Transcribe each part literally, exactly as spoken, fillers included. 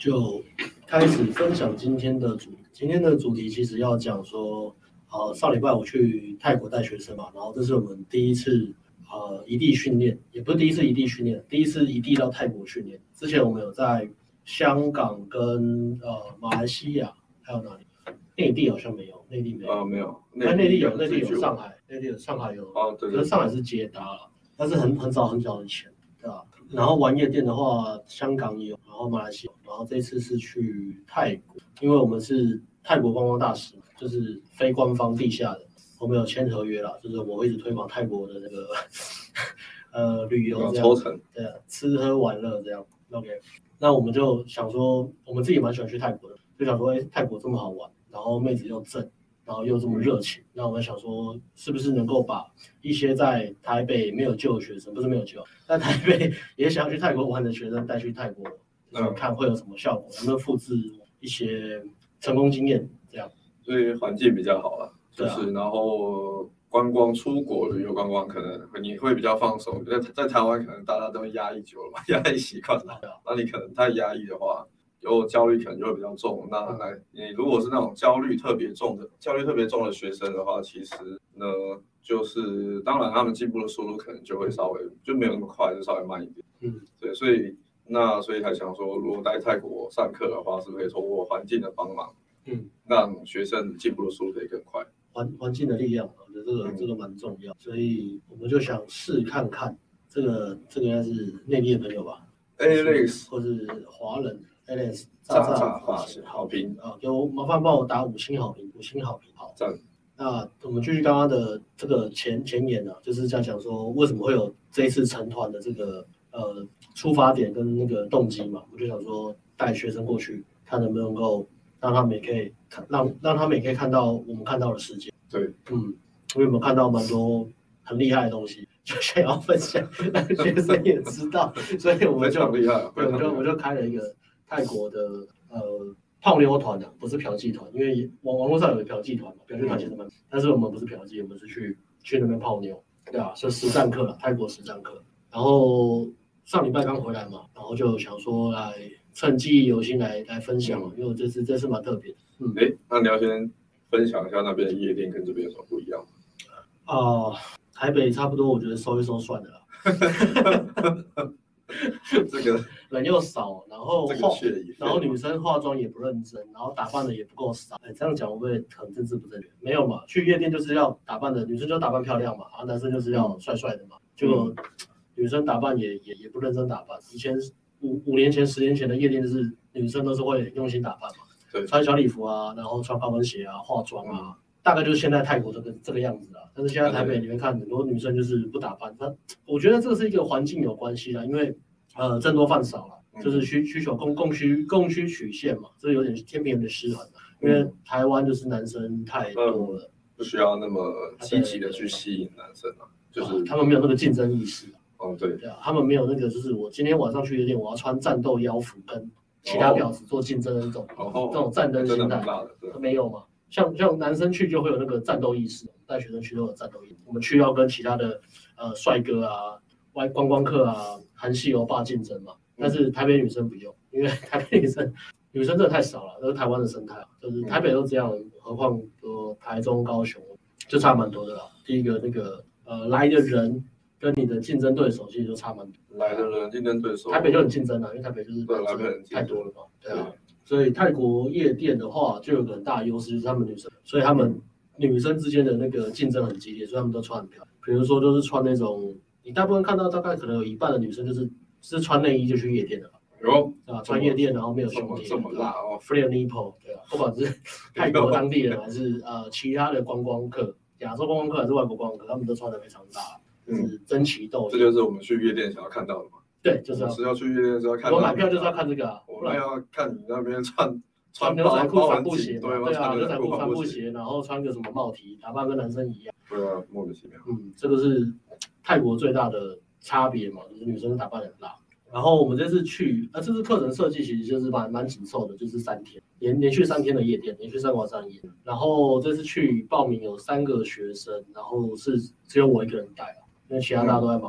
就开始分享今天的主题。今天的主题其实要讲说，呃，上礼拜我去泰国带学生嘛，然后这是我们第一次呃异地训练，也不是第一次异地训练，第一次异地到泰国训练。之前我们有在香港跟呃马来西亚，还有哪里？内地好像没有，内地没有。 啊、呃，没有。 但内地有，内地有上海，内地有上海有。 哦，对对。 可是上海是接搭了，但是很很早很早以前，对吧？然后玩夜店的话，香港也有，然后马来西亚，然后这次是去泰国，因为我们是泰国观光大使，就是非官方地下的，我们有签合约啦，就是我会一直推广泰国的那个呃旅游这样， 抽成， 对啊，吃喝玩乐这样 ，OK。那我们就想说，我们自己蛮喜欢去泰国的，就想说，哎，泰国这么好玩，然后妹子又正。然后又这么热情，那我们想说，是不是能够把一些在台北没有救的学生，不是没有救，在台北也想要去泰国玩的学生带去泰国，就是看会有什么效果，能不能复制一些成功经验，这样。 所以环境比较好了，就是、啊、然后观光出国旅游观光可能你会比较放松，在在台湾可能大家都压抑久了嘛，压抑习惯了，那你可能太压抑的话。有焦虑可能就会比较重，那来你如果是那种焦虑特别重的焦虑特别重的学生的话，其实呢就是当然他们进步的速度可能就会稍微就没有那么快，就稍微慢一点。 嗯， 对，所以那所以才想说，如果在泰国上课的话，是不是可以通过环境的帮忙，嗯，让学生进步的速度可以更快？ 环环境的力量，我觉得这个、嗯、这个蛮重要，所以我们就想试看看，这个这个应该是内地的朋友吧 ，Alex 或是华人。Alex 炸炸发型好评啊，给我麻烦帮我打五星好评，五星好评好。 赞。 那我们继续刚刚的这个前前言啊，就是在讲说为什么会有这一次成团的这个呃出发点跟那个动机嘛，我就想说带学生过去，看能不能够让他们也可以看让让他们也可以看到我们看到的世界。 对， 嗯，因为我们看到蛮多很厉害的东西。就想要分享，让学生也知道，所以我们就厉害， 对，我们就我们就开了一个泰国的呃泡妞团啊，不是嫖妓团，因为网网络上有个嫖妓团嘛，嫖妓团其实蛮，但是我们不是嫖妓，我们是去去那边泡妞，对啊，是实战课了，泰国实战课。然后上礼拜刚回来嘛，然后就想说来趁记忆犹新来来分享嘛，因为我这次这次蛮特别的。 嗯，哎，那你要先分享一下那边的夜店跟这边有什么不一样啊？呃台北差不多，我觉得收一收算了啦。 这个人又少，然后化，然后女生化妆也不认真，然后打扮的也不够傻。哎，这样讲会不会很政治不正确？没有嘛，去夜店就是要打扮的，女生就打扮漂亮嘛，然后男生就是要帅帅的嘛。结果、嗯、女生打扮也也也不认真打扮。以前五五年前、十年前的夜店就是女生都是会用心打扮嘛， 对， 穿小礼服啊，然后穿高跟鞋啊，化妆啊。嗯，大概就是现在泰国这个这个样子啊，但是现在台北你会看很多女生就是不打扮，那我觉得这个是一个环境有关系啦，因为呃增多饭少了，就是需需求供供需供需曲线嘛，这有点天平有点失衡，因为台湾就是男生太多了， 嗯、不需要那么积极的去吸引男生啊，就是、 啊、他们没有那个竞争意识、啊， 哦对， 对啊，他们没有那个就是我今天晚上去夜店，我要穿战斗腰服跟其他婊子做竞争的这种、哦、这种战争心态，没有嘛。像像男生去就会有那个战斗意识，带学生去都有战斗意识。我们去要跟其他的呃帅哥啊、外观光客啊、韩系欧巴竞争嘛。但是台北女生不用，因为台北女生女生真的太少了，这是台湾的生态，就是台北都这样，何况说台中、高雄就差蛮多的啦。第一个那个呃来的人跟你的竞争对手其实就差蛮多。 来的人竞争对手， 台北就很竞争啊，因为台北就是对来人太多了嘛，对啊。所以泰国夜店的话，就有个很大的优势，就是他们女生，所以他们女生之间的那个竞争很激烈，所以他们都穿很漂亮。比如说，就是穿那种，你大部分看到大概可能有一半的女生就是是穿内衣就去夜店的， 有啊，穿夜店然后没有胸贴， 这么辣哦 ，flare nipple， 对啊，不管是泰国当地人还是呃其他的观光客，亚洲观光客还是外国观光客，他们都穿的非常大，就是争奇斗艳。 这就是我们去夜店想要看到的嘛。 对，就是要是要去夜店是要看， 我买票就是要看这个啊， 我们要看你那边穿穿牛仔裤帆布鞋， 对啊，牛仔裤帆布鞋，然后穿个什么帽 T， 打扮跟男生一样， 对啊，莫名其妙。 嗯，这个是泰国最大的差别嘛，就是女生打扮很辣。然后我们这次去，啊，这次课程设计其实就是蛮蛮紧凑的，就是三天，连连续三天的夜店，连续三晚三夜。然后这次去报名有三个学生，然后是只有我一个人带啊，因为其他大家都在忙嘛。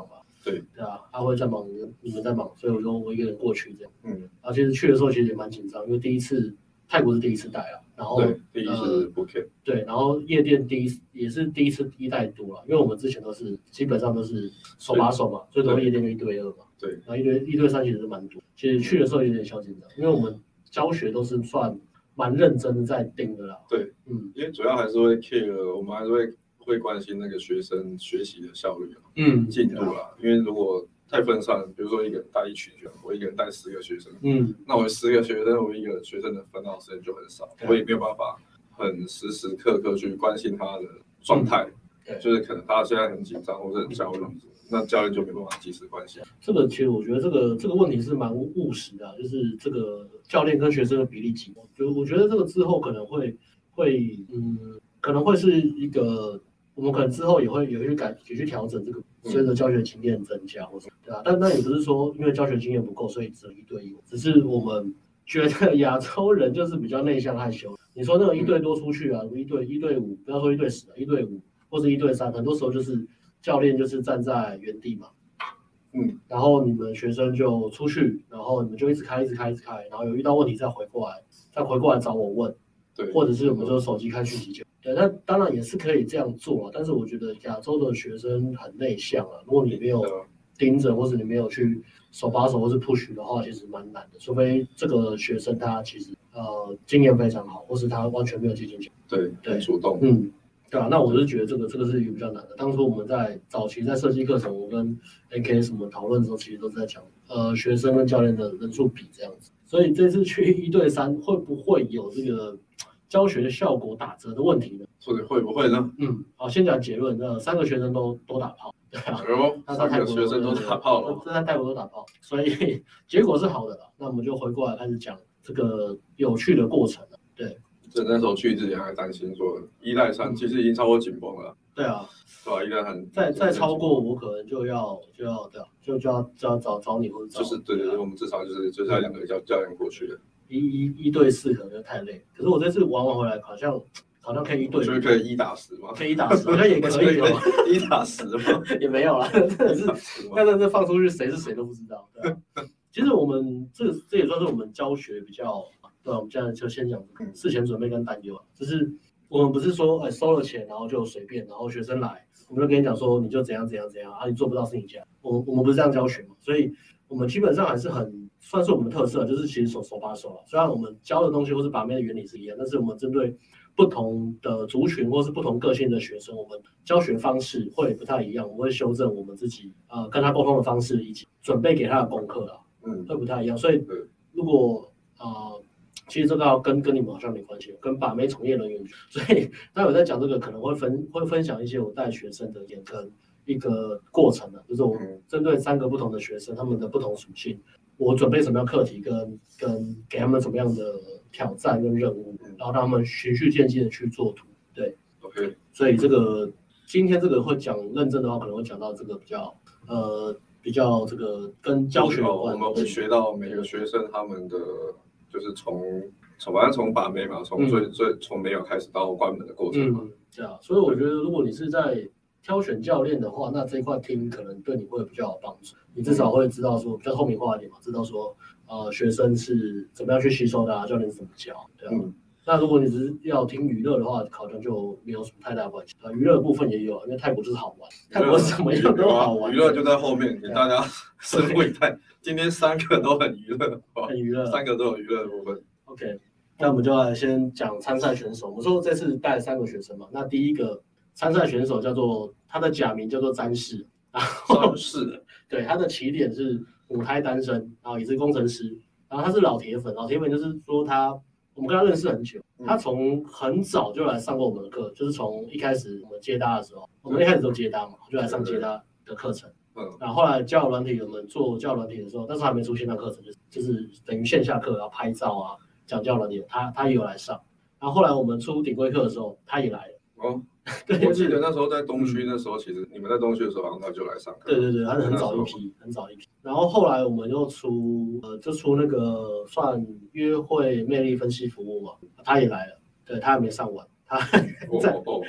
对对啊，他会在忙，你们在忙，所以我就我一个人过去这样。 嗯， 然后其实去的时候其实也蛮紧张，因为第一次泰国是第一次带啊，然后第一次 Phuket，、呃、 对，然后夜店第一也是第一次一带多了，因为我们之前都是基本上都是手把手嘛，最多夜店就一对二嘛， 对， 然后一对一对三其实是蛮多，其实去的时候有点小紧张，因为我们教学都是算蛮认真的在盯的啦。 对，嗯，因为主要还是会 care， 我们还是会会关心那个学生学习的效率啊，嗯，进度啦，因为如果太分散，比如说一个人带一群学生，我一个人带十个学生，嗯，那我十个学生，我一个学生的分到时间就很少，我也没有办法很时时刻刻去关心他的状态，嗯、就是可能他现在很紧张或者很焦虑，那教练就没办法及时关心。 这个其实我觉得这个这个问题是蛮务实的、啊，就是这个教练跟学生的比例几，就我觉得这个之后可能会会嗯可能会是一个。我们可能之后也会也会去改也去调整这个，随着教学经验增加或者对啊，但那也不是说因为教学经验不够，所以只能一对一，只是我们觉得亚洲人就是比较内向害羞。你说那个一对多出去啊，一对一对五，不要说一对十，一对五或者一对三，很多时候就是教练就是站在原地嘛，嗯，然后你们学生就出去，然后你们就一直开一直开一直开，然后有遇到问题再回过来，再回过来找我问，对，或者是我们就手机看讯息就。对，那当然也是可以这样做啊，但是我觉得亚洲的学生很内向啊，如果你没有盯着，或者你没有去手把手或是 push 的话，其实蛮难的。除非这个学生他其实呃经验非常好，或是他完全没有接近起来， 对对，主动， 嗯，对啊，那我是觉得这个这个是一个比较难的。当初我们在早期在设计课程，我跟 A K S 我们讨论的时候，其实都是在讲呃学生跟教练的人数比这样子。所以这次去一对三会不会有这个？教学的效果打折的问题呢？ 或者会不会呢？ 嗯，好，先讲结论。呃，三个学生都都打炮，对啊， 哎、三个学生都打炮了， 这在泰国都打炮，所以结果是好的啦。那我们就回过来开始讲这个有趣的过程了。对， 这那时候去之前还担心说一带三其实已经超过紧绷了。 对啊， 对吧？一带很再再超过我可能就要就要对啊，就就要就要找找你或者找就是对对对，我们至少就是就是要两个教教练过去的。 一一一对四可能就太累，可是我这次玩完回来好像好像可以一对， 我觉得可以一打十吗？ 可以一打十，好像也可以哦， 一打十吗？ 也没有啦，真的是，但是这放出去谁是谁都不知道。对啊，其实我们这这也算是我们教学比较，对啊，我们现在就先讲事前准备跟担忧啊，就是我们不是说哎收了钱然后就随便，然后学生来，我们就跟你讲说你就怎样怎样怎样啊，你做不到是你家，我我们不是这样教学嘛，所以我们基本上还是很。算是我们的特色，就是其实手手把手了。虽然我们教的东西或是把妹的原理是一样，但是我们针对不同的族群或是不同个性的学生，我们教学方式会不太一样。我们会修正我们自己呃跟他沟通的方式，以及准备给他的功课啦，嗯，会不太一样。所以如果呃，其实这个要跟跟你们好像没关系，跟把妹从业人员。所以待会在讲这个可能会分会分享一些我带学生的眼跟一个过程的，就是我针对三个不同的学生，他们的不同属性。我准备什么样的课题跟跟给他们什么样的挑战跟任务，然后让他们循序渐进的去做图，对 ，OK。 所以这个今天这个会讲认真的话，可能会讲到这个比较呃比较这个跟教学有关， 我们会学到每个学生他们的就是从从反正从把妹嘛，从最、嗯、最从没有开始到关门的过程嘛， 嗯，对啊。所以我觉得如果你是在挑选教练的话，那这一块听可能对你会比较有帮助。你至少会知道说比较透明化一点嘛，知道说呃学生是怎么样去吸收的啊，教练是怎么教，对啊。嗯、那如果你只是要听娱乐的话，好像就没有什么太大关系。呃，娱乐的部分也有，因为泰国就是好玩，泰国怎么样都好玩。 娱乐就在后面，给大家拭目以待。今天三个都很娱乐， 很娱乐， 三个都有娱乐的部分。 OK， 那我们就来先讲参赛选手。我们说这次带了三个学生嘛，那第一个参赛选手叫做他的假名叫做詹士。 詹士， 对，他的起点是母胎单身，然后也是工程师，然后他是老铁粉，老铁粉就是说他，我们跟他认识很久，他从很早就来上过我们的课，就是从一开始我们接搭的时候，我们一开始都接搭嘛，就来上接搭的课程，嗯，然后后来交友软体我们做交友软体的时候，那时候还没出线上课程，就是就是等于线下课，然后拍照啊，讲交友软体，他他也有来上，然后后来我们出顶规课的时候，他也来了， 哦。对，我记得那时候在东区，那时候其实你们在东区的时候，好像他就来上课。 对对对，他是很早一批，很早一批。然后后来我们又出，呃，就出那个算约会魅力分析服务嘛，他也来了，对他还没上完，他在， 哦哦哦、 对我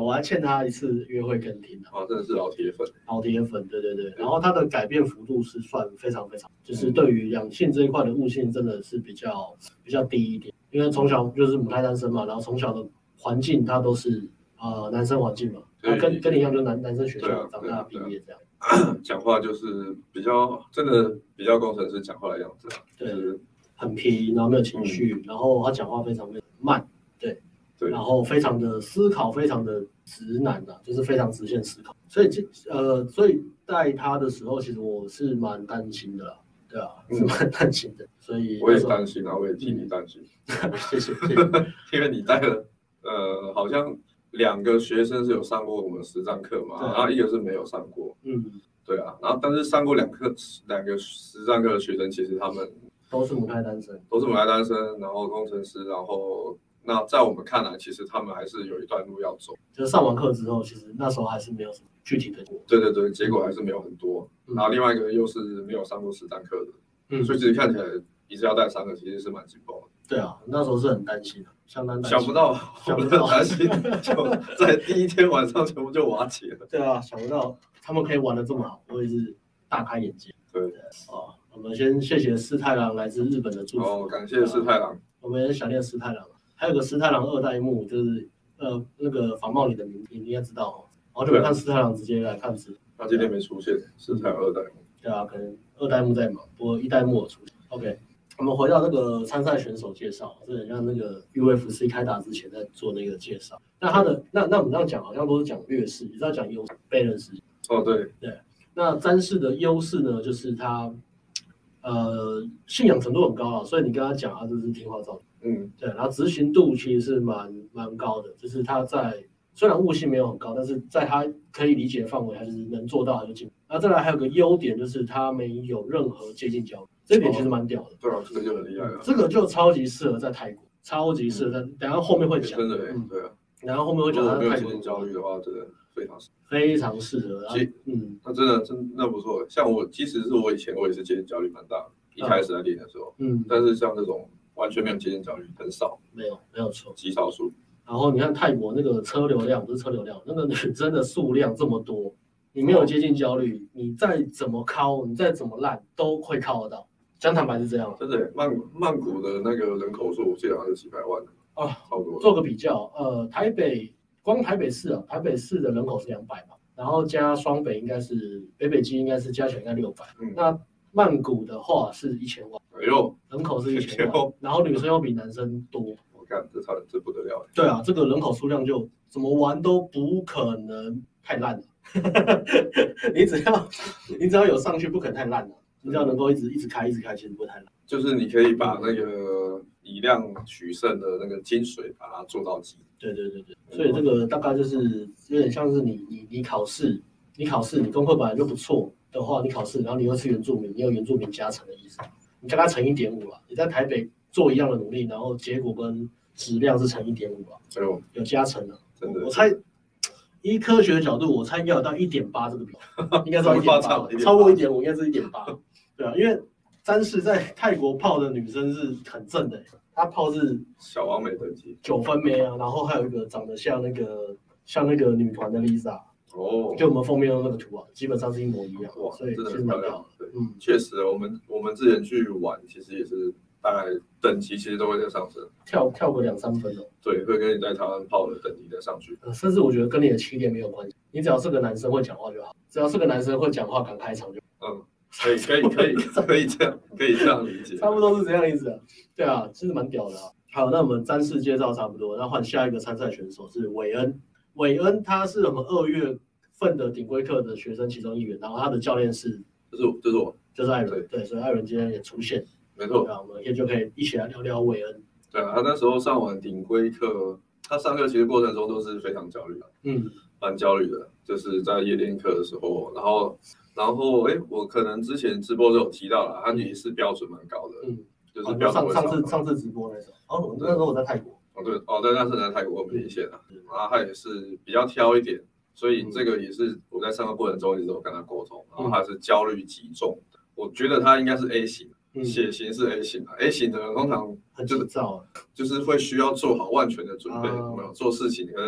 我还欠他一次约会跟听的。 啊，真的是老铁粉。 老铁粉，对对对。然后他的改变幅度是算非常非常，就是对于两性这一块的悟性真的是比较比较低一点，因为从小就是母胎单身嘛，然后从小的环境他都是呃男生环境嘛，他跟跟你一样，就男男生学校长大毕业这样。 讲话就是比较真的比较工程师讲话的样子啊， 对， 就是很皮，然后没有情绪，嗯、然后他讲话非常非常慢，对， 对， 然后非常的思考，非常的直男啊，就是非常直线思考，所以呃，所以带他的时候，其实我是蛮担心的啦，对啊，是蛮担心的，所以我也担心啊，我也替你担心， 谢谢，谢谢， 因为你带了呃，好像。两个学生是有上过我们实战课嘛，然后一个是没有上过，嗯，对啊，然后但是上过两课两个实战课的学生，其实他们都是母胎单身， 都是母胎单身，然后工程师，然后那在我们看来，其实他们还是有一段路要走。 就是上完课之后，其实那时候还是没有什么具体的果。 对对对，结果还是没有很多。嗯、然后另外一个又是没有上过实战课的，嗯，所以其实看起来一次要带三个，其实是蛮紧绷的。 对啊，那时候是很担心的，相当担心。想不到， 想不到， 担心就在第一天晚上全部就瓦解了。 对啊，想不到他们可以玩得这么好，我也是大开眼界。 对， 哦，我们先谢谢师太郎来自日本的祝福。 哦，感谢师太郎。 我们也想念师太郎，还有个师太郎二代目，就是呃那个仿冒你的名字，你应该知道哦。好久没看师太郎，直接来看师。 他今天没出现，师太郎二代目。 对啊，可能二代目在忙，不过一代目有出现。OK。我们回到那个参赛选手介绍，是很像那个 U F C 开打之前在做那个介绍。那他的那那我们这样讲，好像都是讲劣势，你知道讲优势 balance。 哦，对对。那詹氏的优势呢，就是他呃信仰程度很高啊，所以你跟他讲，他就是听话照。嗯，对。然后执行度其实是蛮蛮高的，就是他在虽然悟性没有很高，但是在他可以理解的范围，他就是能做到他就进。那再来还有个优点，就是他没有任何接近焦虑。这点其实蛮屌的， 对啊，这个就很厉害了。 这个就超级适合在泰国，超级适合在，等下后面会讲。 真的，对啊。 然后后面会讲他在泰国焦虑的话，真的非常适合。 非常适合。 其嗯，那真的真那不错。像我，即使是我以前我也是接近焦虑蛮大的，一开始在练的时候，嗯，但是像这种完全没有接近焦虑很少， 没有没有错， 极少数。 然后你看泰国那个车流量，不是车流量，那个女生的数量这么多，你没有接近焦虑，你再怎么靠，你再怎么烂，都会靠得到。讲坦白是这样， 真的，曼曼谷的那个人口数，我记得好像是几百万啊， 差不多。 做个比较，呃，台北光台北市啊，台北市的人口是两百嘛，然后加双北应该是北北基应该是加起来应该六百、嗯，那曼谷的话是一千万， 哎呦， 人口是一千万，然后女生又比男生多， 我看这差这不得了。 对啊，这个人口数量就怎么玩都不可能太烂了，你只要你只要有上去，不可能太烂了。你只要能够一直一直开一直开，其实不会太烂。 就是你可以把那个以量取胜的那个精髓，把它做到极。 对对对对，所以这个大概就是有点像是你你你考试，你考试你功课本来就不错的话，你考试，然后你又是原住民，你有原住民加成的意思，你加它乘一点五了。你在台北做一样的努力，然后结果跟质量是乘一点五了， 哎呦， 有加成了。 真的， 我猜。以科学的角度，我猜应该有到一点八这个比，应该是一点八，超过一点五应该是一点八，对啊，因为詹氏在泰国泡的女生是很正的，她泡是小王美等级， 九分妹啊，然后还有一个长得像那个像那个女团的 Lisa， 哦， 就我们封面用那个图啊，基本上是一模一样， 哇， 所以真的其实蛮好的，嗯，确实，我们我们之前去玩，其实也是。大概等级其实都会在上升， 跳跳个两三分哦。 对，会跟你在台湾泡的等级再上去、 呃。甚至我觉得跟你的起点没有关系，你只要是个男生会讲话就好，只要是个男生会讲话敢开场就好。 嗯，可以可以可以可以这样可以这样理解， 差不多是这样意思、啊。对啊，其实蛮屌的、啊。好，那我们詹氏介绍差不多，那换下一个参赛选手是韦恩。韦恩他是我们二月份的顶规课的学生其中一员，然后他的教练是， 就是我，就是我， 就是艾伦。对，所以艾伦今天也出现。 没错， 我们也就可以一起来聊聊韦恩。 对啊，他那时候上完顶规课，他上课其实过程中都是非常焦虑的，嗯，蛮焦虑的，就是在夜练课的时候，然后，然后，哎，我可能之前直播都有提到了，他也是标准蛮高的，嗯，就是标准、 哦、上上次上次直播那时候，哦，那时候我在泰国， 哦对，哦对，那是在泰国我们连线啊，然后他也是比较挑一点，所以这个也是我在上课过程中一直都跟他沟通，然后他是焦虑极重，我觉得他应该是 A 型。血型是 A 型的 ，A 型的人通常就是很躁， 就是会需要做好万全的准备，有没有做事情可能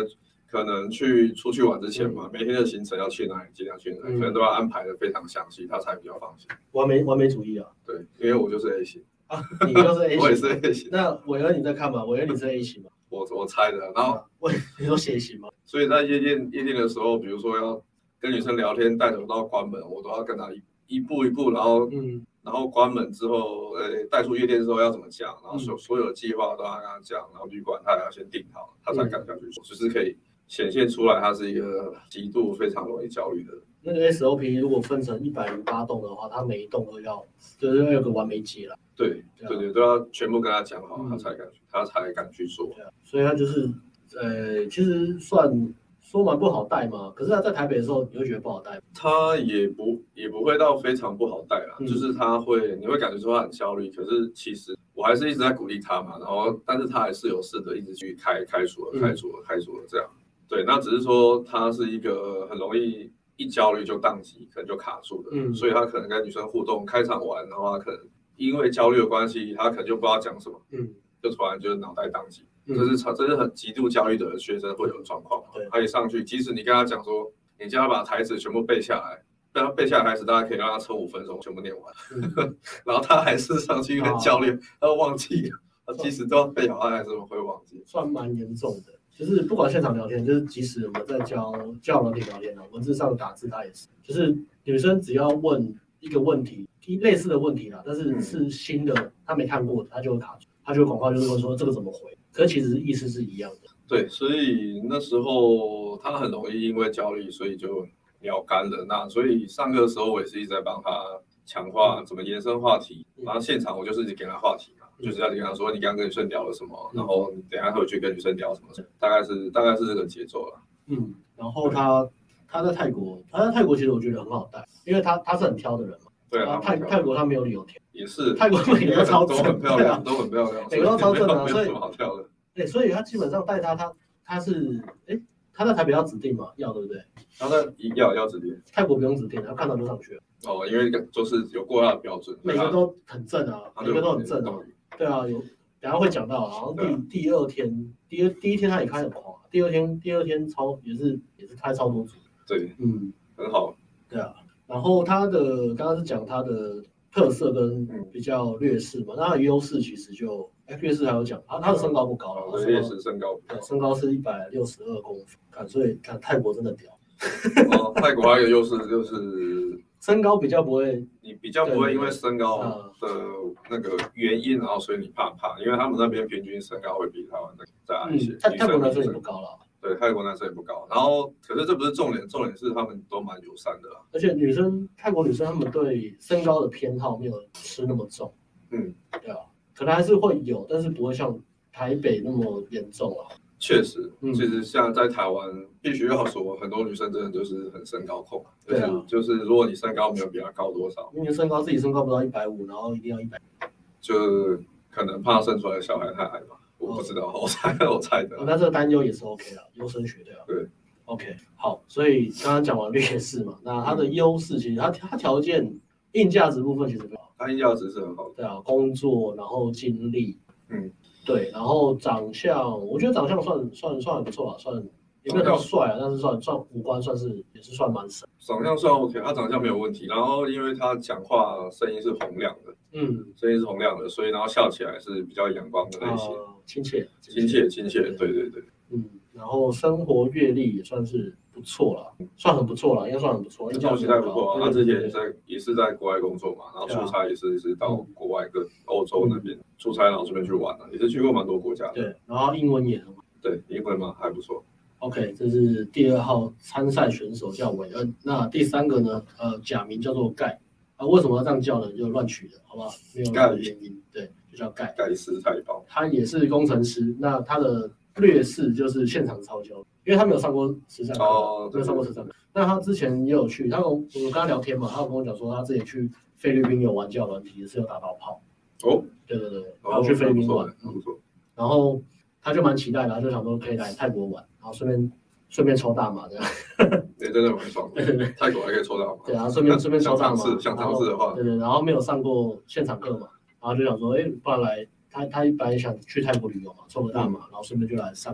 可能去出去玩之前嘛，嗯、每天的行程要去哪里，尽量去哪里，嗯、可能都要安排的非常详细，他才比较放心。 完美完美主义啊。 对，因为我就是 A 型啊，你就是 A 型， 我也是 A 型。 那伟恩你在看吗？伟恩你是 A 型吗？ 我我猜的，然后喂、啊，你说血型吗？ 所以在夜店夜店的时候，比如说要跟女生聊天，带走到关门，我都要跟她一一步一步，然后嗯。然后关门之后，呃，带出夜店之后要怎么讲，然后所所有的计划都要跟他讲，然后旅馆他也要先订好，他才敢下去做，就是可以显现出来他是一个极度非常容易焦虑的人。 那个 S O P 如果分成一百零八栋的话，他每一栋都要，就是要有个完美解了。 对对对，都要全部跟他讲好，嗯、他才敢他才敢去做。 对啊，所以他就是，呃，其实算。说蛮不好带嘛，可是他在台北的时候，你会觉得不好带？ 他也不也不会到非常不好带啦，嗯、就是他会，你会感觉说他很焦虑，可是其实我还是一直在鼓励他嘛，然后但是他还是有试着一直去开开除了开除了开除了这样，对，那只是说他是一个很容易一焦虑就宕机，可能就卡住的，嗯、所以他可能跟女生互动开场玩的话，可能因为焦虑的关系，他可能就不知道讲什么，嗯、就突然就脑袋宕机。这是这是很极度焦虑的学生会有的状况，他一上去，即使你跟他讲说，你叫他把台词全部背下来，让他背下来台词，大家可以让他撑五分钟全部念完，嗯、然后他还是上去很焦虑，他忘记了，他即使都要背好，他还是会忘记， 算蛮严重的。就是不管现场聊天，就是即使我们在教教软体聊天啊，文字上打字他也是，就是女生只要问一个问题，类似的问题啦，但是是新的，他没看过的，他就会卡住，他就会广告就是问说这个怎么回。可其实意思是一样的， 对，所以那时候他很容易因为焦虑，所以就秒干了。那所以上课的时候，我也是一直在帮他强化怎么延伸话题。嗯、然后现场我就是一直给他话题嘛，嗯、就是要跟他说你刚刚跟女生聊了什么，嗯、然后你等一下回去跟女生聊什么，嗯、大概是大概是这个节奏了。 嗯，然后他他在泰国，他在泰国其实我觉得很好带，因为他他是很挑的人嘛。 对啊， 泰泰国他没有理由挑， 也是泰国每个都超正， 都很漂亮，都很漂亮， 每个都超正啊， 所以没有什么好挑的。 对，所以他基本上带他，他他是哎，他在台北要指定嘛，要对不对？ 他在要要指定， 泰国不用指定，他看到就上去了。 哦，因为就是有过他的标准， 每个都很正啊，每个都很正啊。对啊，有等下会讲到，好像第第二天，第二第一天他也开很狂，第二天第二天超也是也是开超多组。 对，嗯，很好。 对啊。然后他的刚刚是讲他的特色跟比较劣势嘛，那他的优势其实就，哎，劣势还有讲，他他的身高不高了， 对，劣势身高不高， 对，身高是一百六十二公分，看，所以看泰国真的屌。 哦，泰国还有一个优势就是身高比较不会， 你比较不会因为身高的那个原因，然后所以你怕怕，因为他们那边平均身高会比台湾再矮一些， 泰泰国男生也不高了。 对，泰国男生也不高，然后可是这不是重点，重点是他们都蛮友善的啦。 而且女生，泰国女生她们对身高的偏好没有吃那么重，嗯，对啊，可能还是会有，但是不会像台北那么严重啊。 确实，嗯、其实像在台湾，必须要说，很多女生真的就是很身高控，就是、啊、就是如果你身高没有比她高多少， 因为身高自己身高不到一百五，然后一定要一百， 就可能怕生出来的小孩太矮吧。我不知道，我猜我猜的。 哦，那这个担忧也是 OK 的，优生学对吧？ 对 ，OK， 好，所以刚刚讲完劣势嘛，那它的优势其实它它条件硬价值部分其实很好， 它硬价值是很好的。 对啊，工作然后经历，嗯，对，然后长相，我觉得长相算算算还不错啊，算也没有那么帅啊，但是算算五官算是也是算蛮神。 长相算 OK， 他长相没有问题，然后因为他讲话声音是洪亮的，嗯，声音是洪亮的，所以然后笑起来是比较阳光的类型。呃亲切， 亲切，亲切，对对对， 嗯，然后生活阅历也算是不错了，算很不错了，应该算很不错， 生活期待不错啊。他之前在也是在国外工作嘛，然后出差也是是到国外跟欧洲那边出差，然后顺便去玩了，也是去过蛮多国家的。 对，然后英文也很好。 对，英文嘛还不错。 OK， 这是第二号参赛选手叫韦恩，那第三个呢，呃，假名叫做盖啊，为什么要这样叫呢？就乱取的，好不好？没有任何原因，对。就叫盖盖斯太保， 他也是工程师。那他的劣势就是现场超焦，因为他没有上过实战课，哦、没有上过实战课。那他之前也有去，他跟我跟他聊天嘛，他有跟我讲说，他之前去菲律宾有玩交友软体，也是有打到炮。哦，对对对，他有去菲律宾玩， 不错。 然后他就蛮期待的，他就想说可以来泰国玩，然后顺便顺便抽大麻这样。 对，真的蛮爽的。对对对，泰国还可以抽大麻。 对啊，顺便顺便抽大麻。 想尝试的话， 对对，然后没有上过现场课嘛。然后就想说，哎，不然来他他一般想去泰国旅游嘛，抽个大麻，嗯、然后顺便就来上个课。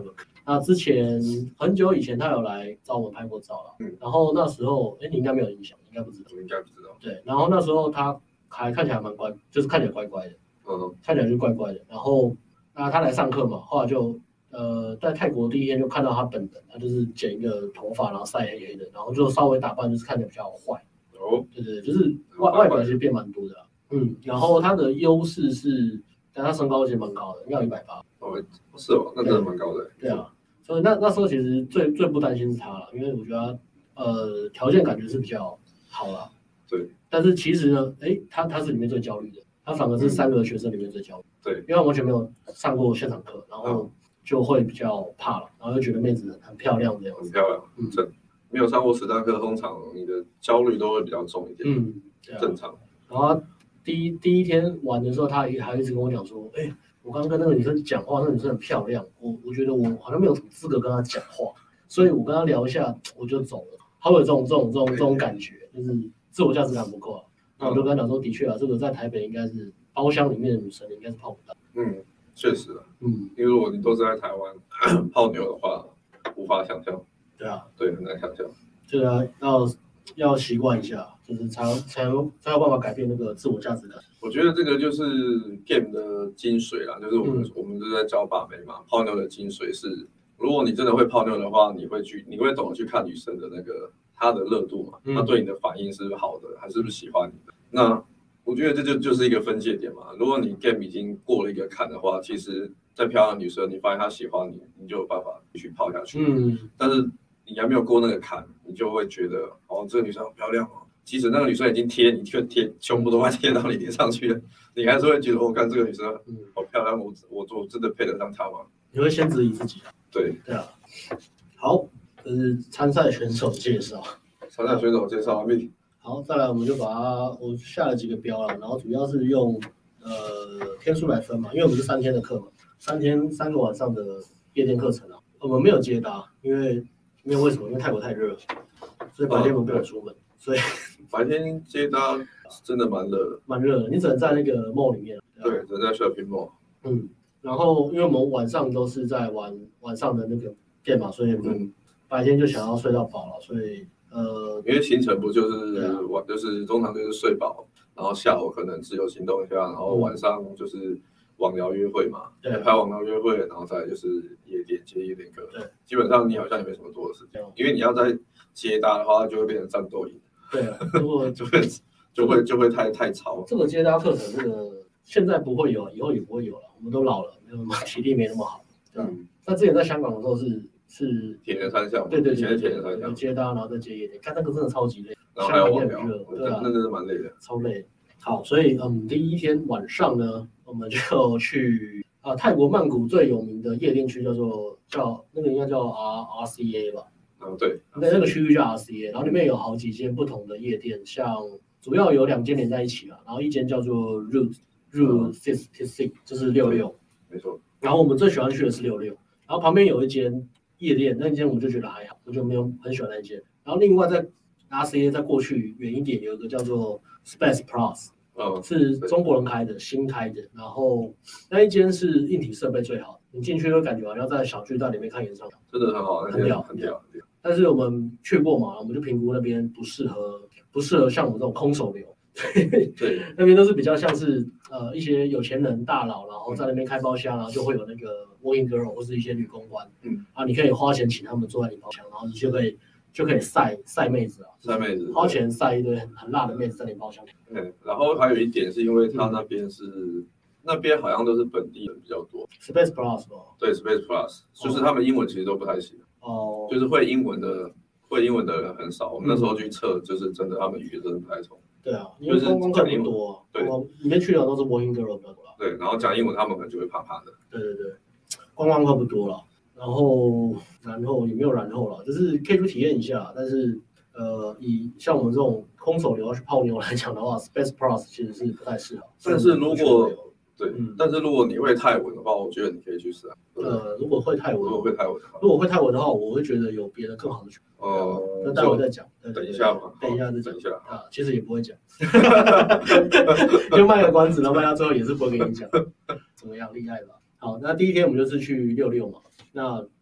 那之前很久以前他有来找我拍过照了，嗯，然后那时候，哎，你应该没有印象，应该不知道， 我应该不知道。 对，然后那时候他还看起来蛮乖，就是看起来乖乖的，嗯，看起来就乖乖的。然后那他来上课嘛，后来就呃在泰国第一天就看到他本人，他就是剪一个头发，然后晒黑黑的，然后就稍微打扮就是看起来比较坏。哦，对对，就是外外表其实变蛮多的，嗯，然后他的优势是，但他身高其实蛮高的，要一百八。 哦，是哦，那真的蛮高的。 对啊。所以那那时候其实最最不担心是他了，因为我觉得他呃条件感觉是比较好啦。 对。 但是其实呢，哎，他他是里面最焦虑的，他反而是三个学生里面最焦虑。 对。 因为他完全没有上过现场课，然后就会比较怕了，然后就觉得妹子很漂亮这样子。 很漂亮，嗯，真没有上过实战课，通常你的焦虑都会比较重一点。嗯，啊、正常。 然后第一第一天玩的时候，他还一直跟我讲说，哎。我刚刚跟那个女生讲话，那个女生很漂亮，我我觉得我好像没有什么资格跟她讲话，所以我跟她聊一下我就走了。她会有这种这种这种这种感觉，就是自我价值感不够啊。那我就跟她讲说，的确啊，这个在台北应该是包厢里面的女生应该是泡不到。 嗯，确实啊，嗯，因为如果你都是在台湾泡妞的话，无法想象。 对啊， 对，很难想象。 这个、啊、要要习惯一下，就是才才有才有办法改变那个自我价值感。 我觉得这个就是 game 的精髓啦，就是我们、嗯、我们是在教把妹嘛，泡妞的精髓是，如果你真的会泡妞的话，你会去，你会懂得去看女生的那个她的热度嘛，她、嗯、对你的反应是不是好的，还是不是喜欢你的？那我觉得这就就是一个分界点嘛。如果你 game 已经过了一个坎的话，其实再漂亮的女生，你发现她喜欢你，你就有办法继续泡下去。嗯，但是你还没有过那个坎，你就会觉得哦，这个女生好漂亮哦。即使那个女生已经贴你，贴贴胸部都快贴到你脸上去了，你还是会觉得我、哦、看这个女生好漂亮，我我我真的配得上她吗？ 你会先质疑自己啊。 对对啊。好，这是参赛选手介绍。 参赛选手介绍完毕。 好，再来我们就把它，我下了几个标了，然后主要是用呃天数来分嘛，因为我们是三天的课嘛，三天三个晚上的夜店课程啊，我们没有接搭，因为因为为什么？因为泰国太热了，所以白天我们不敢出门。所以白天接搭真的蛮热的， 蛮热的，你只能在那个 mall 里面。 对，只能在 shopping mall。 嗯，然后因为我们晚上都是在玩晚上的那个店嘛，所以嗯，白天就想要睡到饱了，所以呃， 因为行程不就是晚、啊、就是通常就是睡饱，然后下午可能自由行动一下，然后晚上就是网聊约会嘛，对，拍网聊约会，然后再就是夜店接夜店课。对，基本上你好像也没什么做的事情，因为你要在接搭的话，就会变成战斗营。 对啊，如果就会就会就会太太吵。 这个接搭课程，这个现在不会有，以后也不会有了。我们都老了，没有体力没那么好。嗯。那之前在香港的时候是是铁人三项， 对对对， 前铁人三项接搭，然后再接夜店，看那个真的超级累， 然后还有网聊，对啊，那真的蛮累的， 超累。好，所以嗯，第一天晚上呢，我们就去啊、呃、泰国曼谷最有名的夜店区，叫做叫那个应该叫 R R C A 吧。 嗯，对， 对，那个区域叫 R C A， 然后里面有好几间不同的夜店，像主要有两间连在一起了，然后一间叫做 Route Route sixty-six， 就是六六， 没错。 然后我们最喜欢去的是六六，然后旁边有一间夜店，那间我们就觉得还好，我就没有很喜欢那间。然后另外在 R C A 再过去远一点，有一个叫做 Space Plus， 哦，是中国人开的，新开的，然后那一间是硬体设备最好的，你进去就感觉好像在小巨蛋里面看演唱会， 真的很好， 很屌，很屌，很屌。但是我们去过嘛，我们就评估那边不适合，不适合像我们这种空手流。对，那边都是比较像是呃一些有钱人大佬，然后在那边开包厢，然后就会有那个 working girl 或是一些女公关，嗯，啊，你可以花钱请他们坐在你包厢，然后你就可以就可以晒晒妹子啊， 晒妹子， 花钱晒一堆很很辣的妹子在你包厢里。 对，然后还有一点是因为他那边是、嗯、那边好像都是本地人比较多 ，Space Plus 吧？ 对 ，Space Plus， 就是他们英文其实都不太行。哦，就是会英文的，会英文的人很少。我们那时候去测，就是真的，他们语言真的不太通。 对啊，因为观光客不多，对，里面去的都是 working girl 比较多。 对，然后讲英文，他们可能就会怕怕的。 对对对，观光客不多了，然后然后也没有然后了，就是可以去体验一下。但是呃，以像我们这种空手流要去泡妞来讲的话 ，Space Plus 其实是不太适合。 但是如果对，嗯，但是如果你会泰文的话，我觉得你可以去试啊。 呃，如果会泰文， 如果会泰文的话， 如果会泰文的话，我会觉得有别的更好的选择。哦，那待会再讲。 等一下嘛， 等一下再讲。 等一下啊，其实也不会讲，就卖个关子，然后卖到最后也是不会跟你讲。怎么样，厉害吧？好，那第一天我们就是去六六嘛。那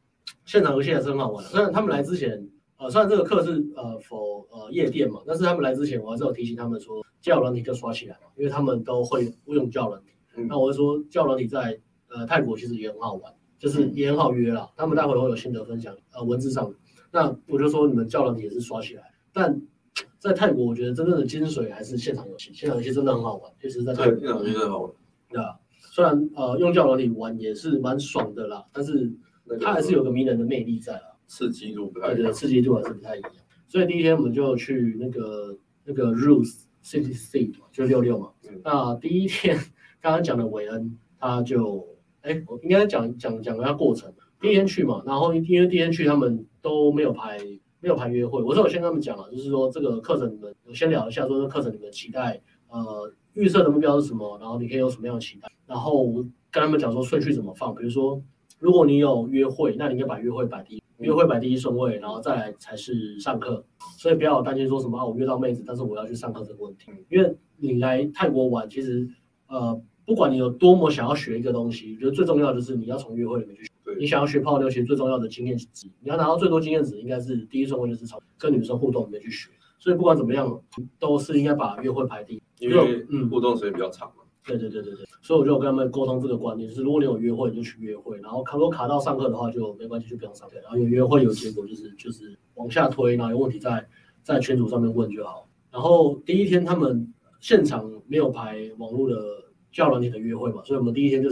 现场游戏还是很好玩的。虽然他们来之前，呃，虽然这个课是呃否呃夜店嘛，但是他们来之前，我还是有提醒他们说，交友软体就刷起来嘛，因为他们都会用交友软体。嗯、那我会说，交友软体在呃泰国其实也很好玩，就是也很好约啦。他们待会会有心得分享，呃，文字上的。那我就说你们交友软体也是刷起来，但在泰国，我觉得真正的精髓还是现场游戏，现场游戏真的很好玩，确实在泰国。 现场游戏真的好玩。 对啊，虽然呃用交友软体玩也是蛮爽的啦，但是它还是有个迷人的魅力在啦， 刺激度不太一样。 对对，刺激度还是不太一样。所以第一天我们就去那个那个 Rose City Seat 嘛，就六六嘛。嗯、那第一天刚刚讲的韦恩，他就哎，我应该讲讲讲一下过程。第一天去嘛，然后因为第一天去他们都没有排。没有排约会，我说我先跟他们讲了，就是说这个课程你们，我先聊一下，说这课程你们期待，呃，预设的目标是什么，然后你可以有什么样的期待，然后我跟他们讲说顺序怎么放，比如说如果你有约会，那你应该把约会摆第一，约会摆第一顺位，然后再来才是上课，所以不要担心说什么啊，我约到妹子，但是我要去上课这个问题，因为你来泰国玩，其实呃，不管你有多么想要学一个东西，我觉得最重要的就是你要从约会里面去学。你想要学泡妞，其实最重要的经验值，你要拿到最多经验值，应该是第一顺位就是从跟女生互动里面去学。所以不管怎么样，都是应该把约会排第一， 因为嗯互动时间比较长嘛。 对对对对对，所以我就跟他们沟通这个观念，就是如果你有约会，你就去约会，然后卡如果卡到上课的话就没关系，就不用上课。然后有约会有结果就是就是往下推，然后有问题在在群组上面问就好。然后第一天他们现场没有排网络的交友软体的约会嘛，所以我们第一天就是。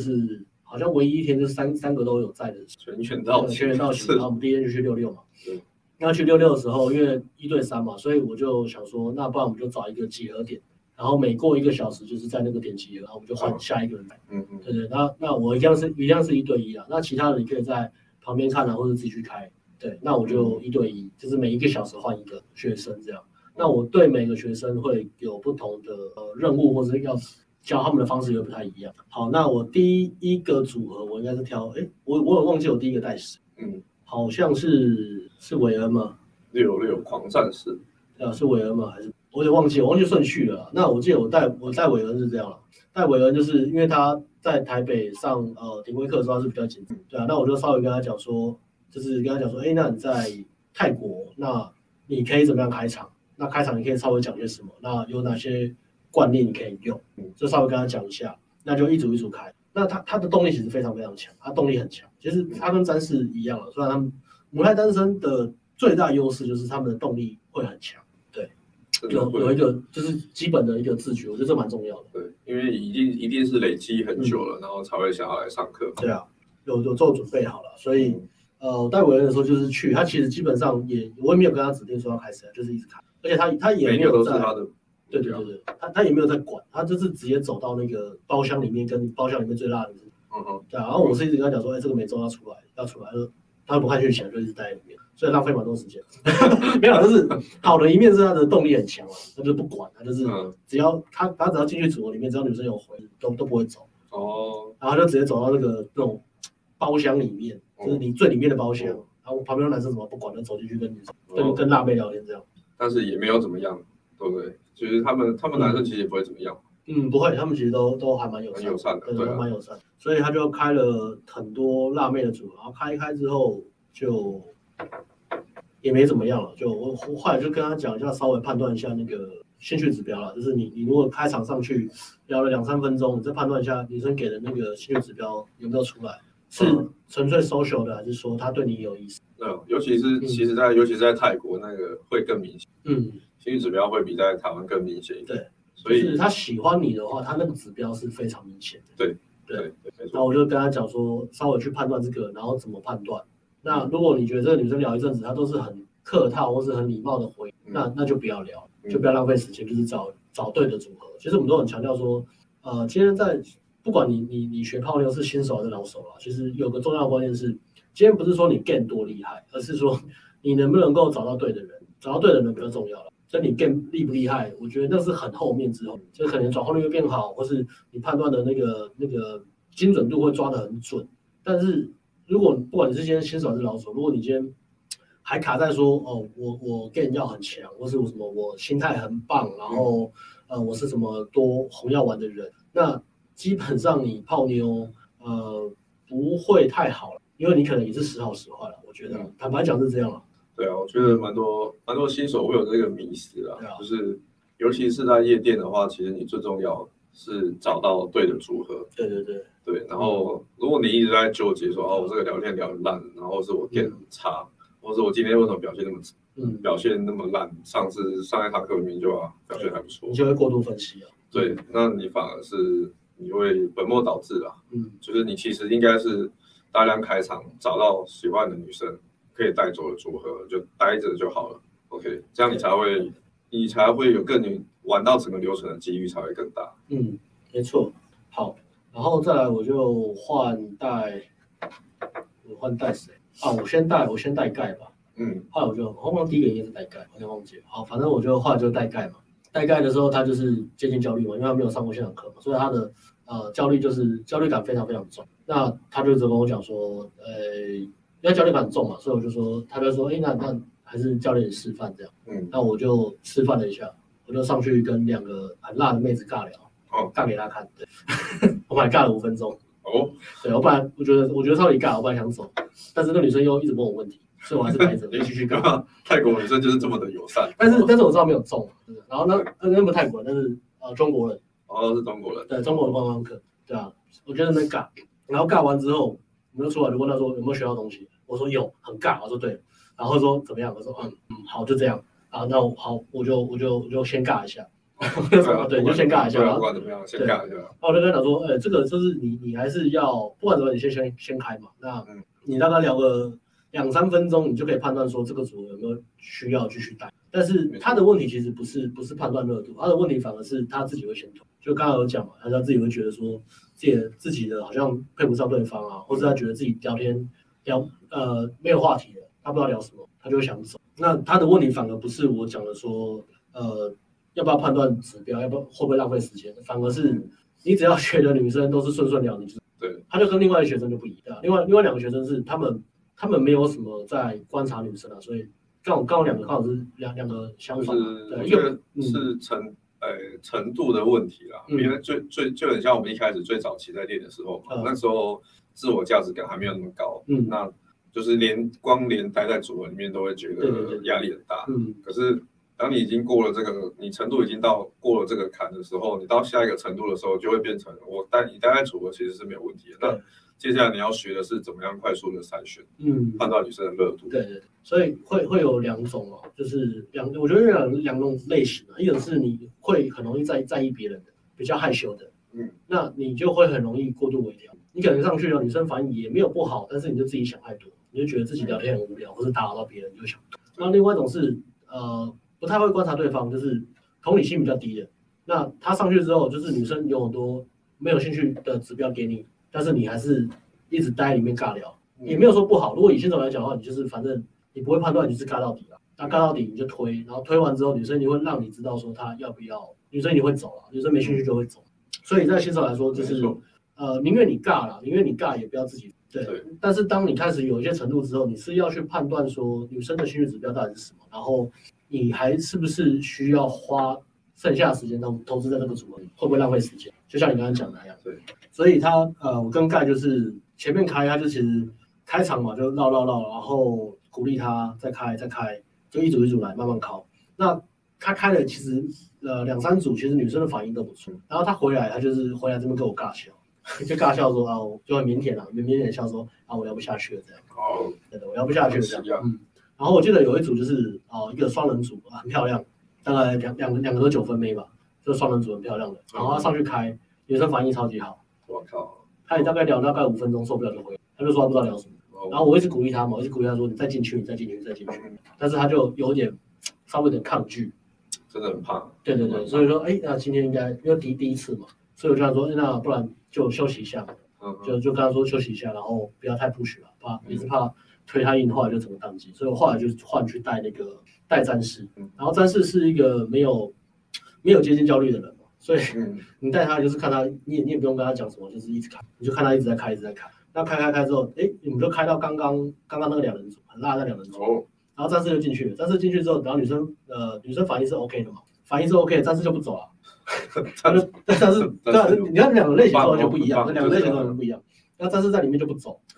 好像唯一一天就是三三个都有在的， 全员到齐， 全员到齐。然后我们第一天就去六六嘛，那去六六的时候，因为一对三嘛，所以我就想说，那不然我们就找一个集合点，然后每过一个小时就是在那个点集合，然后我们就换下一个人来。嗯嗯，对对，那那我一样是一样是一对一啊，那其他的你可以在旁边看啊，或者自己去开。对，那我就一对一，就是每一个小时换一个学生这样。那我对每个学生会有不同的呃任务，或者要。教他们的方式又不太一样。好，那我第一个组合我应该是挑，哎，我我有忘记我第一个带谁，嗯，好像是是韦恩吗？ 六六狂战士， 啊，是韦恩吗？还是我有点忘记，我忘记顺序了。那我记得我带我带韦恩是这样了，带韦恩就是因为他在台北上呃顶规课的时候是比较紧张，对啊，那我就稍微跟他讲说，就是跟他讲说，哎，那你在泰国，那你可以怎么样开场？那开场你可以稍微讲些什么？那有哪些？惯例你可以用，就稍微跟他讲一下，那就一组一组开。那他他的动力其实非常非常强，他动力很强。其实他跟詹士一样了，虽然他们母胎单身的最大优势就是他们的动力会很强。对，有有一个就是基本的一个自觉，我觉得这蛮重要的。 对，因为一定一定是累积很久了，嗯、然后才会想要来上课。 对啊，有有做准备好了，所以、嗯、呃，我带韦恩的时候就是去，他其实基本上也我也没有跟他指定说要开始，就是一直开，而且他他也没有在。对对对对，他他也没有在管，他就是直接走到那个包厢里面，跟包厢里面最辣的人，嗯哼，对啊，然后我是一直跟他讲说，哎，这个每周要出来，要出来，他不看去前就一直待在里面，所以浪费蛮多时间。没有，就是好的一面是他的动力很强嘛，他就不管，他就是只要他他只要进去组合里面，只要女生有回，都都不会走。哦，然后就直接走到那个那种包厢里面，就是你最里面的包厢，然后旁边的男生怎么不管，就走进去跟女生跟跟辣妹聊天这样。 但是也没有怎么样。对不对？其实他们他们男生其实也不会怎么样。 嗯，不会，他们其实都都还蛮友善， 友善的， 对，都蛮友善。所以他就开了很多辣妹的组合，然后开一开之后就也没怎么样了。就我后来就跟他讲一下，稍微判断一下那个兴趣指标了，就是你你如果开场上去聊了两三分钟，你再判断一下女生给的那个兴趣指标有没有出来，是纯粹 social 的，还是说他对你有意思？ 对，尤其是、嗯、其实在尤其是在泰国那个会更明显。嗯。兴趣指标会比在台湾更明显一点， 对，所以就是他喜欢你的话，他那个指标是非常明显的。 对对对，那我就跟他讲说，稍微去判断这个，然后怎么判断。那如果你觉得这个女生聊一阵子，她都是很客套或是很礼貌的回，嗯、那那就不要聊，就不要浪费时间，就是找找对的组合。其实我们都很强调说，呃，今天在不管你你你学泡妞是新手还是老手啊，其实有个重要的关键是，今天不是说你 game 多厉害，而是说你能不能够找到对的人，找到对的人比较重要了。所以你 game 厉不厉害，我觉得那是很后面之后，就是可能转化率会变好，或是你判断的那个那个精准度会抓得很准。但是如果不管你是今天新手还是老手，如果你今天还卡在说哦，我我 game 要很强，或是我什么我心态很棒，然后呃我是什么多红药丸的人，那基本上你泡妞呃不会太好了。 因为你可能也是时好时坏了，我觉得、嗯、坦白讲是这样了。 对啊，我觉得蛮多蛮多新手会有这个迷思啦，啊、就是尤其是在夜店的话，其实你最重要是找到对的组合。 对对对对，然后如果你一直在纠结说，哦，我这个聊天聊得烂，然后是我电很差，嗯、或者我今天为什么表现那么嗯表现那么烂？上次上一堂课明明就啊表现还不错， 你就会过度分析啊。 对，那你反而是你会本末倒置啊。嗯，就是你其实应该是大量开场，找到喜欢的女生。可以带走的组合就待着就好了 ，OK， 这样你才会，你才会有更你玩到整个流程的几率才会更大。 嗯，没错。好，然后再来我就换带，我换带谁啊？我先带我先带盖吧。嗯，后来我就后面第一个应该是带盖，我有点忘记了。好，反正我就后来就带盖嘛。带盖的时候他就是接近焦虑嘛，因为他没有上过现场课嘛，所以他的呃焦虑就是焦虑感非常非常重。那他就只跟我讲说，呃。因为焦虑感很重嘛，所以我就说，他就说，哎、欸，那那还是教练示范这样。嗯，那我就示范了一下，我就上去跟两个很辣的妹子尬聊，哦，尬给他看，对，我本来尬了五分钟。哦，对，我本来我觉得我觉得超级尬，我本来想走，但是那女生又一直问我问题，所以我还是待着，继续尬。 泰国女生就是这么的友善， 但是但是我知道没有中，然后那那那不泰国人，但是呃中国人， 哦是中国人， 对中国的观光客，对啊，我觉得那尬，然后尬完之后，我们就出来就问他说有没有学到东西。我说有，很尬。我说对，然后说怎么样？我说嗯嗯好，就这样啊。那我好，我就我就我就先尬一下。对，就先尬一下。 不管怎么样，先尬一下。然后我就跟他讲说，哎，这个就是你你还是要不管怎么，你先先先开嘛。那你大概聊个两三分钟，你就可以判断说这个组合有没有需要继续带。但是他的问题其实不是不是判断热度，他的问题反而是他自己会先投。就刚刚有讲嘛，他自己会觉得说自己的自己的好像配不上对方啊，或者他觉得自己聊天。聊呃没有话题了，他不知道聊什么，他就会想走。那他的问题反而不是我讲的说，呃，要不要判断指标，要不要会不会浪费时间，反而是你只要觉得女生都是顺顺聊，你就对。 他就跟另外的学生就不一样，另外另外两个学生是他们他们没有什么在观察女生啊，所以刚好刚好两个刚好是两两个相反。 我觉得是程、嗯、呃程度的问题啦，嗯、因为最最就很像我们一开始最早期在练的时候嘛，嗯、那时候。自我价值感还没有那么高，嗯，那就是连光连待在组合里面都会觉得压力很大，嗯。可是当你已经过了这个，你程度已经到过了这个坎的时候，你到下一个程度的时候，就会变成我待你待在组合其实是没有问题的。那接下来你要学的是怎么样快速的筛选，嗯，判断女生的热度。 对对对，所以会会有两种哦，就是两，我觉得两两种类型啊，一种是你会很容易在在意别人的，比较害羞的，嗯，那你就会很容易过度微调。你可能上去了，女生反应也没有不好，但是你就自己想太多，你就觉得自己聊天很无聊，或是打扰到别人，你就想多。那另外一种是呃不太会观察对方，就是同理心比较低的。那他上去之后，就是女生有很多没有兴趣的指标给你，但是你还是一直待在里面尬聊，也没有说不好。如果以新手来讲的话，你就是反正你不会判断，你就是尬到底了。那尬到底你就推，然后推完之后，女生就会让你知道说她要不要，女生你会走了，女生没兴趣就会走。所以在新手来说，就是。呃，宁愿你尬啦，宁愿你尬也不要自己 对, 对。但是当你开始有一些程度之后，你是要去判断说女生的兴趣指标到底是什么，然后你还是不是需要花剩下的时间投投资在这个组合里，会不会浪费时间？就像你刚刚讲的那样。对。所以他呃，我跟盖就是前面开，他就其实开场嘛，就绕绕绕，然后鼓励他再开再开，就一组一组来慢慢考。那他开了其实呃两三组，其实女生的反应都不错。然后他回来，他就是回来这边跟我尬笑。就尬笑说啊，我就很腼腆啦，腼腆笑说啊，我聊不下去了这样。哦，对的，我聊不下去了这样。嗯，然后我记得有一组就是哦、呃，一个双人组很漂亮，大概两两两个都九分妹吧，就是双人组很漂亮的。然后他上去开，女生反应超级好。 我靠！ 他也大概聊大概五分钟，受不了就回，他就说他不知道聊什么。哦、然后我一直鼓励他嘛，我一直鼓励他说你再进去，你再进去，再进去。嗯、但是他就有点稍微有点抗拒， 真的很怕。 对对对，所以说哎，那今天应该因为第第一次嘛。所以我就想说，那不然就休息一下，嗯、就就跟他说休息一下，然后不要太 push 了，怕也是怕推他硬，后来就整个宕机。所以我后来就换去带那个带詹士，嗯、然后詹士是一个没有没有接近焦虑的人嘛，所以你带他就是看他，你也你也不用跟他讲什么，就是一直开，你就看他一直在开一直在开。那开开开之后，哎，你们就开到刚刚刚刚那个两人组，很辣的两人组，哦、然后詹士就进去了，詹士进去之后，然后女生呃女生反应是 OK 的嘛，反应是 OK 的，詹士就不走了。但是但是对啊，你看两个类型之后就不一样，那两个类型完全不一样。那但是在里面就不走，对。然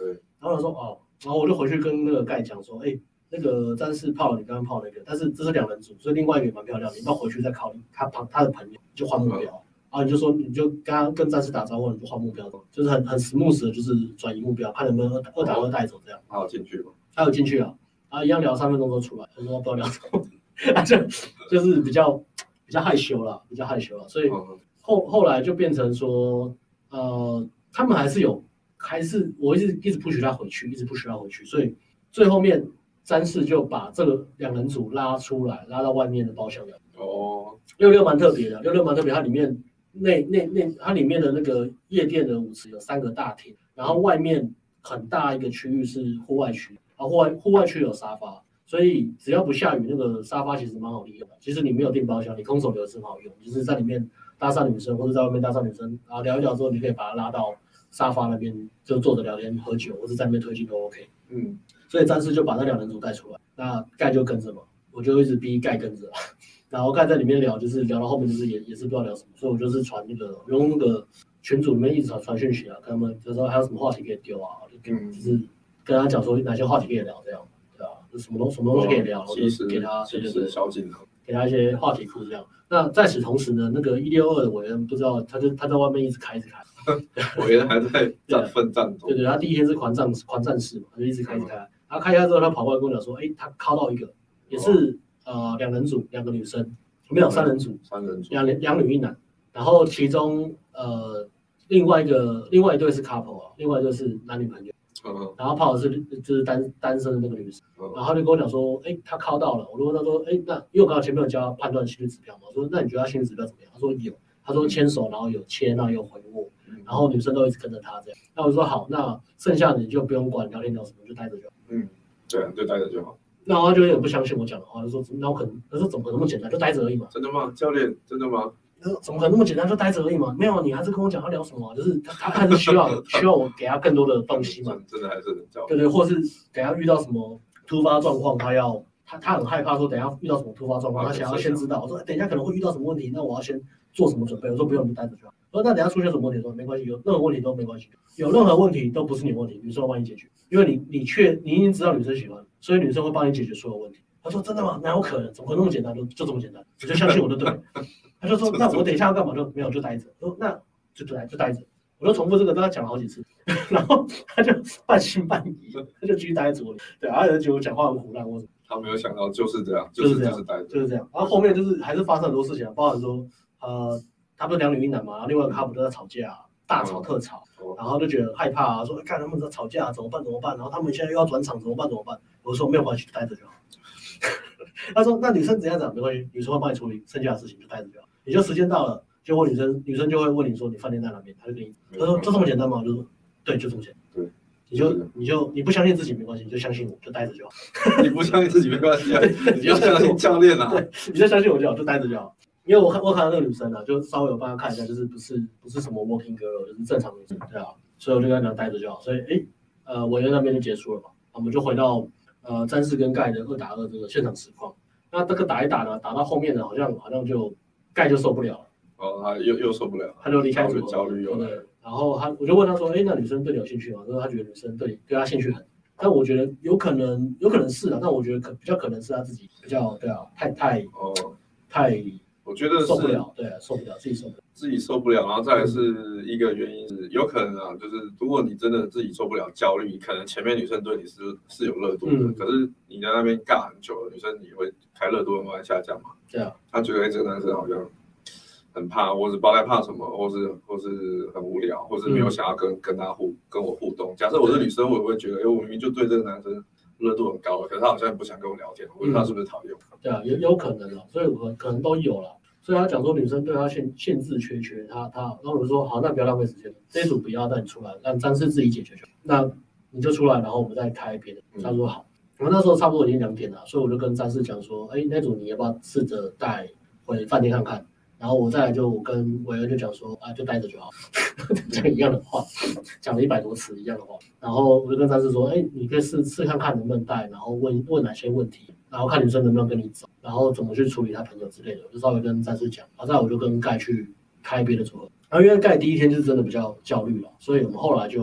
然后我说哦，然后我就回去跟那个盖讲说，哎，那个詹士泡了你刚刚泡那个，但是这是两人组，所以另外一个也蛮漂亮，你要回去再考虑他旁他的朋友，就换目标。嗯然后你就说，你就跟他跟战士打招呼，你就换目标，就是很很 smooth 的，就是转移目标，看能不能二二打二带走这样。 他有进去吗？ 他有进去啊，啊一样聊三分钟都出来，他说不知道聊什么，他就就是比较比较害羞啦，比较害羞啦，所以后后来就变成说，呃，他们还是有，还是我一直一直 push 他回去，一直 push 他回去，所以最后面詹士就把这个两人组拉出来，拉到外面的包厢聊。哦，六六蛮特别的，六六蛮特别，它里面。那那那它里面的那个夜店的舞池有三个大厅，然后外面很大一个区域是户外区，然后户外户外区有沙发，所以只要不下雨，那个沙发其实蛮好利用的。其实你没有订包厢，你空手流是很好用，就是在里面搭讪女生或者在外面搭讪女生，然后聊一聊之后，你可以把她拉到沙发那边就坐着聊天喝酒，或者在那边推进都 OK。嗯，所以詹士就把那两人组带出来，那盖就跟着嘛，我就一直逼盖跟着。然后盖在里面聊，就是聊到后面就是也也是不知道聊什么，所以我就是传那个用那个群组里面一直传传讯息啊，跟他们就说还有什么话题可以丢啊，就就是跟他讲说哪些话题可以聊这样，对吧、啊？就什么东什么东西可以聊，然后就给他对对对小镜头， 给他一些话题库这样。那在此同时呢，那个一六二的委员不知道，他就他在外面一直开一直开， 委员还在战奋战中。 对对，他第一天是狂战狂战士嘛，他就一直开一直开，然后开开之后他跑过来跟我讲说，哎，他敲到一个也是。呃，两人组，两个女生，没有三人组， 三人组， 两两女一男。然后其中呃，另外一个另外一对是 couple 啊，另外一对是男女朋友。嗯、然后泡的是就是单单身的那个女生。嗯、然后他就跟我讲说，哎，他考到了。我就问他说，哎，那因为我刚刚前面有教他判断心理指标嘛，我说那你觉得他心理指标怎么样？他说有，他说牵手，然后有牵，然后有回握，然后女生都一直跟着他这样。那我就说好，那剩下的你就不用管聊天聊什么，就待着就好。 嗯，对啊，就待着就好。 那他就有点不相信我讲的话，就说那我可能，他说怎么可能那么简单，就待着而已嘛。 真的吗？教练，真的吗？ 他说怎么可能那么简单，就待着而已嘛？没有，你还是跟我讲要聊什么、啊，就是他他还是需要需要我给他更多的东西嘛。 真的还是很教。 对对，或是等下遇到什么突发状况，他要他他很害怕说等下遇到什么突发状况，他想要先知道。我说等一下可能会遇到什么问题，那我要先做什么准备？我说不用，你就待着就好。我说那等下出现什么问题？说没关系，有任何问题都没关系，有任何问题都不是你问题，女生会帮你解决，因为你你确你已经知道女生喜欢，所以女生会帮你解决所有问题。他说真的吗？哪有可能？怎么可能那么简单？就就这么简单？你就相信我就对了。他就说那我等一下要干嘛？就没有就待着。我说那就待就待着。我就重复这个跟他讲了好几次，然后他就半信半疑，他就继续待在桌里。对，他就觉得我讲话很胡乱或什么。 他没有想到就是这样， 就是这样， 就是待着， 就是这样。然后后面就是还是发生很多事情啊，包含说呃，他不是两女一男嘛，然后另外一个 couple 都在吵架、啊，大吵特吵，嗯、然后就觉得害怕啊，说看他们在吵架、啊、怎么办怎么办？然后他们现在又要转场怎么办怎么办？我说没有关系，待着就好。他说那女生怎样怎样没关系，女生会帮你处理剩下的事情，就待着就好。你就时间到了，就问女生，女生就会问你说你饭店在哪边，他就跟你，他说就这么简单吗？我就说对，就这么简单。对。你就你就你不相信自己没关系，你就相信我，就待着就好。 你不相信自己没关系啊，你要相信教练啊。 对，你就相信我就好，就待着就好。因为我看我看到那个女生啊，就稍微有帮她看一下，就是不是不是什么 working girl， 就是正常女生，对啊。所以我就跟她讲待着就好。所以哎，呃，委员那边就结束了嘛，我们就回到呃詹士跟盖的二打二这个现场实况。那这个打一打呢，打到后面呢，好像好像就盖就受不了了。 哦，他又又受不了， 他就离开组合， 焦虑又来。 然后他，我就问他说：“哎，那女生对你有兴趣吗？”他说他觉得女生对对他兴趣很，但我觉得有可能，有可能是啊，但我觉得可比较可能是他自己比较对啊，太太哦太， 我觉得受不了，对、啊，受不了，自己受不了， 自己受不了，然后再来是一个原因是有可能啊，就是如果你真的自己受不了焦虑，可能前面女生对你是是有热度的，嗯、可是你在那边尬很久了，女生也会开热度慢慢下降嘛，对啊，他觉得哎这个男生好像。很怕，或是不知道在怕什么，或是或是很无聊，或是没有想要跟、嗯、跟他互跟我互动。假设我是女生，我也会觉得，哎，我明明就对这个男生热度很高了，可是他好像不想跟我聊天，或者他是不是讨厌我、 嗯？对啊，有有可能啊，所以我可能都有了。所以他讲说女生对他限限制缺缺，他他，然后我就说好，那不要浪费时间，这一组不要，那你出来，让詹士自己解决就好。那你就出来，然后我们再开别的。他说好，我那时候差不多已经两点了，所以我就跟詹士讲说，哎，那组你要不要试着带回饭店看看？然后我再来就跟委员就讲说啊，就待着就好，讲一样的话，讲了一百多次一样的话。然后我就跟詹士说，哎，你可以试试看看能不能带，然后问问哪些问题，然后看女生能不能跟你走，然后怎么去处理她朋友之类的，我就稍微跟詹士讲。然后再来我就跟盖去开别的组合。然后因为盖第一天就是真的比较焦虑了，所以我们后来就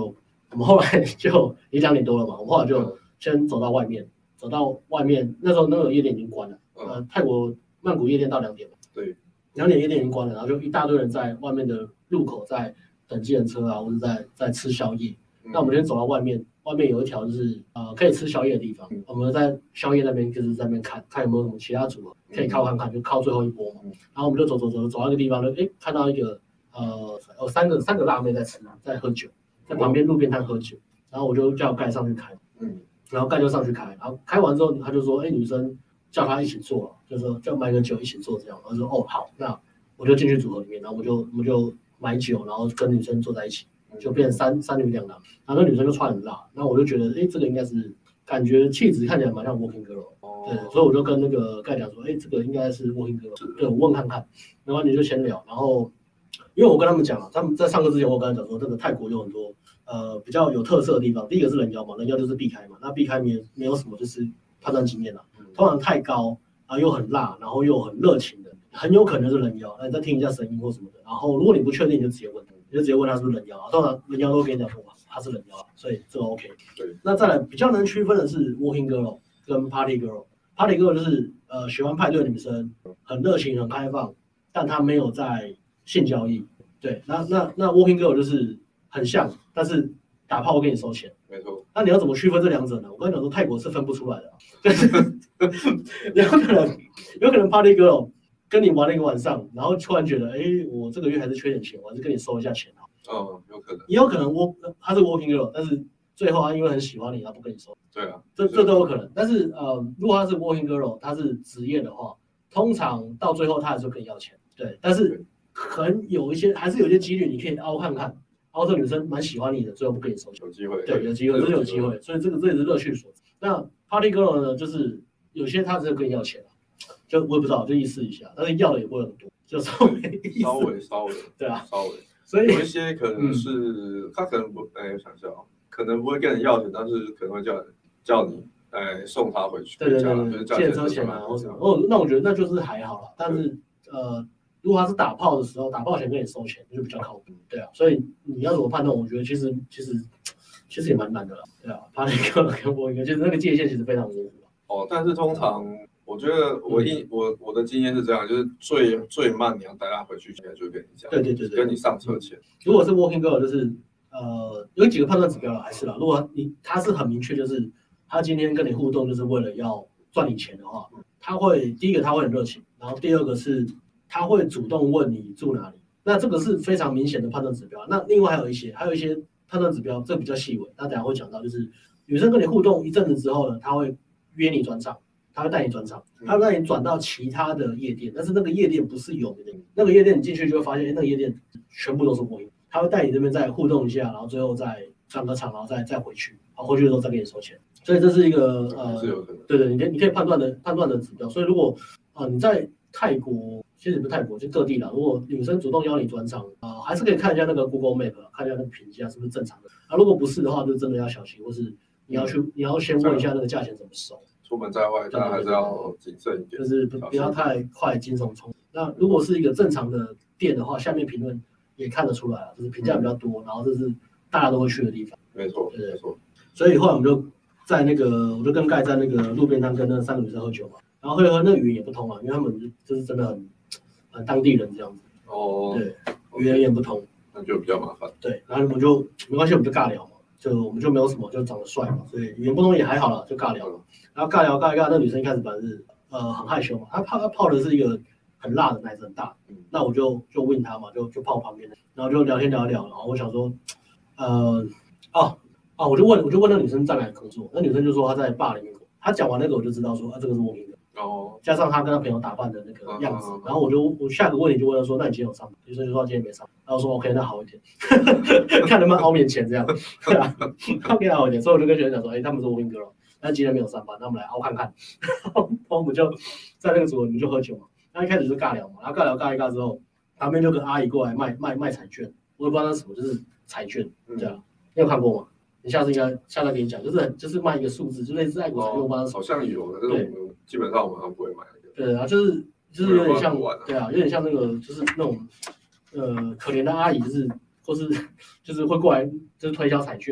我们后来就也两点多了嘛，我们后来就先走到外面，走到外面，那时候那个夜店已经关了，呃，泰国曼谷夜店到两点嘛， 对， 两点夜店已经关了，然后就一大堆人在外面的路口在等计程车啊，或者在在吃宵夜。那我们先走到外面，外面有一条就是呃可以吃宵夜的地方，我们在宵夜那边就是在那边看看有没有什么其他组合可以靠看看，就靠最后一波嘛。然后我们就走走走走到一个地方，就哎看到一个呃有三个三个辣妹在吃在喝酒，在旁边路边摊喝酒，然后我就叫盖上去开，嗯，然后盖就上去开，然后开完之后他就说，哎女生叫他一起坐，就是说叫买个酒一起坐这样，我说哦好，那我就进去组合里面，然后我们就我们就买酒，然后跟女生坐在一起。就变成三三女两男，然后那女生就穿很辣，然后我就觉得，哎，这个应该是感觉气质看起来蛮像 Working Girl，、哦、对，所以我就跟那个盖讲说，哎，这个应该是 Working Girl， 对，我问看看，然后你就先聊，然后因为我跟他们讲了，他们在上课之前我跟他讲说，这个泰国有很多呃比较有特色的地方，第一个是人妖嘛，人妖就是避开嘛，那避开没没有什么就是判断经验啦，通常太高啊又很辣，然后又很热情的，很有可能是人妖，那你再听一下声音或什么的，然后如果你不确定，你就直接问他。你就直接问他是不是人妖啊？通常人妖都会跟你讲说他是人妖啊，所以这个 OK。对。那再来比较能区分的是 Working Girl 跟 Party Girl。Party Girl 就是呃喜欢派对的女生，很热情、很开放，但她没有在性交易。对。那那那 Working Girl 就是很像，但是打炮会给你收钱。 没错。 那你要怎么区分这两者呢？我跟你讲说，泰国是分不出来的、啊，就是有可能有可能 Party Girl。跟你玩了一个晚上，然后突然觉得，哎，我这个月还是缺点钱，我还是跟你收一下钱啊。 哦，有可能。 也有可能我他是 working girl， 但是最后他因为很喜欢你，他不跟你收。 对啊， 这这都有可能。但是呃，如果他是 working girl， 他是职业的话，通常到最后他还是会跟你要钱。对，但是很有一些还是有一些几率，你可以凹看看，凹这女生蛮喜欢你的，最后不跟你收钱。 有机会。 对，有机会，这是有机会。所以这个这也是乐趣所在。那 party girl 呢，就是有些他只是跟你要钱。就我也不知道，就意思一下，但是要的也不会很多，就稍微稍微稍微， 对啊， 稍微。 所以有一些可能是、嗯、他可能不，哎，想想，可能不会跟人要钱，但是可能会叫叫你，哎，送他回去， 对对对，借车钱啊或什么。哦，那我觉得那就是还好了，但是呃，如果他是打炮的时候，打炮前跟你收钱，就比较靠谱，对啊。所以你要怎么判断？我觉得其实其实其实也蛮难的啦，对啊。他那个跟我一个，就是那个界限其实非常模糊。 哦，但是通常。我觉得我一、嗯、我我的经验是这样，就是最最慢你要带他回去，应该就会跟你讲， 对对对对， 跟你上车前。 如果是 working girl， 就是呃有几个判断指标了，还是啦。如果你他是很明确，就是他今天跟你互动就是为了要赚你钱的话，他会第一个他会很热情，然后第二个是他会主动问你住哪里，那这个是非常明显的判断指标。那另外还有一些还有一些判断指标，这个比较细微，那等一下会讲到，就是女生跟你互动一阵子之后呢，他会约你转场。他会带你转场，他会带你转到其他的夜店，但是那个夜店不是有名的，那个夜店你进去就会发现，那个夜店全部都是播音。他会带你这边再互动一下，然后最后再转个场，然后再再回去，好回去的时候再给你收钱。所以这是一个呃，对对，你可以你可以判断的判断的指标。所以如果啊、呃、你在泰国，其实不是泰国，就各地啦，如果女生主动邀你转场啊、呃，还是可以看一下那个 Google Map， 看一下那个评价是不是正常的。啊，如果不是的话，就真的要小心，或是你要去、嗯、你要先问一下那个价钱怎么收。 出门在外，大家还是要谨慎一点， 就是不不要太快惊悚冲。那如果是一个正常的店的话，下面评论也看得出来啊，就是评价比较多，嗯、然后这是大家都会去的地方。 没错，没错。 所以后来我们就在那个，我就跟盖在那个路边摊跟那三个女生喝酒嘛，然后喝一喝，那语言也不通啊，因为他们就是真的很很当地人这样子。 哦， 对，语言也不通， 那就比较麻烦。 对，然后我们就没关系，我们就尬聊嘛。就我们就没有什么，就长得帅嘛，所以语言不通也还好了，就尬聊了。然后尬聊尬一尬，那女生一开始本来是呃很害羞嘛，她泡她泡的是一个很辣的奶子很大，嗯、那我就就问她嘛，就就泡旁边的，然后就聊天聊一聊，然后我想说，呃，哦哦，我就问我就问那女生在哪里工作，那女生就说她在坝里面工作，她讲完那个我就知道说啊这个是我名的。哦，加上她跟她朋友打扮的那个样子，嗯、然后我就我下个问题就问她说，那你今天有上班？女生就说今天没上班，然后说 OK， 那好一点，看能不能凹面前这样，对啊 ，OK 好一点，所以我就跟学生讲说，哎、欸，他们是 working girl， 但今天没有上班，那我们来凹看看，然后我们就在那个组我们就喝酒嘛，那一开始就尬聊嘛，然后尬聊尬一尬之后，旁边就跟阿姨过来卖卖卖彩券，我也不知道那是什么，就是彩券，对啊，你有看过吗？你下次应该下次给你讲，就是就是卖一个数字，就类似爱国彩券，我不知道是什么。 好像有的，但是我们基本上我们不会买那个。 对啊，就是就是有点像，对啊，有点像那个就是那种呃可怜的阿姨，就是或是就是会过来就是推销彩券嘛，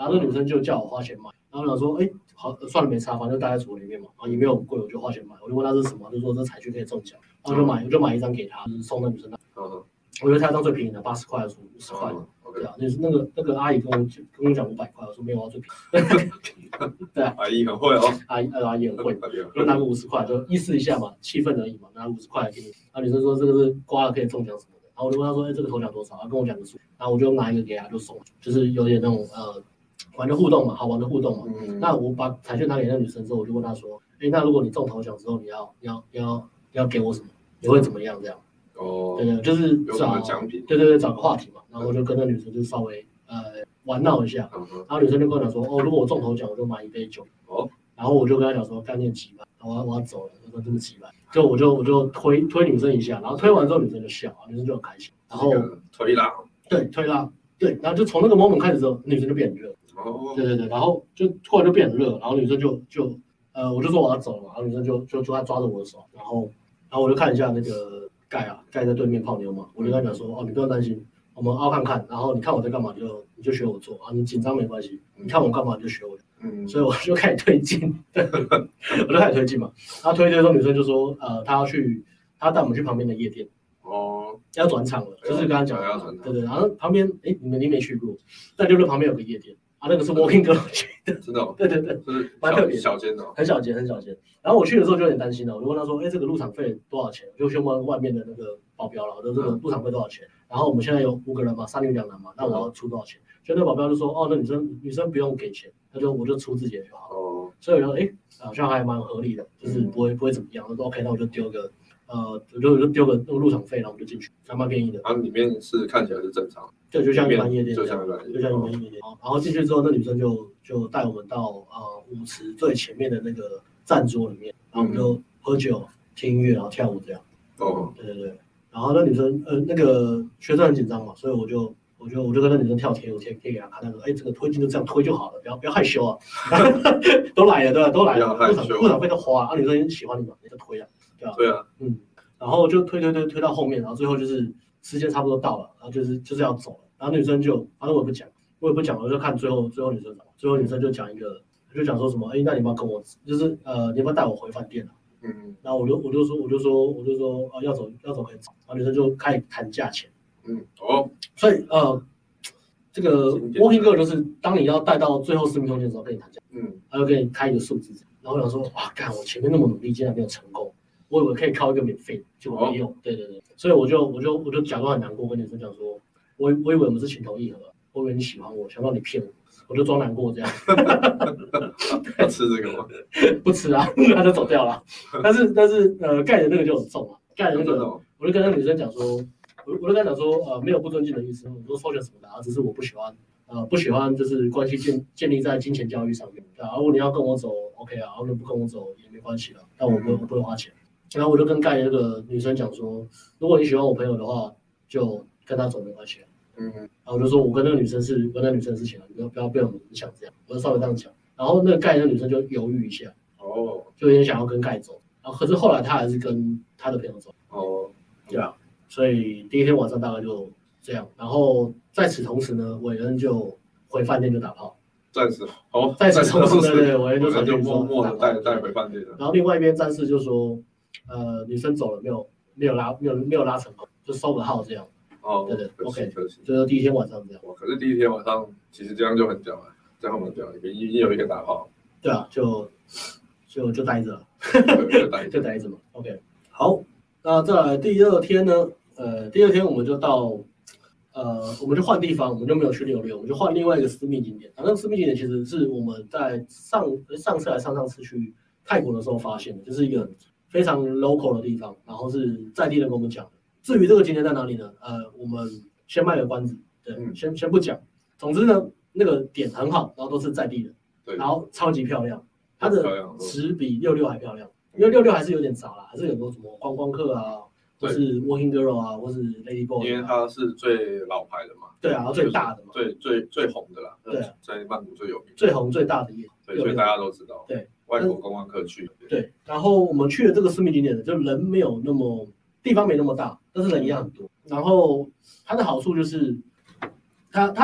然后那女生就叫我花钱买，然后我想说，哎，好，算了没差，反正就待在组里面嘛，然后也没有很贵，我就花钱买，我就问他是什么，就说这彩券可以中奖，然后就买，我就买一张给他，就是送那女生的。嗯，我觉得他当最便宜的八十块，说五十块。对啊，就是那个那个阿姨跟我跟我讲五百块，我说没有啊，最便宜。对啊， 阿姨很会哦， 阿姨阿姨很会，就拿个五十块，就意思一下嘛，气氛而已嘛，拿五十块给你。然后女生说这个是刮了可以中奖什么的，然后我就问她说，哎，这个头奖多少？她跟我讲个数，然后我就拿一个给她就送，就是有点那种呃玩的互动嘛，好玩的互动嘛。嗯、那我把彩券拿给那女生之后，我就问她说，哎，那如果你中头奖之后，你要你要你要你要给我什么？你会怎么样这样？哦，对对，就是找奖品，对对对，找个话题嘛，然后我就跟那女生就稍微呃玩闹一下，嗯、然后女生就跟我讲说，哦，如果我中头奖，我就买一杯酒，哦，然后我就跟她讲说，概念几百，我要我要走了，我说这么几百，就我就我就推推女生一下，然后推完之后女生就笑，女生就很开心，然后推拉， 对推拉，对，然后就从那个 moment 开始之后，女生就变很热，哦，对对对，然后就突然就变很热，然后女生就就呃我就说我要走了嘛，然后女生就就就她抓着我的手，然后然后我就看一下那个。盖啊，盖在对面泡妞嘛，我就跟他讲说，哦，你不用担心，我们凹看看，然后你看我在干嘛，你就你就学我做啊，你紧张没关系，你看我干嘛你就学我，嗯，所以我就开始推进，我就开始推进嘛，然后推进的时候女生就说，呃，她要去，她带我们去旁边的夜店，哦，要转场了，就是跟她讲，对对，然后旁边，哎，你们你没去过，但就是旁边有个夜店。啊，那个是 Walking Girl 去的， 真的、哦， 对对对， 就是蛮特别， 小间的、哦， 很小间，很小间。然后我去的时候就有点担心了，我就问他说：“哎，这个入场费多少钱？”我就去问外面的那个保镖了，我说这个入场费多少钱？然后我们现在有五个人嘛，三女两男嘛，那我要出多少钱？就那个保镖就说：“哦，那女生女生不用给钱，那就我就出自己的就好。”哦，所以我觉得哎，好像还蛮合理的，就是不会不会怎么样。我说 OK，那我就丢个呃，我就我就丢个那个入场费，然后我们就进去，还蛮便宜的。 然后里面是看起来是正常， 对，就像一般夜店， 就像一般夜店， 就像一般夜店。然后进去之后，那女生就就带我们到呃舞池最前面的那个站桌里面，然后我们就喝酒、听音乐，然后跳舞这样。哦，对对对。然后那女生呃那个学生很紧张嘛，所以我就我就我就跟那女生跳贴舞贴贴给她看，她说：“哎，这个推进就这样推就好了，不要不要害羞啊。”都来了，对吧？都来了，入场入场费都花，啊，女生喜欢你嘛，你就推啊，对吧？ 对啊， 嗯。然后就推推推推到后面，然后最后就是时间差不多到了，然后就是就是要走了，然后女生就，反正我也不讲，我也不讲，我就看最后最后女生，最后女生就讲一个，就讲说什么，哎，那你要不要跟我，就是呃，你要不要带我回饭店啊？嗯，然后我就我就说我就说我就说啊，要走要走可以走，然后女生就开始谈价钱，嗯，哦，所以呃，这个 Walking Girl 就是当你要带到最后私密空间的时候跟你谈价，嗯，他就给你开一个数字，然后我想说，哇，干，我前面那么努力，竟然没有成功。我以为可以靠一个免费，结果没有。哦、对对对，所以我就我就我就假装很难过，跟女生讲说，我我以为我们是情投意合，我以为你喜欢我，想到你骗我，我就装难过这样。 要吃这个吗？ 不吃啊，他就走掉了。但是但是呃，盖的那个就很重啊，盖的那个，我就跟那女生讲说，我我就跟她讲说，呃，没有不尊敬的意思，我说授权什么的，只是我不喜欢。呃，不喜欢就是关系建建立在金钱交易上面，对啊。如果你要跟我走 ，OK 啊，如果不跟我走也没关系了，但我不我不会花钱。然后我就跟盖那个女生讲说，如果你喜欢我朋友的话，就跟他走没关系。嗯，然后我就说我跟那个女生是跟那个女生的事情了，你不要不要被我们影响这样，我就稍微这样讲。然后那个盖那个女生就犹豫一下，哦，就有点想要跟盖走，然后可是后来她还是跟她的朋友走。哦，对啊，所以第一天晚上大概就这样。然后在此同时呢，伟恩就回饭店就打炮。 暂时哦， 在此同时，对对，伟恩就就默默的带带回饭店了。 然后另外一边战士就说。呃，女生走了没有？没有拉，没有没有拉成功，就收个号这样。哦，对对 ，OK， 就是第一天晚上这样。 哇，可是第一天晚上其实这样就很屌了，这样很屌，里面已经有一个打炮。 对啊，就就就待着了，就待着嘛。OK， 好，那再来第二天呢？呃，第二天我们就到，呃，我们就换地方，我们就没有去六六，我们就换另外一个私密景点。那个私密景点其实是我们在上上次还上上次去泰国的时候发现的，就是一个非常 local 的地方，然后是在地人跟我们讲的。至于这个景点在哪里呢？呃，我们先卖个关子，对，嗯、先先不讲。总之呢，那个点很好，然后都是在地人，对，然后超级漂亮，它的值比六六还漂亮，因为六六还是有点杂啦，还是有多什么观光客啊，或是 Walking Girl 啊，或是 Lady Boy， 因为它是最老牌的嘛， 对啊，最大的嘛， 最最最红的啦， 对、啊， 在曼谷最有名， 最红最大的夜， 对，所以大家都知道， 对。 外国观光客去， 对，然后我们去的这个私密景点呢，就人没有那么地方没那么大，但是人一样很多。然后它的好处就是，它它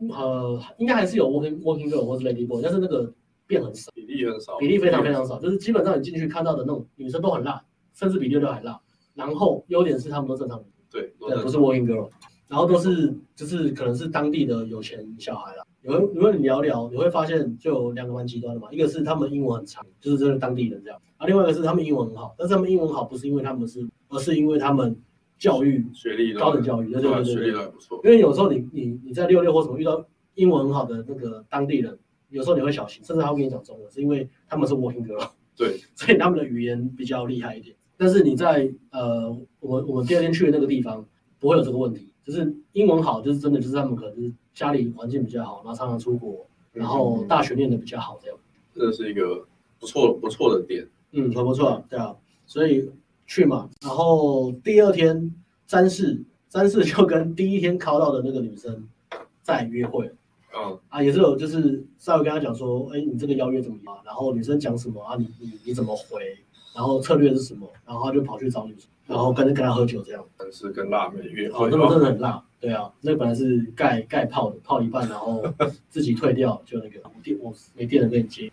呃，应该还是有 working working girl 或是 lady boy， 但是那个变很少， 比例很少， 比例非常非常少，就是基本上你进去看到的那种女生都很辣，甚至比六六还辣。然后优点是他们都正常人， 对， 对，不是 working girl， 然后都是就是可能是当地的有钱小孩啦。有如果你聊聊，你会发现就有两个蛮极端的嘛，一个是他们英文很长，就是真的当地人这样，啊，另外一个是他们英文很好，但是他们英文好不是因为他们是，而是因为他们教育学历高等教育，对对对对， 学历都还不错。 因为有时候你你你在六六或什么遇到英文很好的那个当地人，有时候你会小心，甚至他会跟你讲中文，是因为他们是 working girl， 对， 所以他们的语言比较厉害一点。但是你在呃，我们我们第二天去的那个地方不会有这个问题，就是英文好，就是真的就是他们可能就是家里环境比较好，然后常常出国，然后大学念的比较好这样。 这是一个不错不错的点， 嗯，很不错，对啊，所以去嘛，然后第二天詹氏詹氏就跟第一天考到的那个女生在约会。 嗯啊，也是有，就是稍微跟他讲说，哎，你这个邀约怎么样？然后女生讲什么啊？你你你怎么回？然后策略是什么？然后他就跑去找女生，然后跟跟他喝酒这样。 但是跟辣妹约会， 哦，那个真的很辣，对啊，那个本来是盖盖泡的，泡一半然后自己退掉，就那个我电我没电了跟你接。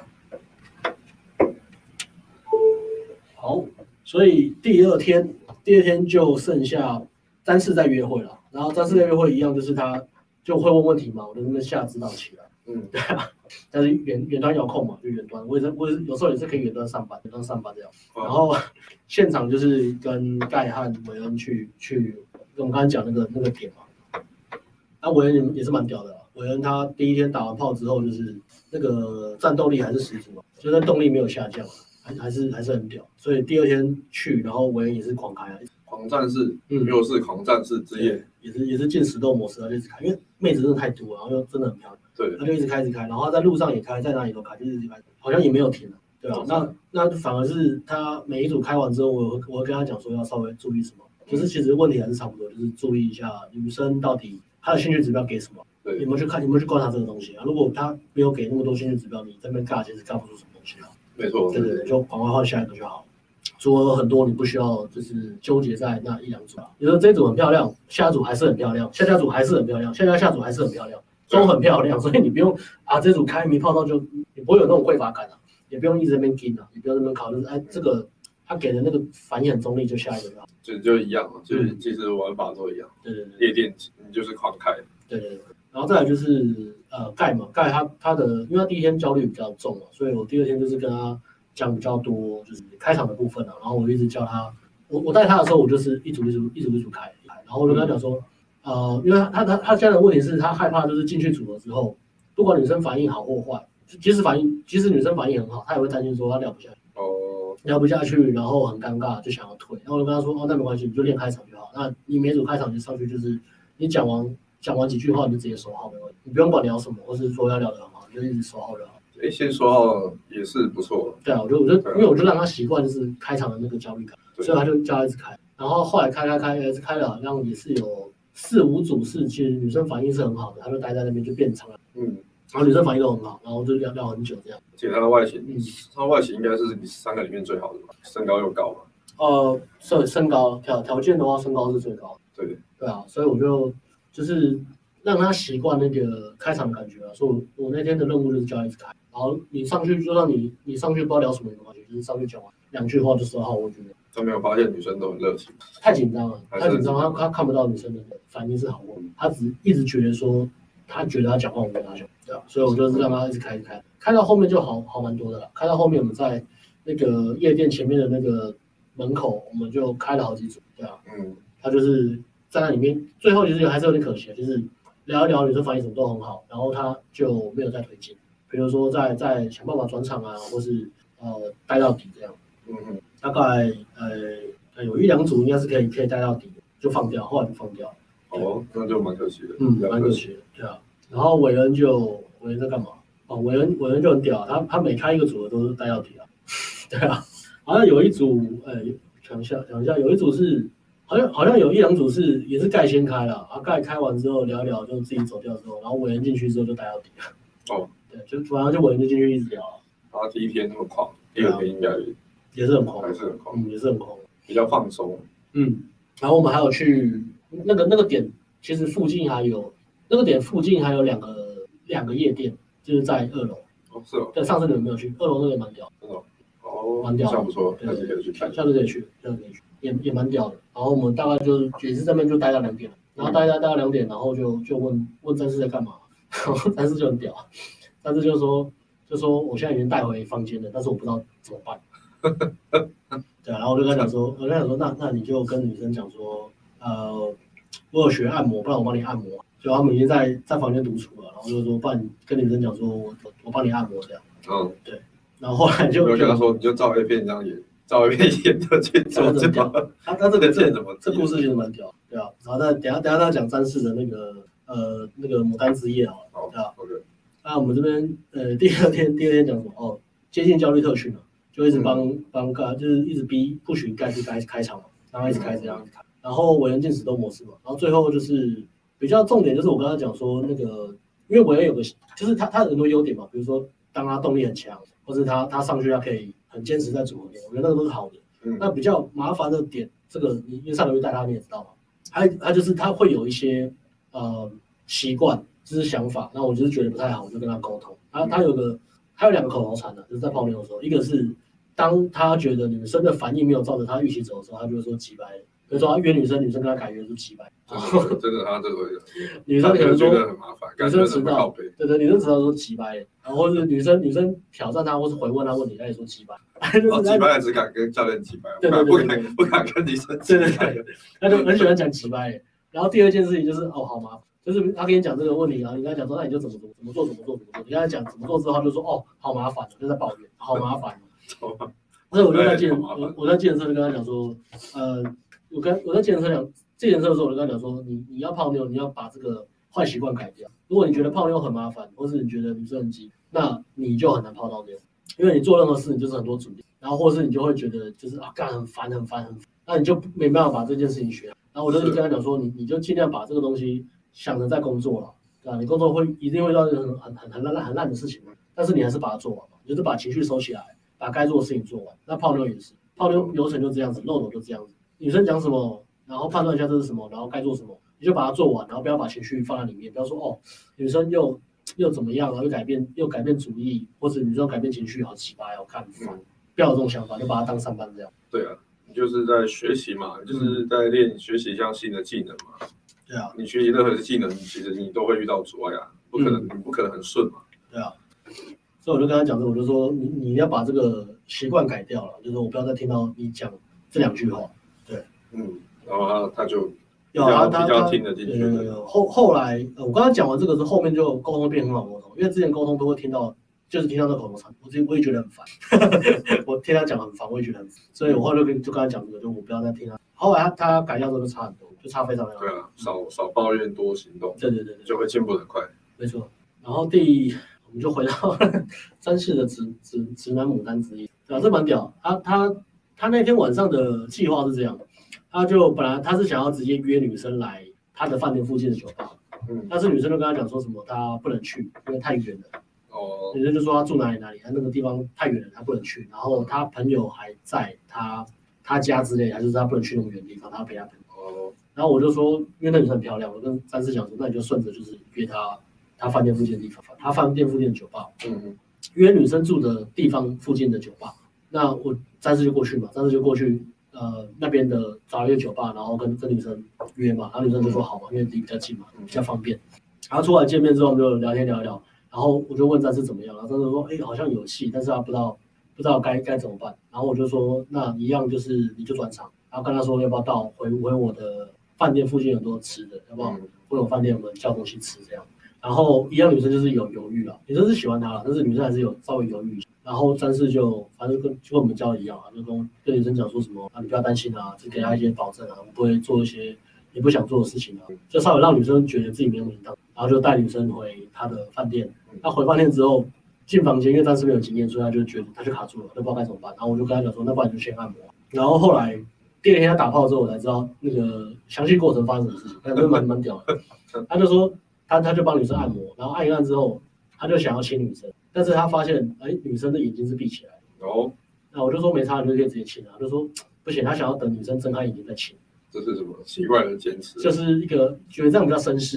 好，所以第二天第二天就剩下詹氏在约会了，然后詹氏在约会一样，就是他就会问问题嘛，我就那边下指导棋了。嗯，对啊，但是远远端遥控嘛，就远端，我也是，我也是有时候也是可以远端上班，远端上班这样。然后现场就是跟盖和韦恩去去，跟我们刚才讲那个那个点嘛。那韦恩也是蛮屌的啦，韦恩他第一天打完炮之后，就是那个战斗力还是十足嘛，就算动力没有下降，还还是还是很屌。所以第二天去，然后韦恩也是狂开啊， 狂战士，嗯，又是狂战士之夜， 也是也是进死斗模式，他就一直开，因为妹子真的太多了，然后又真的很漂亮。 对， 他就一直开，一直开，然后他在路上也开，在哪里都开，就一直开，好像也没有停，对啊，那那反而是他每一组开完之后，我会我会跟他讲说要稍微注意什么，就是其实问题还是差不多，就是注意一下女生到底她的兴趣指标给什么，对，有没有去看，有没有去观察这个东西啊？如果他没有给那么多兴趣指标，你这边尬其实尬不出什么东西啊。 没错， 对对对，就赶快换下一个就好。组合很多，你不需要就是纠结在那一两组啊。比如说这一组很漂亮，下组还是很漂亮，下下组还是很漂亮，下下下组还是很漂亮。都很漂亮，所以你不用啊，这组开没泡到就你不会有那种匮乏感啊，也不用一直在那边盯啊，也不用在那边考虑，哎，这个他给的那个反应很中立，就下一个就好， 就就一样嘛，就是其实玩法都一样。 对对对， 夜店你就是狂开。 对对对，然后再来就是呃盖嘛，盖他他的，因为他第一天焦虑比较重嘛，所以我第二天就是跟他讲比较多，就是开场的部分啊，然后我一直教他，我我带他的时候，我就是一组一组一组一组开，然后我就跟他讲说。嗯呃，因为他他他家的问题是他害怕，就是进去组合之后，不管女生反应好或坏，即使反应即使女生反应很好，他也会担心说他聊不下去，哦，聊不下去，然后很尴尬，就想要退。然后我就跟他说，哦，那没关系，你就练开场就好。那你每组开场就上去，就是你讲完讲完几句话，你就直接收号没问题，你不用管聊什么，或是说要聊得很好，你就一直收号就好。 哎，先说号也是不错。 对啊，我就我就因为我就让他习惯就是开场的那个焦虑感，所以他就叫他一直开。然后后来开开开，也是开了，好像也是有。四五组是，其实女生反应是很好的，她就待在那边就变长了，嗯，然后女生反应都很好，然后就聊聊很久这样。 而且她的外形，嗯，她的外形应该是你三个里面最好的吧，身高又高嘛。 呃，身身高条条件的话，身高是最高的。 对对啊，所以我就就是让她习惯那个开场的感觉啊。所以我我那天的任务就是教她一直开，然后你上去就让你你上去不知道聊什么没关系，就是上去讲完两句话就说好，我觉得。 都没有发现女生都很热情， 太紧张了，太紧张，他他看不到女生的反应是好的，他只一直觉得说，他觉得他讲话我跟他讲，对啊，所以我就是让他一直开一直开，开到后面就好好蛮多的了，开到后面我们在那个夜店前面的那个门口，我们就开了好几组，对啊，嗯，他就是在那里面，最后其实还是有点可惜，就是聊一聊女生反应什么都很好，然后他就没有再推进，比如说在在想办法转场啊，或是呃待到底这样，嗯嗯。大概呃有一两组应该是可以可以带到底，就放掉，后来就放掉。 哦，那就蛮可惜的。 嗯，蛮可惜的，对啊。然后韦恩就韦恩在干嘛？哦，韦恩韦恩就很屌，他他每开一个组合都是带到底啊。对啊，好像有一组，呃，想一下想一下，有一组是好像好像有一两组是也是盖先开了，啊盖开完之后聊一聊就自己走掉之后，然后韦恩进去之后就带到底了。哦，对，就反正就韦恩就进去一直聊。 他第一天那么狂，第二天应该。 也是很狂， 还是很狂， 嗯，也是很狂， 比较放松。 嗯，然后我们还有去那个那个点，其实附近还有那个点附近还有两个两个夜店，就是在二楼。 哦，是哦。 对，上次你们没有去，二楼那个也蛮屌。 真的。哦。 蛮屌。 下不错，下次可以去看。 下次可以去，下次可以去，也也蛮屌的。然后我们大概就也是这边就待到两点，然后待到待到两点，然后就就问问战士在干嘛，然后战士就很屌，战士就说就说我现在已经带回房间了，但是我不知道怎么办。对啊，然后我就跟他讲说，我跟他讲说，那那你就跟女生讲说，呃，我有学按摩，不然我帮你按摩。就他们已经在在房间独处了，然后就说，不然你跟女生讲说，我我帮你按摩这样。嗯，对。然后后来就我跟他说，你就照 A 片这样演，照 A 片演的去做这个。 他他这个这怎么？这故事其实蛮屌，对啊。然后再等下等下他讲詹士的那个呃那个牡丹之夜好了，对啊。OK。那我们这边呃第二天第二天讲什么？哦，接近焦虑特训了。就一直帮帮盖，就是一直逼不许盖去开开场嘛，然后一直开这样子开，然后委员禁止都模式嘛，然后最后就是比较重点就是我刚刚讲说那个，因为委员有个就是他他有很多优点嘛，比如说当他动力很强，或是他他上去他可以很坚持在组合面，我觉得那个都是好的。嗯、那比较麻烦的点，这个你因为上个月带他你也知道嘛，还他就是他会有一些呃习惯，就是想法，那我就是觉得不太好，我就跟他沟通。他他有个他有两个口头禅的，就是在泡妞的时候，一个是。当他觉得女生的反应没有照着他预期走的时候，他就会说鸡掰。比如说他约女生，女生跟他改约就鸡掰。 真的，他这个女生可能说觉得很麻烦， 女生迟到，对对，女生迟到说鸡掰，然后或是女生女生挑战他，或是回问他问题，他也说鸡掰。 哦，鸡掰只敢跟教练鸡掰， 对对对，不敢不敢跟女生鸡掰。 对对对，他就很喜欢讲鸡掰。然后第二件事情就是哦，好麻烦，就是他跟你讲这个问题，然后你跟他讲说，那你就怎么做怎么做怎么做怎么做。你跟他讲怎么做之后，他就说哦，好麻烦，就在抱怨，好麻烦。所以我就在健我我在健身车就跟他讲说，呃，我跟我在健身车讲健身车的时候，我就跟他讲说，你你要泡妞，你要把这个坏习惯改掉。如果你觉得泡妞很麻烦，或是你觉得女生很急，那你就很难泡到妞，因为你做任何事你就是很多阻力，然后或是你就会觉得就是啊干很烦很烦很烦，那你就没办法把这件事情学。然后我就跟他讲说，你你就尽量把这个东西想成在工作了，对吧？你工作会一定会遇到很很很很烂很烂的事情，但是你还是把它做完嘛，就是把情绪收起来。把该做的事情做完，那泡妞也是，泡妞流程就这样子，漏斗就这样子。女生讲什么，然后判断一下这是什么，然后该做什么，你就把它做完，然后不要把情绪放在里面，不要说哦，女生又又怎么样，然后又改变又改变主意，或者女生改变情绪，好奇葩哦，看烦，嗯、不要有这种想法，就把它当上班这样。 对啊，你就是在学习嘛，你就是在练学习一项新的技能嘛。 对啊， 你学习任何的技能，其实你都会遇到阻碍啊，不可能，嗯、你不可能很顺嘛。 对啊。所以我就跟他讲这，我就说你你要把这个习惯改掉了，就是我不要再听到你讲这两句话。对， 嗯，然后他他就有啊，他比较听得进去。 有有有。后后来，呃，我刚刚讲完这个之后，后面就沟通变很好沟通，因为之前沟通都会听到，就是听到那口头禅，我自己我也觉得很烦，我听他讲很烦，我也觉得很烦，所以我后来就跟就跟他讲这个，就我不要再听他。后来他他改掉之后就差很多，就差非常非常多。 对啊，少少抱怨多行动。 对对对对， 就会进步很快。 没错。然后第。我们就回到詹士的直直直男牡丹之夜，对吧？这蛮屌。他他他那天晚上的计划是这样，他就本来他是想要直接约女生来他的饭店附近的酒吧，嗯，但是女生就跟他讲说什么他不能去，因为太远了。哦，女生就说他住哪里哪里，他那个地方太远了，他不能去。然后他朋友还在他他家之类，还是他不能去那么远的地方，他要陪他朋友。哦，然后我就说，因为那女生很漂亮，我跟詹士讲说，那你就顺着就是约她。他饭店附近的地方，他饭店附近的酒吧，嗯，约女生住的地方附近的酒吧。那我暂时就过去嘛，暂时就过去，呃，那边的找一个酒吧，然后跟跟女生约嘛，然后女生就说好嘛，因为离比较近嘛，比较方便。然后出来见面之后，我们就聊天聊一聊，然后我就问詹士怎么样，然后詹士说，哎、欸，好像有戏，但是他不知道不知道该该怎么办。然后我就说，那一样就是你就转场，然后跟他说要不要到回回我的饭店附近有很多吃的，要不要回我饭店我们叫东西吃这样。然后一样女生就是有犹豫了，女生是喜欢他了，但是女生还是有稍微犹豫。然后詹士就反正跟就跟我们教的一样啊，就跟跟女生讲说什么啊，你不要担心啊，就给她一些保证啊，我不会做一些你不想做的事情啊，就稍微让女生觉得自己没有名堂，然后就带女生回他的饭店。他回饭店之后进房间，因为詹士没有经验，所以他就觉得他就卡住了，就不知道该怎么办。然后我就跟他讲说，那不然你就先按摩。然后后来第二天他打炮之后，我才知道那个详细过程发生什么事情，但是蛮蛮屌的。他就说。他他就帮女生按摩，然后按一按之后，他就想要亲女生，但是他发现，哎，女生的眼睛是闭起来的。哦，那我就说没差，你就可以直接亲了。他就说不行，他想要等女生睁开眼睛再亲。 这是什么奇怪的坚持？ 就是一个觉得这样比较绅士吧。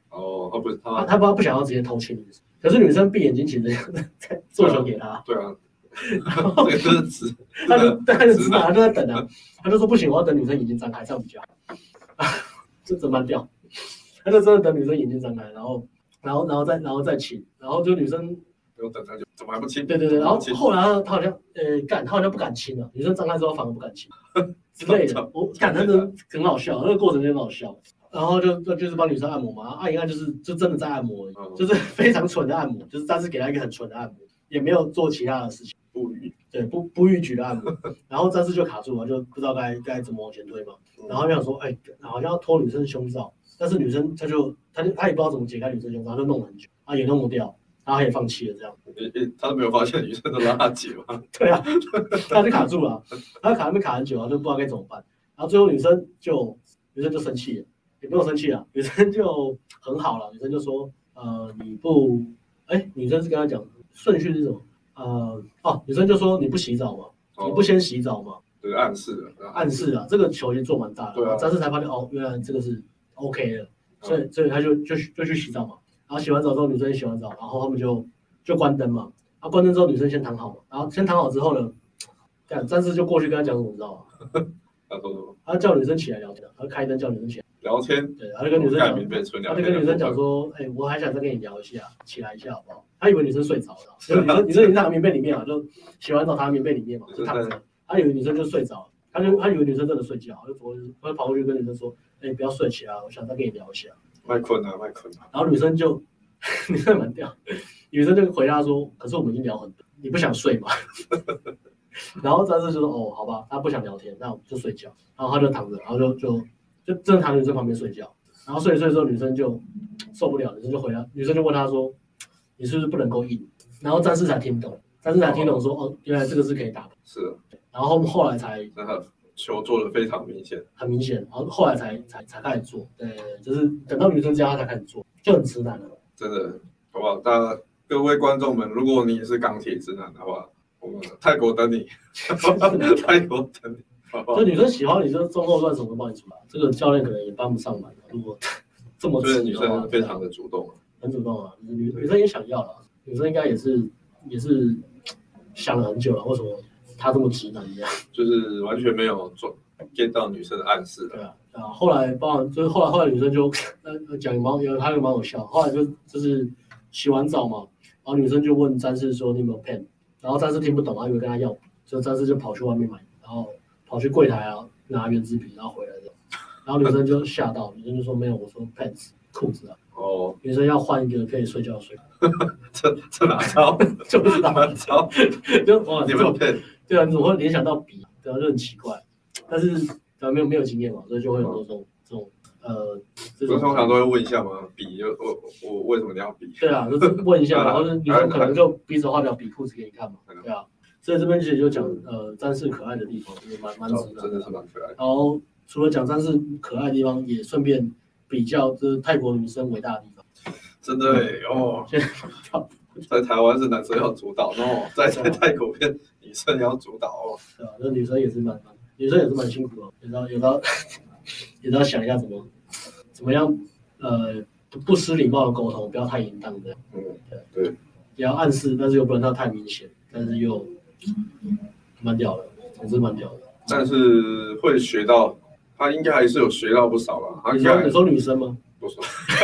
哦，他不他他他不想要直接偷亲女生，可是女生闭眼睛其实在做球给他。 对啊。然后这个就是直， 他就他就知道，他就在等啊，他就说不行，我要等女生眼睛张开，这样比较好。这怎么掉？他就真的等女生眼睛张开，然后然后然后再然后再亲，然后就女生不用等太久，怎么还不亲？ 对对对，然后后来他他好像呃干，他好像不敢亲了，女生张开之后反而不敢亲之类的。我干，那个很好笑，那个过程就很好笑。然后就就就是帮女生按摩嘛，按一按就是就真的在按摩而已，嗯、就是非常蠢的按摩，就是但是给他一个很蠢的按摩，也没有做其他的事情， 不逾对不不逾矩的按摩，然后但是就卡住了，就不知道该该怎么往前推嘛，然后就想说，哎，好像要脱女生胸罩，但是女生她就她就她也不知道怎么解开女生胸罩，就弄了很久，啊也弄不掉，然后她也放弃了这样。 他都没有发现女生都让他解吗？ 对啊，他就卡住了，他卡那边卡很久啊，就不知道该怎么办，然后最后女生就女生就生气了。也不用生气啊，女生就很好了。女生就说：“呃，你不，哎，女生是跟他讲顺序是什么？呃，哦，女生就说你不洗澡嘛，哦、你不先洗澡嘛？ 对，暗示了， 暗示啊，这个球已经做蛮大了。对啊，詹士才发现哦，原来这个是 OK 的，所以所以他就就就去洗澡嘛。然后洗完澡之后，女生也洗完澡，然后他们就就关灯嘛。然后关灯之后，女生先躺好嘛，然后先躺好之后呢，干詹士就过去跟他讲什么，你知道吗？ 他说什么？ 他叫女生起来聊天，他开灯叫女生起来。” 聊天， 对，他就跟女生讲，他就跟女生讲说，哎、欸，我还想再跟你聊一下，起来一下好不好？他以为女生睡着了，所以女生女生已经躺在棉被里面了，就洗完澡躺在棉被里面嘛，就躺着。他以为女生就睡着了，他就他以为女生真的睡觉，就走，他跑过去跟女生说，哎、欸，不要睡起来，我想再跟你聊一下。 麦困啊，麦困啊。 然后女生就，女生蛮屌，女生就回答说，可是我们已经聊很多，你不想睡吗？然后詹士就说，哦，好吧，他不想聊天，那我们就睡觉。然后他就躺着，然后就就。就真的躺在女生旁边睡觉，然后睡一睡之后，女生就受不了，女生就回来，女生就问他说：“你是不是不能够硬？”然后詹士才听懂，詹士才听懂说：“哦，原来这个是可以打的。” 是。 然后后来才， 球做的非常明显， 很明显。然后后来才才才开始做，对，就是等到女生这样，他才开始做，就很直男了。 真的，好不好？大家各位观众们，如果你也是钢铁直男的话，我们泰国等你，泰国等你。 就女生喜欢你，就中后段什么都帮你出来，这个教练可能也帮不上忙。如果这么直的话，女生非常的主动， 很主动啊，女女生也想要了，女生应该也是也是想了很久了，为什么他这么直男这样？ 就是完全没有做 get 到女生的暗示。 对啊，啊，后来包含就是后来后来女生就呃讲蛮有还有蛮有效，后来就就是洗完澡嘛，然后女生就问詹士说你有没有 pen， 然后詹士听不懂，他以为跟他要，所以詹士就跑去外面买，然后。跑去柜台啊，拿原子笔，然后回来的，然后女生就吓到，女生就说没有，我说 pants 裤子啊，哦，女生要换一个可以睡觉的睡， 这这哪招？ 就不知道哪招，就哇， 你没有 pen， 对啊，你怎么会联想到笔？对啊，就很奇怪，但是啊没有没有经验嘛，所以就会有很多这种这种呃，这种通常都会问一下嘛，笔就我我为什么你要笔？ 对啊，就是问一下，然后女生可能就比手画脚比裤子给你看嘛，对啊。所以这边其实就讲呃詹士可爱的地方，也蛮蛮直的， 真的是蛮可爱的。 然后除了讲詹士可爱的地方，也顺便比较就是泰国女生伟大的地方。 真的哎哦，在台湾是男生要主导哦，在在泰国变女生要主导哦。 对啊，那女生也是蛮蛮，女生也是蛮辛苦的，也要也要也要想一下怎么怎么样呃不失礼貌的沟通，不要太淫荡的。 嗯，对， 也要暗示，但是又不能到太明显，但是又。蛮屌的，总之蛮屌的。 但是会学到，他应该还是有学到不少啦。 你说你说女生吗？ 不说。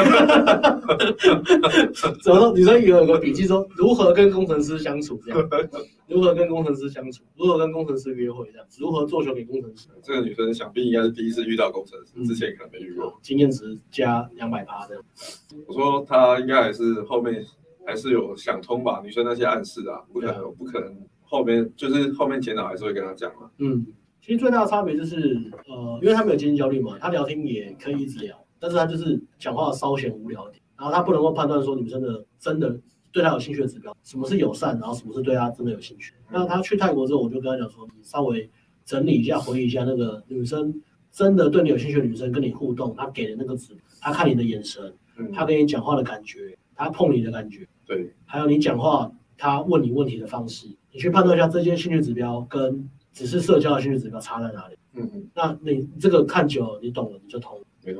怎么说？女生有个笔记说如何跟工程师相处这样，如何跟工程师相处，如何跟工程师约会这样，如何做球给工程师。 这个女生想必应该是第一次遇到工程师，嗯、之前可能没遇过。 经验值加两百趴这样。 我说她应该还是后面还是有想通吧，女生那些暗示啊，不可能，不可能。后面就是后面检讨还是会跟他讲嘛。嗯， 其实最大的差别就是，呃，因为他没有经济焦虑嘛，他聊天也可以一直聊，但是他就是讲话稍显无聊一点，然后他不能够判断说女生的真的对他有兴趣的指标，什么是友善，然后什么是对他真的有兴趣。嗯、那他去泰国之后，我就跟他讲说，你稍微整理一下，回忆一下那个女生真的对你有兴趣的女生跟你互动，她给的那个指，她看你的眼神，嗯、她跟你讲话的感觉，她碰你的感觉， 对， 还有你讲话。他问你问题的方式，你去判断一下这些兴趣指标跟只是社交的兴趣指标差在哪里。嗯嗯，那你这个看久了，你懂了，你就通了。 没错。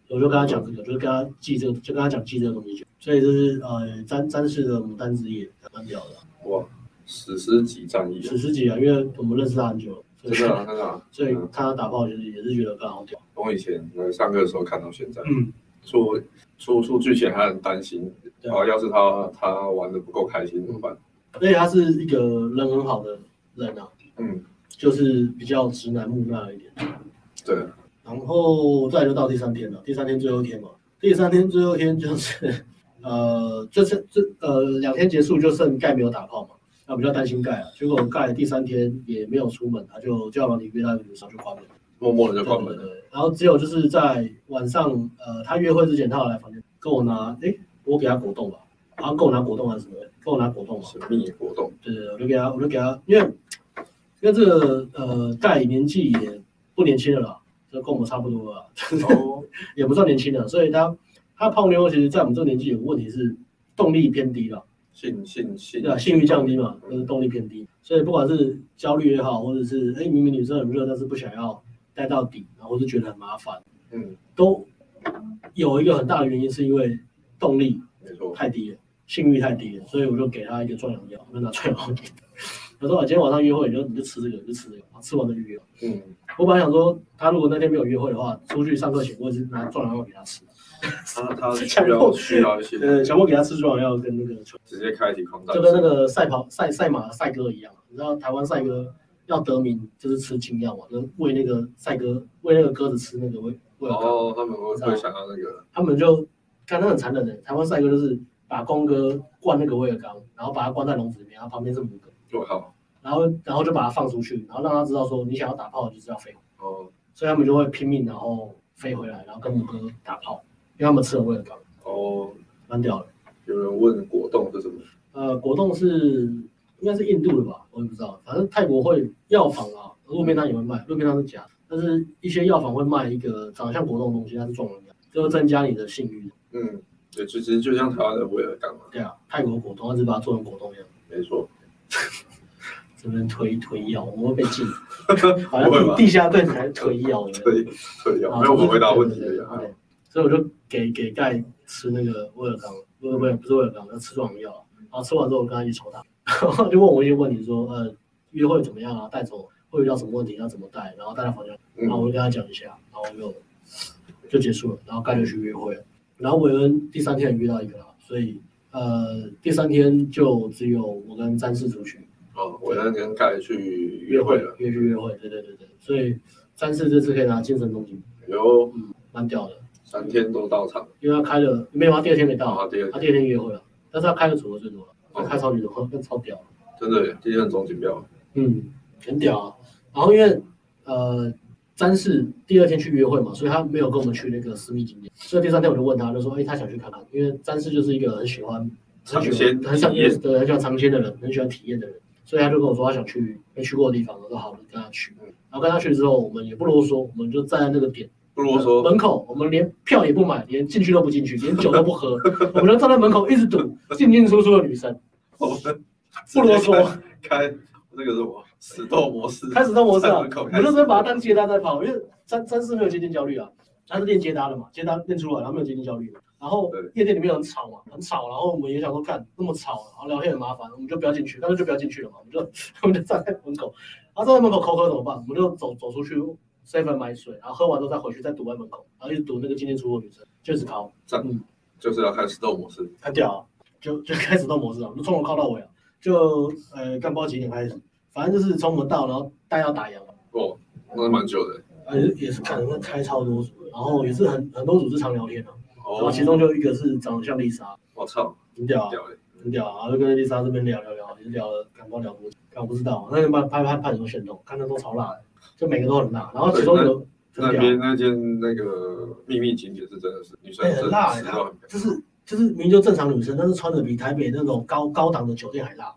我就跟他讲这个，就是跟他记这个，就跟他讲记这个东西。所以这是呃詹詹氏的牡丹之夜，蛮屌的。 哇，史诗级战役。 史诗级啊，因为我们认识他很久了。 真的啊，真的啊。 所以看他打炮，就是也是觉得非常好屌。 从以前呃上课的时候看到现在， 嗯， 出出出剧前还很担心，哦，要是他他玩的不够开心怎么办？ 而且他是一个人很好的人啊， 嗯， 就是比较直男木讷一点。 对。 然后再来就到第三天了，第三天最后一天嘛，第三天最后一天就是呃，这次这呃两天结束就剩盖没有打炮嘛，那比较担心盖啊，结果盖第三天也没有出门，他就叫老李约他的时候就关门， 默默的就关门了。 对对对，然后只有就是在晚上呃他约会之前，他有来房间跟我拿，哎，我给他果冻吧，然后跟我拿果冻还是什么，跟我拿果冻嘛， 神秘果冻， 对对，我就给他，我就给他，因为因为这个呃盖年纪也不年轻了啦。跟我们差不多了，哦，也不算年轻的，所以他他泡妞，其实在我们这个年纪有个问题是动力偏低了， 性性性对啊，性欲降低嘛，就是动力偏低，所以不管是焦虑也好，或者是哎明明女生很热，但是不想要待到底，然后是觉得很麻烦，嗯，都有一个很大的原因是因为动力太低了，性欲太低了，所以我就给他一个壮阳药，我就拿壮阳药给他。他说：“啊，今天晚上约会，你就你就吃这个，你就吃这个，吃完就约了。”嗯，我本来想说，他如果那天没有约会的话，出去上课前我也是拿壮阳药给他吃。 他他需要需要一些， 呃，强迫给他吃壮阳药跟那个直接开启狂战， 就跟那个赛跑赛赛马赛鸽一样。你知道台湾赛鸽要得名就是吃禁药嘛，就是喂那个赛鸽喂那个鸽子吃那个喂喂尔刚。 哦，他们会会想要那个， 他们就看他很残忍的，台湾赛鸽就是把公鸽灌那个威尔刚，然后把它关在笼子里面，然后旁边是母鸽。 我靠。 然后，然后就把它放出去，然后让他知道说，你想要打炮就是要飞。 哦。 所以他们就会拼命，然后飞回来，然后跟母鸽打炮，因为他们吃了威尔刚。 哦。 蛮屌的。 有人问果冻是什么？ 呃，果冻是应该是印度的吧，我也不知道。反正泰国会药房啊，路边摊也会卖，路边摊是假的，但是一些药房会卖一个长得像果冻的东西，它是壮阳药，就是增加你的性欲。 嗯，对，其实就像台湾的威尔刚嘛。 对啊，泰国果冻，它只把它做成果冻一样。 没错。 这边推推药，我们会被禁，好像地下队才推药， 推推药，没有我们回答问题的呀。 所以我就给给盖吃那个威尔刚，不是不是不是威尔刚，要吃壮阳药。然后吃完之后，我跟他一起抽他，然后就问我一些问题，说呃约会怎么样啊，带走会遇到什么问题，要怎么带，然后带到房间，然后我就跟他讲一下，然后就就结束了，然后盖就去约会了。然后韦恩第三天也约到一个啦，所以呃第三天就只有我跟詹氏出去。 哦，我那天盖去约会了， 约去约会，对对对对，所以詹氏这次可以拿精神总金， 有， 嗯，蛮屌的， 三天都到场， 因为他开了，没有他第二天没到， 他第二他第二天约会了，但是他开的组合最多了，他开超级多，更超屌， 真的，精神总金标， 嗯，很屌啊。然后因为呃詹氏第二天去约会嘛，所以他没有跟我们去那个私密景点，所以第三天我就问他，就说，哎，他想去看看，因为詹氏就是一个很喜欢尝鲜、 很想对，很喜欢尝鲜的人，很喜欢体验的人。所以他就跟我说他想去没去过的地方，我说好，我跟他去。然后跟他去之后，我们也不啰嗦，我们就站在那个点， 不啰嗦门口，我们连票也不买，连进去都不进去，连酒都不喝，我们就站在门口一直赌进进出出的女生。 我们不啰嗦， 开那个什么死斗模式， 开始斗模式啊！我们就是把它当接单在跑，因为詹詹氏没有接近焦虑啊，他是练接单的嘛，接单练出来，然后没有接近焦虑。然后夜店里面很吵嘛，很吵，然后我们也想说，干那么吵，然后聊天很麻烦，我们就不要进去，干脆就不要进去了嘛，我们就我们就站在门口，然后站在门口口渴怎么办？我们就走走出去 seven 买水，然后喝完之后再回去再堵在门口，然后一直堵那个进进出出的女生，就是靠， 嗯，就是要开始斗模式， 很屌、啊，就就开始斗模式了，就从头靠到尾啊，就呃干包几点开始，反正就是从门到，然后带要打烊， 哦，那是蛮久的， 呃也是看那开超多组，然后也是很很多组是常聊天的、啊。然后其中就一个是长得像丽莎， 我操， 很屌啊，很屌啊，然后就跟丽莎这边聊聊聊，也聊了，感冒聊多久，我不知道，那天拍拍拍拍很多线动，看那都超辣的，就每个都很辣，然后其中有那边那间那个秘密景点是真的是女生很辣，就是就是明明就正常女生，但是穿的比台北那种高高档的酒店还辣，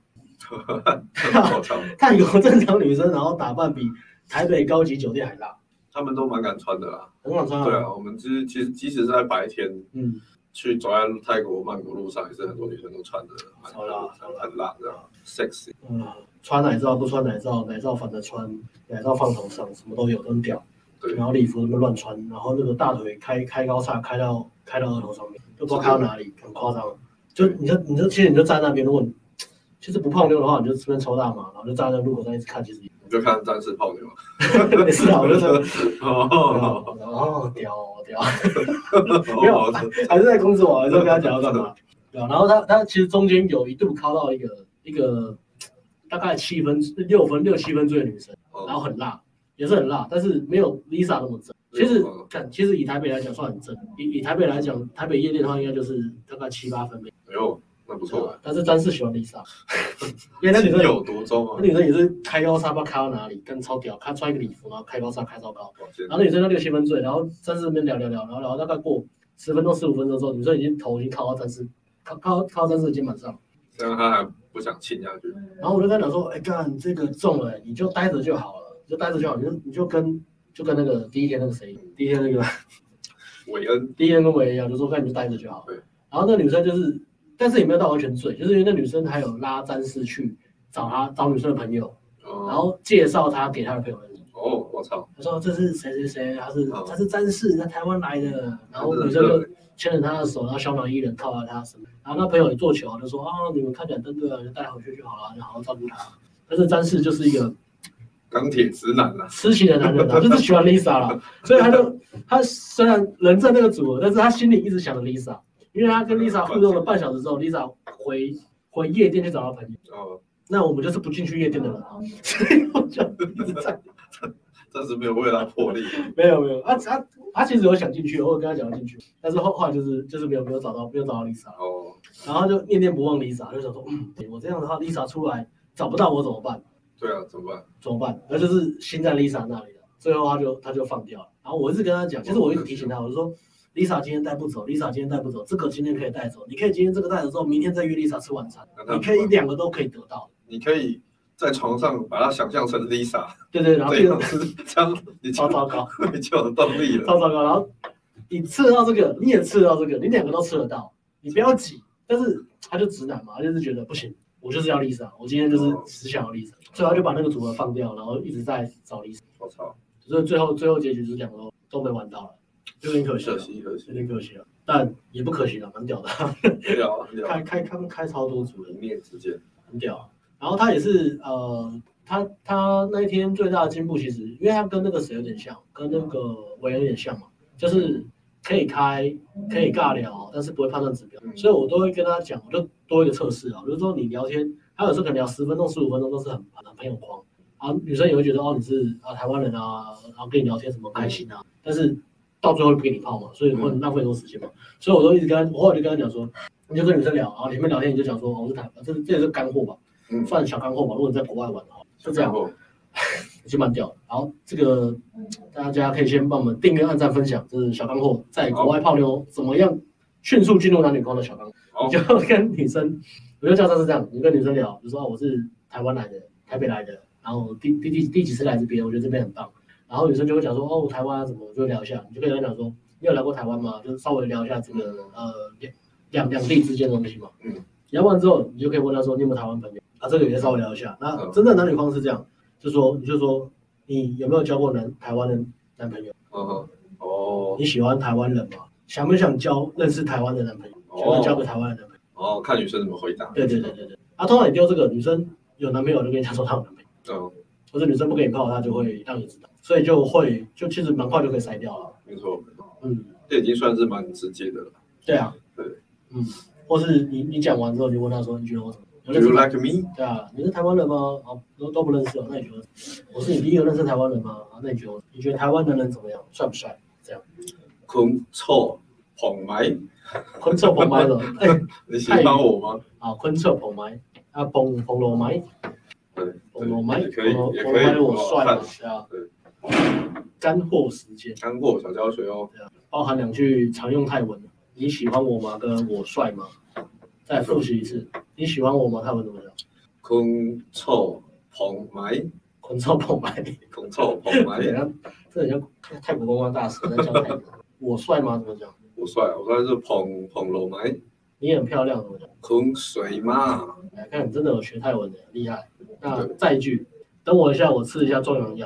泰国正常女生然后打扮比台北高级酒店还辣。 他们都蛮敢穿的啦， 很敢穿啊。 对啊，我们其实其实即使是在白天，嗯，去走在泰国曼谷路上，也是很多女生都穿的很辣，很辣这样 ，sexy。嗯，穿奶罩不穿奶罩，奶罩反着穿，奶罩放头上，什么都有，都很屌。 对， 然后礼服那么乱穿，然后那个大腿开开高叉开到开到额头上面，都不知道开到哪里，很夸张。就你就你就其实你就站在那边，如果你其实不泡妞的话，你就这边抽大麻，然后就站在路口上一直看，其实你就看战士泡妞。 没事啊，我就说哦哦屌屌，没有，还是在工作啊，还是跟他讲要干嘛？对啊，然后他他其实中间有一度靠到一个一个大概七分六分六七分醉的女生，然后很辣，也是很辣，但是没有 Lisa 那么正。其实看，其实以台北来讲算很正，以以台北来讲，台北夜店的话应该就是大概七八分。 哎呦，那不错。 但是詹士喜欢 Lisa， 因为那女生有多重啊？ 那女生也是开高叉，不知道开到哪里，跟超屌，她穿一个礼服，然后开高叉开超高，然后那女生那六七分醉，然后詹士那边聊聊聊，然后聊大概过十分钟十五分钟之后，女生已经头已经靠到詹士，靠靠靠到詹士的肩膀上， 这样他还不想亲下去。 然后我就跟他讲说，哎干这个中了，你就待着就好了，你就待着就好，你就你就跟就跟那个第一天那个谁，第一天那个韦恩， 第一天跟韦恩一样，就说干你就待着就好。 对。 然后那女生就是，但是也没有到完全醉，就是因为那女生还有拉詹士去找他找女生的朋友，哦、然后介绍他给他的朋友认识。 哦，我操！ 他说这是谁谁谁，他是、哦、他是詹士，在台湾来的。然后女生就牵着他的手，然后小鸟依人靠在他身边。然后那朋友也做球，就说啊，你们看起来真对啊，就带回去就好了，就好好照顾他。但是詹士就是一个钢铁直男啦， 痴情的男人啊，就是喜欢 Lisa 啦，所以他就他虽然人在那个组合，但是他心里一直想着 Lisa， 因为他跟 Lisa 互动了半小时之后 ，Lisa 回回夜店去找他朋友。哦，那我们就是不进去夜店的人啊，所以我就一直在。 暂时没有为他破例。 没有没有，他他他其实有想进去，我有跟他讲要进去，但是后后来就是就是没有没有找到没有找到 Lisa。哦，然后就念念不忘 Lisa， 就想说，嗯，我这样的话 Lisa 出来找不到我怎么办？ 对啊，怎么办？ 怎么办？那就是心在 Lisa 那里了。最后他就他就放掉了。然后我一直跟他讲，其实我一直提醒他，我就说 Lisa 今天带不走 ，Lisa 今天带不走，这个今天可以带走，你可以今天这个带走之后，明天再约 Lisa 吃晚餐，你可以两个都可以得到。 你可以在床上把它想象成 Lisa。 对对，然后这样这样你超糟糕， 你就有动力了。 超糟糕，然后你吃得到这个，你也吃得到这个，你两个都吃得到，你不要挤。但是他就直男嘛，他就是觉得不行。我就是要 Lisa， 我今天就是只想要 Lisa， 所以他就把那个组合放掉，然后一直在找 Lisa。 我操！ 所以最后最后结局就是两个都都没玩到了，就有点可惜了， 可惜可惜， 有点可惜了，但也不可惜了，蛮屌的。 屌啊！ 开开开开超多组的， 一念之间， 很屌。然后他也是呃，他他那一天最大的进步，其实因为他跟那个谁有点像，跟那个韦恩有点像嘛，就是可以开可以尬聊，但是不会判断指标，所以我都会跟他讲，我就多一个测试啊，就是说你聊天，他有时候可能聊十分钟、十五分钟都是很很朋友框，然后女生也会觉得哦你是啊台湾人啊，然后跟你聊天什么开心啊，但是到最后不给你泡嘛，所以会浪费很多时间嘛，所以我都一直跟他，我后来就跟他讲说，你就跟女生聊，然后前面聊天你就讲说哦我是台，这这也是干货吧，算小干货吧，如果你在国外玩的话，就这样。就蛮屌的，然后这个大家可以先帮我们订阅、按赞、分享，这是小干货，在国外泡妞怎么样迅速进入男女框的小干货。你就跟女生，我就叫他是这样，你跟女生聊，就说、哦、我是台湾来的，台北来的，然后第第第第几次来这边，我觉得这边很棒。然后女生就会讲说哦台湾啊什么，我就聊一下，你就可以跟她讲说你有来过台湾吗？就稍微聊一下这个呃两两地之间的东西嘛。嗯。聊完之后，你就可以问她说你有没有台湾朋友？啊，这个也稍微聊一下。那真正男女框是这样。就说你就说你有没有交过男台湾的男朋友？嗯哦，你喜欢台湾人吗？想不想交认识台湾的男朋友？想不想交个台湾的男朋友？ 哦，看女生怎么回答。 对对对对对。啊，通常你丢这个女生有男朋友就跟你讲说她有男朋友，嗯，或者女生不给你泡，她就会让你知道，所以就会就其实蛮快就可以筛掉了。 没错，嗯，这已经算是蛮直接的了。 对啊，对，嗯，或是你你讲完之后，你问他说你觉得我怎么？ Do you like me？ 对啊，你是台湾人吗？啊，都都不认识哦。那你觉得我是你第一个认识台湾人吗？啊，那你觉得你觉得台湾男人怎么样？帅不帅？这样。 坤臭捧埋， 坤臭捧埋了。哎、欸， 你喜欢我吗？ 啊，坤臭捧埋，啊，捧捧罗埋。 对， 捧罗埋， 也可以，也可以。 我帅嘛？对啊。对。干货时间。 干货小教学哦。 对啊，包含两句常用泰文。你喜欢我吗？跟我帅吗？再复习一次，你喜欢我吗？泰文怎么讲？ 坤臭捧埋， 坤臭捧埋， 坤臭捧埋。 这很像，这很像泰国观光大使在讲泰国。我帅吗？怎么讲？ 我帅，我帅是捧捧罗埋。 你很漂亮，怎么讲？ 坤水嘛。 来看，你真的有学泰文的，厉害。那再一句，等我一下，我吃一下壮阳药。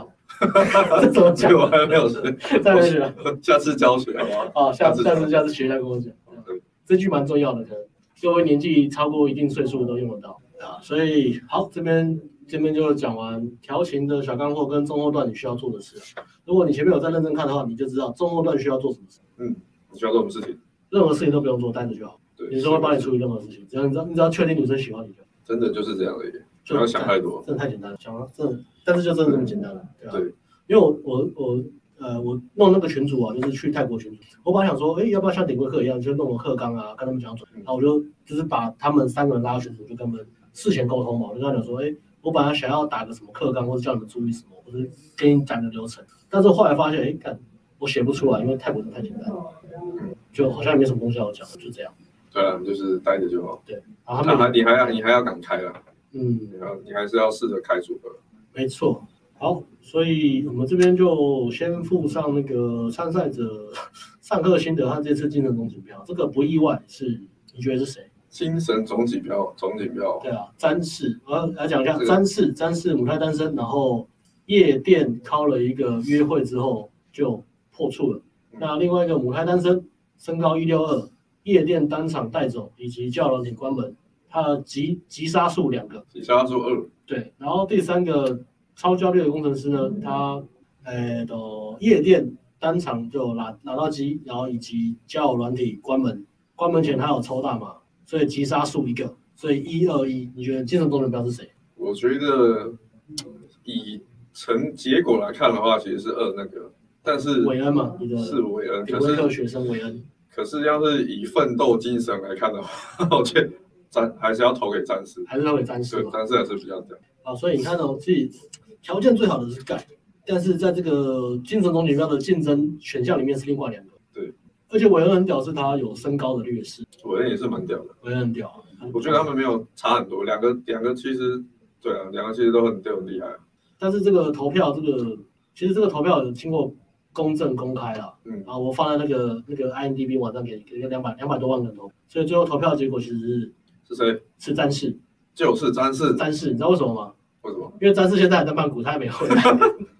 这怎么讲？ 我还没有学， 再来学， 下次教学好不好？ 哦，下次下次下次学一下跟我讲。这句蛮重要的，可能各位年纪超过一定岁数都用得到啊。所以好，这边这边就讲完调情的小干货跟中后段你需要做的事。如果你前面有在认真看的话，你就知道中后段需要做什么事。 嗯，你需要做什么事情？ 任何事情都不用做，待着就好。对，女生会帮你处理任何事情，只要你知道你只要确定女生喜欢你就。 真的就是这样而已，不要想太多。 真的太简单了，想真的，但是就真的这么简单了，对吧？ 对， 因为我我我呃我弄那个群组啊，就是去泰国群组，我本来想说，哎，要不要像顶规课一样，就弄个课纲啊，跟他们讲准，然后我就就是把他们三个人拉到群组，就跟他们事前沟通嘛，我就跟他讲说，哎，我本来想要打个什么课纲，或者叫你们注意什么，或者跟你讲个流程，但是后来发现，哎，干我写不出来，因为泰国人太简单了，就好像也没什么东西要讲，就这样。 对啊，就是待着就好。 对，然后他们还你还要你还要敢开啦。 嗯， 你要你还是要试着开组合。 没错。好，所以我们这边就先附上那个参赛者上课心得和这次精神总锦标，这个不意外，是你觉得是谁？ 精神总锦标，总锦标。 对啊，詹氏，我来讲一下，詹氏，詹氏母胎单身，然后夜店敲了一个约会之后就破处了。嗯、那另外一个母胎单身，身高一六二，夜店单场带走，以及叫人挺关门。他的急急杀数两个， 急杀数二。对， 然后第三个超焦虑的工程师呢，他呃的夜店单场就拿拿到机，然后以及交友软体关门，关门前他有抽大麻，所以急杀数一个，所以一二一。你觉得精神总锦标是谁？ 我觉得以成结果来看的话，其实是二那个，但是韦恩嘛，你的是韦恩， 顶规课学生韦恩。 可是要是以奋斗精神来看的话，我觉得。战还是要投给战士， 还是投给战士， 对，战士还是比较这样。 啊，所以你看到、哦、自己条件最好的是盖，但是在这个精神总锦标的竞争选项里面是另外两个。 对， 而且韦恩很屌，是他有身高的劣势。 韦恩也是蛮屌的， 韦恩很屌， 我觉得他们没有差很多，两个两个其实对啊，两个其实都很都很厉害。 但是这个投票，这个其实这个投票有经过公正公开了，嗯，然后我放在那个那个 I M D B 网站给给两百两百多万人投，所以最后投票结果其实是。 是谁？ 是詹士， 就是詹士。 詹士，你知道为什么吗？ 为什么？ 因为詹士现在还在曼谷，他还没回来。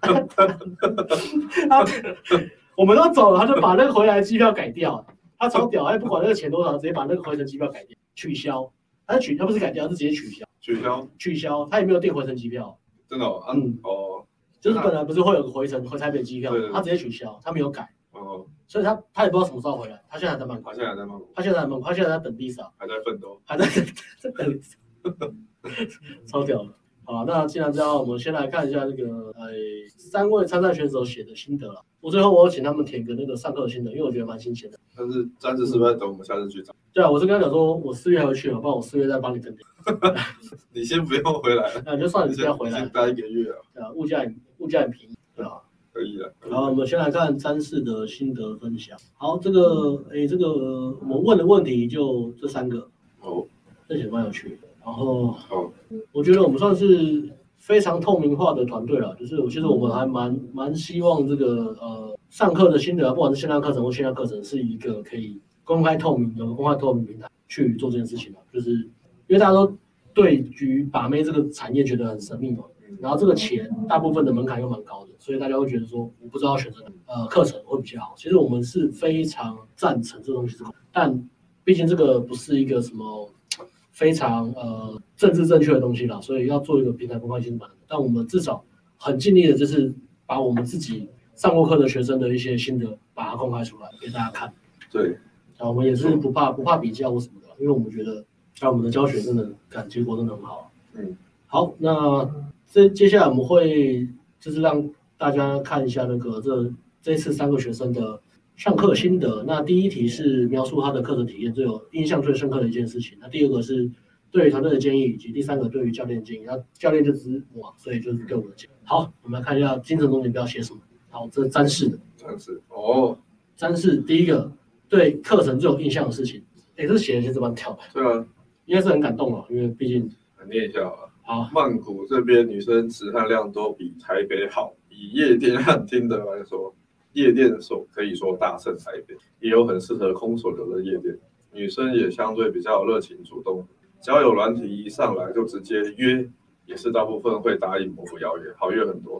我们都走了，他就把那个回来机票改掉。他超屌，哎，不管那个钱多少，直接把那个回程机票改掉，取消。他取，他不是改掉，是直接取消。 取消？ 取消，他也没有订回程机票。 真的哦？ 嗯哦， 就是本来不是会有个回程回台北机票，他直接取消，他没有改。哦。所以他他也不知道什么时候回来，他现在还在曼谷。 他现在还在曼谷。 他现在在曼谷，他现在在等 visa， 还在奋斗， 还在在等，超屌的。好，那既然这样，我们先来看一下这个呃三位参赛选手写的心得了。我最后我有请他们填个那个上课的心得，因为我觉得蛮新鲜的。 但是詹士是不是在等我们下次去找？ 对啊，我是跟他讲说，我四月还会去嘛，不然我四月再帮你分点。 你先不用回来， 那就算你不要回来， 先待一个月啊。 对啊，物价也物价也便宜，对啊。 可以的。 好，我们先来看詹士的心得分享。好，这个诶，这个我们问的问题就这三个。 哦， 这些蛮有趣的。然后， 哦， 我觉得我们算是非常透明化的团队了，就是其实我们还蛮蛮希望这个呃上课的心得，不管是线上课程或线上课程，是一个可以公开透明、有个公开透明平台去做这件事情的。就是因为大家都对于把妹这个产业觉得很神秘嘛。然后这个钱大部分的门槛又蛮高的，所以大家会觉得说，我不知道选择呃课程会比较好。其实我们是非常赞成这东西，但毕竟这个不是一个什么非常呃政治正确的东西啦，所以要做一个平台公开性蛮难的。但我们至少很尽力的，就是把我们自己上过课的学生的一些心得，把它公开出来给大家看。 对， 然后我们也是不怕不怕比较或什么的，因为我们觉得像我们的教学真的感结果真的很好。嗯，好，那。这接下来我们会就是让大家看一下那个这这次三个学生的上课心得。那第一题是描述他的课程体验最有印象最深刻的一件事情。那第二个是对于团队的建议，以及第三个对于教练的建议。那教练就是我，所以就是对我的建议。好，我们来看一下精神总锦标写什么。好，这是詹士的。 詹士哦， 詹士第一个对课程最有印象的事情。哎，这写的其实蛮跳的。 对啊， 应该是很感动了，因为毕竟念一下啊。 好， 曼谷这边女生池汉量都比台北好。以夜店和听的来说，夜店所可以说大胜台北，也有很适合空手流的夜店，女生也相对比较热情主动。交友软体一上来就直接约，也是大部分会答应模糊邀约，好约很多。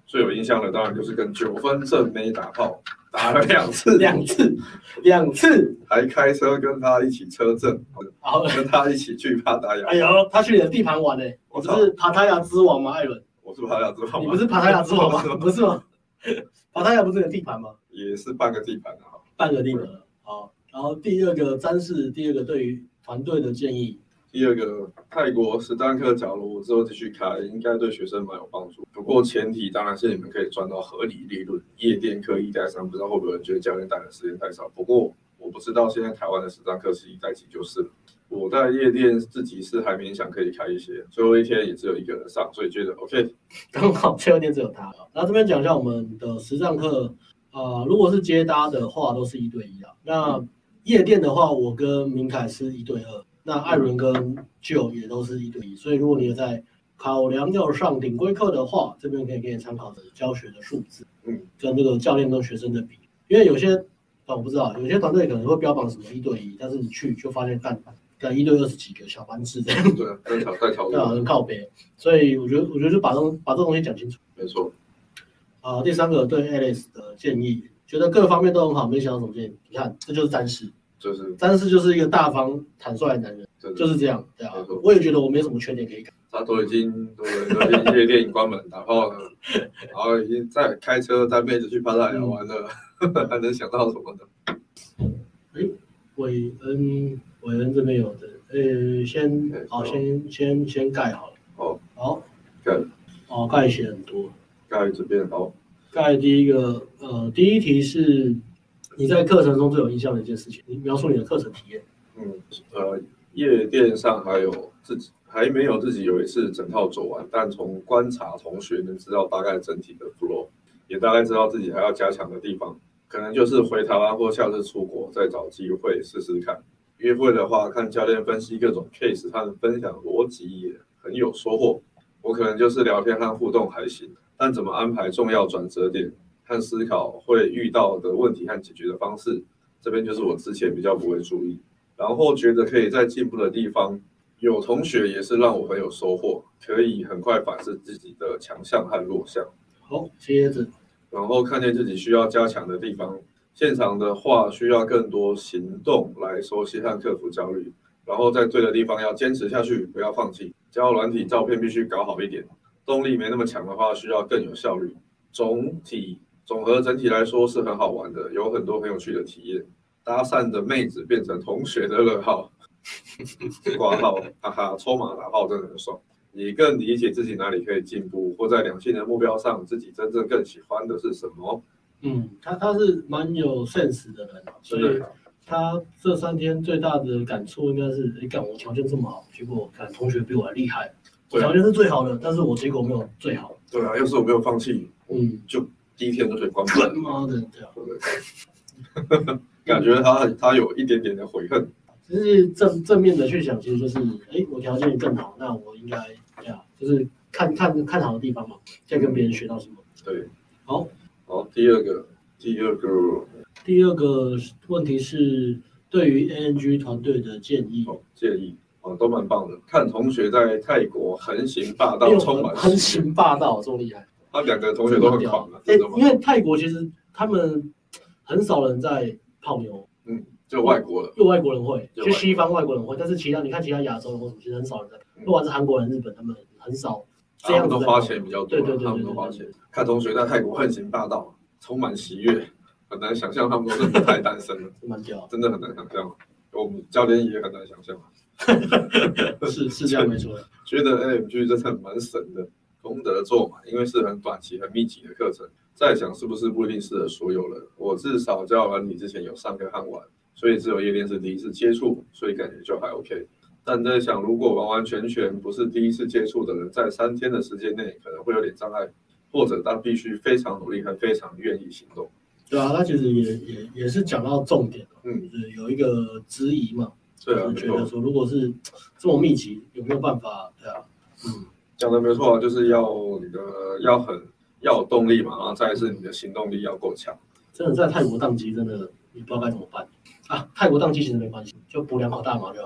最有印象的当然就是跟九分正妹打炮，打了两次， 两次，两次， 还开车跟他一起车震，跟他一起去帕塔亚。 哎呦，他去你的地盘玩呢、欸，我是帕塔亚之王吗？艾伦， 我是帕塔亚之王吗？ 你不是帕塔亚之王吗？不是吗？帕塔亚不是你的地盘吗？ 也是半个地盘啊， 半个地盘了。好，然后第二个詹士，第二个对于团队的建议。 第二个，泰国实战课，假如我之后继续开，应该对学生蛮有帮助。不过前提当然是你们可以赚到合理利润。夜店课一带三，不知道会不会有人觉得教练带的时间太少。不过我不知道现在台湾的实战课是一带几就是了。我在夜店自己是还勉强可以开一些，最后一天也只有一个人上，所以觉得 OK， 刚好最后一天只有他。然后这边讲一下我们的实战课，呃，如果是接搭的话，都是一对一啊。那夜店的话，我跟明凯是一对二。那艾伦跟 Joe 也都是一对一，所以如果你有在考量要上顶规课的话，这边可以给你参考的教学的数字，嗯，跟这个教练跟学生的比，因为有些啊我不知道，有些团队可能会标榜什么一对一，但是你去就发现干干一对二十几个小班制这样， 对啊，在讨在讨论， 对啊，很靠北，所以我觉得我觉得就把这把这东西讲清楚， 没错。 啊，第三个对 Alex 的建议，觉得各方面都很好，没想到什么建议，你看这就是詹士。 就是詹士就是一个大方坦率的男人，就是这样，对啊。我也觉得我没什么缺点可以改。 他都已经都已经夜店关门打炮了，然后已经在开车带妹子去帕塔亚玩了，嗯、还能想到什么呢？ 哎，韦恩，韦恩这边有的，呃，先好，先先先盖好了。 好， 好， 盖。 哦，盖写很多。 盖这边好。 盖第一个，呃，第一题是。你在课程中最有印象的一件事情，你描述你的课程体验。 嗯，呃，夜店上还有自己还没有自己有一次整套走完，但从观察同学能知道大概整体的 flow， 也大概知道自己还要加强的地方，可能就是回台湾或下次出国再找机会试试看。约会的话，看教练分析各种 case， 他的分享逻辑也很有收获。我可能就是聊天和互动还行，但怎么安排重要转折点？和思考会遇到的问题和解决的方式，这边就是我之前比较不会注意，然后觉得可以在进步的地方，有同学也是让我很有收获，可以很快反思自己的强项和弱项。 好，接着， 然后看见自己需要加强的地方，现场的话需要更多行动来熟悉和克服焦虑，然后在对的地方要坚持下去，不要放弃。交友软体照片必须搞好一点，动力没那么强的话，需要更有效率。总体。总和整体来说是很好玩的，有很多很有趣的体验。搭讪的妹子变成同学的热号，挂号，哈哈，抽马打炮真的很爽。也更理解自己哪里可以进步，或在两性的目标上，自己真正更喜欢的是什么。 嗯，他他是蛮有 sense 的人，所以他这三天最大的感触应该是，哎，干我条件这么好，结果看同学比我还厉害，我条件是最好的，但是我结果没有最好。 对啊，要是我没有放弃，嗯，就。第一天就可以关门， 妈的， 对啊，感觉他他有一点点的悔恨。 其实正正面的去想，其实就是，哎，我条件更好，那我应该这样，就是看看看好的地方嘛，再跟别人学到什么。 对， 好， 好，第二个，第二个， 第二个问题是对于 A N G 团队的建议。 哦、建议哦，都蛮棒的。看同学在泰国横行霸道，充满横行霸道，这么厉害。 他两个同学都很狂啊， 欸、因为泰国其实他们很少人在泡妞， 嗯，就外国人， 就外国人会，就西方外国人会，但是其他你看其他亚洲人或什么，其实很少人在，不管是韩国人、日本，他们很少这样子。 他们都花钱比较多， 对对对， 他们都花钱。看同学在泰国横行霸道，充满喜悦，很难想象他们都是不太单身的， 蛮屌， 真的很难想象。我们教练也很难想象， 是是这样没错。 觉得 A M G 真的蛮神的。功德做嘛，因为是很短期、很密集的课程，再想是不是不一定适合所有人。我至少交友软体之前有上课和玩，所以只有夜店是第一次接触，所以感觉就还 OK。但在想，如果完完全全不是第一次接触的人，在三天的时间内可能会有点障碍，或者他必须非常努力和非常愿意行动。 对啊，他其实也也也是讲到重点，嗯，就是有一个质疑嘛， 对啊， 觉得说如果是这么密集，有没有办法？对啊，嗯。 讲的没错，就是要你的要很要有动力嘛，然后再来是你的行动力要够强。 真的在泰国宕机，真的你不知道该怎么办啊！泰国宕机其实没关系，就补两口大麻就好。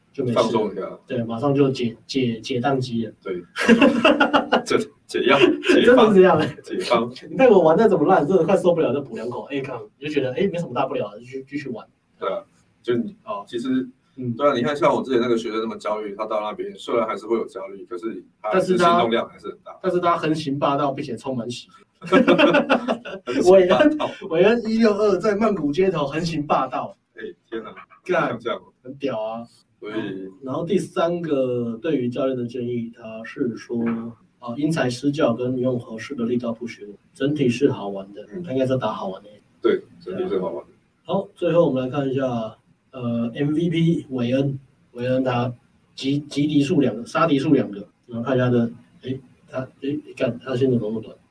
就没事， 放松一下， 对，马上就解解解宕机了。 对，这解药，解真的是这样、 欸，解方。 你带我玩再怎么烂，真的快受不了，就补两口 A 抗，你就觉得哎、欸、没什么大不了，就继续继续玩。 对啊，就你哦，其实。嗯，对啊，你看像我之前那个学生那么焦虑，他到那边虽然还是会有焦虑，可是他行动量还是很大。 但是他横行霸道，并且充满喜悦。韦恩，韦恩一六二在曼谷街头横行霸道。 哎、欸，天哪， 干， 这样很屌啊！ 所以， 然后第三个对于教练的建议，他是说啊，因材施教跟用合适的力道不学，整体是好玩的，他、嗯、应该是打好玩的。 对，整体是好玩的。 好，最后我们来看一下。呃 ，M V P 韦恩，韦恩他击击敌数两个，杀敌数两个，然后看一下的，哎，他哎干，他现在多么短，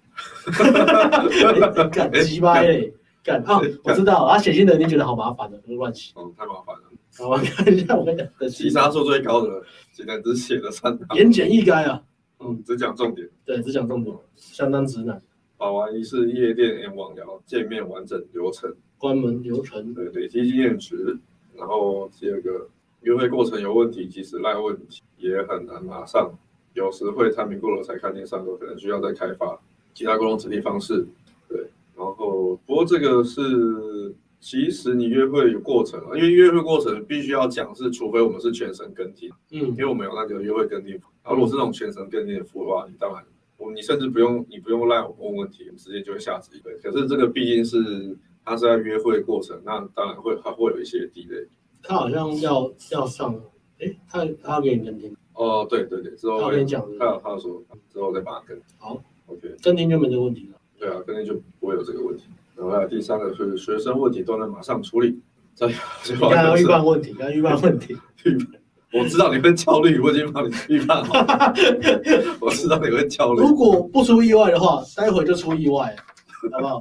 干鸡掰嘞，干啊！我知道，他写信的人觉得好麻烦的，乱写， 哦，太麻烦了。 好，我看一下我的击杀数最高的，竟然只写了三行， 言简意赅啊， 嗯，只讲重点， 对，只讲重点，相当直男。 把玩一次夜店 M 网聊见面完整流程， 关门流程， 对，累积经验值。然后第二个，约会过程有问题，即使赖问题也很难马上，有时会探明过了才看见上钩，可能需要再开发其他沟通指令方式。对，然后不过这个是，其实你约会有过程，因为约会过程必须要讲是，除非我们是全程跟听，嗯，因为我们有那个约会跟听服务。然后如果是那种全程跟听的服务的话，你当然，我你甚至不用你不用赖我问问题，直接就会下指令。可是这个毕竟是。他是在约会过程，那当然会，他会有一些 delay。 他好像要要上，哎、欸，他他要给你跟听。 哦，对对对，之后他跟你讲， 他有他说之后再把它跟。 好 ，OK， 跟听就没这个问题了。 对啊，跟听就不会有这个问题。然后还有第三个是学生问题都能马上处理。再你刚刚预判问题，刚刚预判问题， 预判。我知道你会焦虑，我已经帮你预判好了。我知道你会焦虑。 如果不出意外的话，待会就出意外，好不好？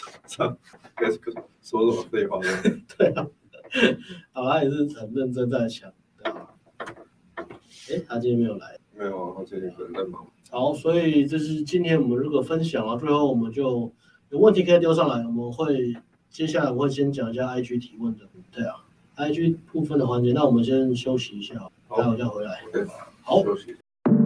说什么废话？ 对啊，好，他也是很认真在想，对吧？哎，他今天没有来， 没有啊，他今天可能在忙。 好，所以这是今天我们这个分享啊，最后我们就有问题可以丢上来，我们会接下来我会先讲一下 I G 提问的，对啊 ，I G 部分的环节，那我们先休息一下，待会再回来。 Okay, 好， 休息。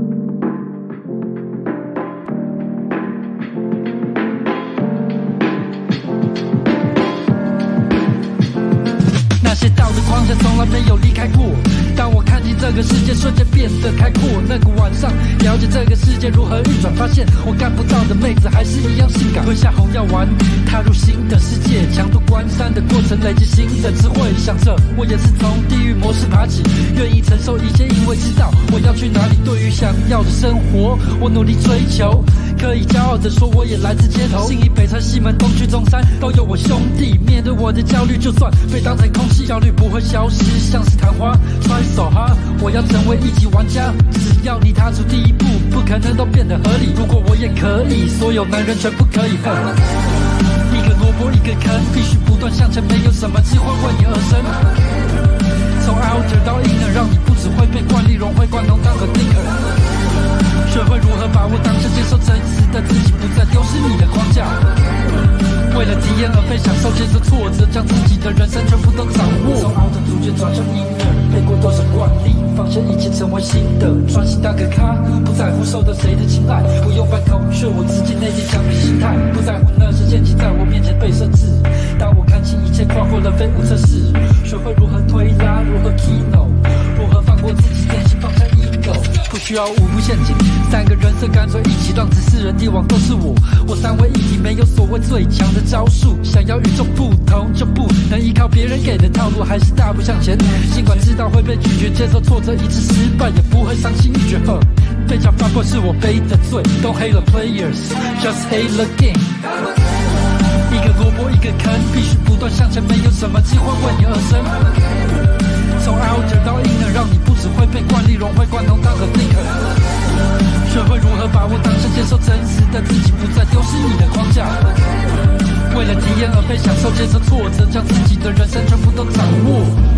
那些道德框架从来没有离开过。当我看见这个世界瞬间变得开阔，那个晚上了解这个世界如何运转，发现我干不到的妹子还是一样性感。吞下红药丸，踏入新的世界，强度关山的过程，累积新的智慧。想着我也是从地狱模式爬起，愿意承受一切，因为知道我要去哪里。对于想要的生活，我努力追求，可以骄傲地说我也来自街头。信义北城西门东区中山都有我兄弟。面对我的焦虑，就算被当成空气，焦虑不会消失，像是昙花。Try so hard，我要成为一级玩家。只要你踏出第一步，不可能都变得合理。如果我也可以，所有男人全不可以。一个萝卜一个坑，必须不断向前，没有什么机会为你而生。从 outer 到 inner， 让你不只会被惯例融会贯通，当个 thinker。学会如何把握当下，接受真实的自己，不再丢失你的框架。为了体验而非享受，接受挫折，将自己的人生全部都掌握。从 outer 主角转向 inner， 背过多少惯例，放下一切成为新的，专心当个咖，不在乎受到谁的青睐，不用反口却我自己内心强逼心态，不在乎那些陷阱在我面前被设置。当我看清一切，跨过了非无测试，学会如何推拉，如何 keynote， 如何放过自己，真心放下 ego， 不需要五步陷阱，三个人设干脆一起，让此世人帝王都是我。我三位一体，没有所谓最强的招数，想要与众不同，就不能依靠别人给的套路，还是大步向前。尽管知道会被拒绝，接受挫折，一次失败也不会伤心欲绝。呵，非常发过是我背的罪 ，Don't hate the players, just hate the game。一个萝卜一个坑，必须不断向前，没有什么机会为你而生。从 outer 到 inner， 让你不只会被惯例融会贯通，当个 thinker。学会如何把握当下，接受真实的自己，不再丢失你的框架。为了体验而非享受，接受挫折，将自己的人生全部都掌握。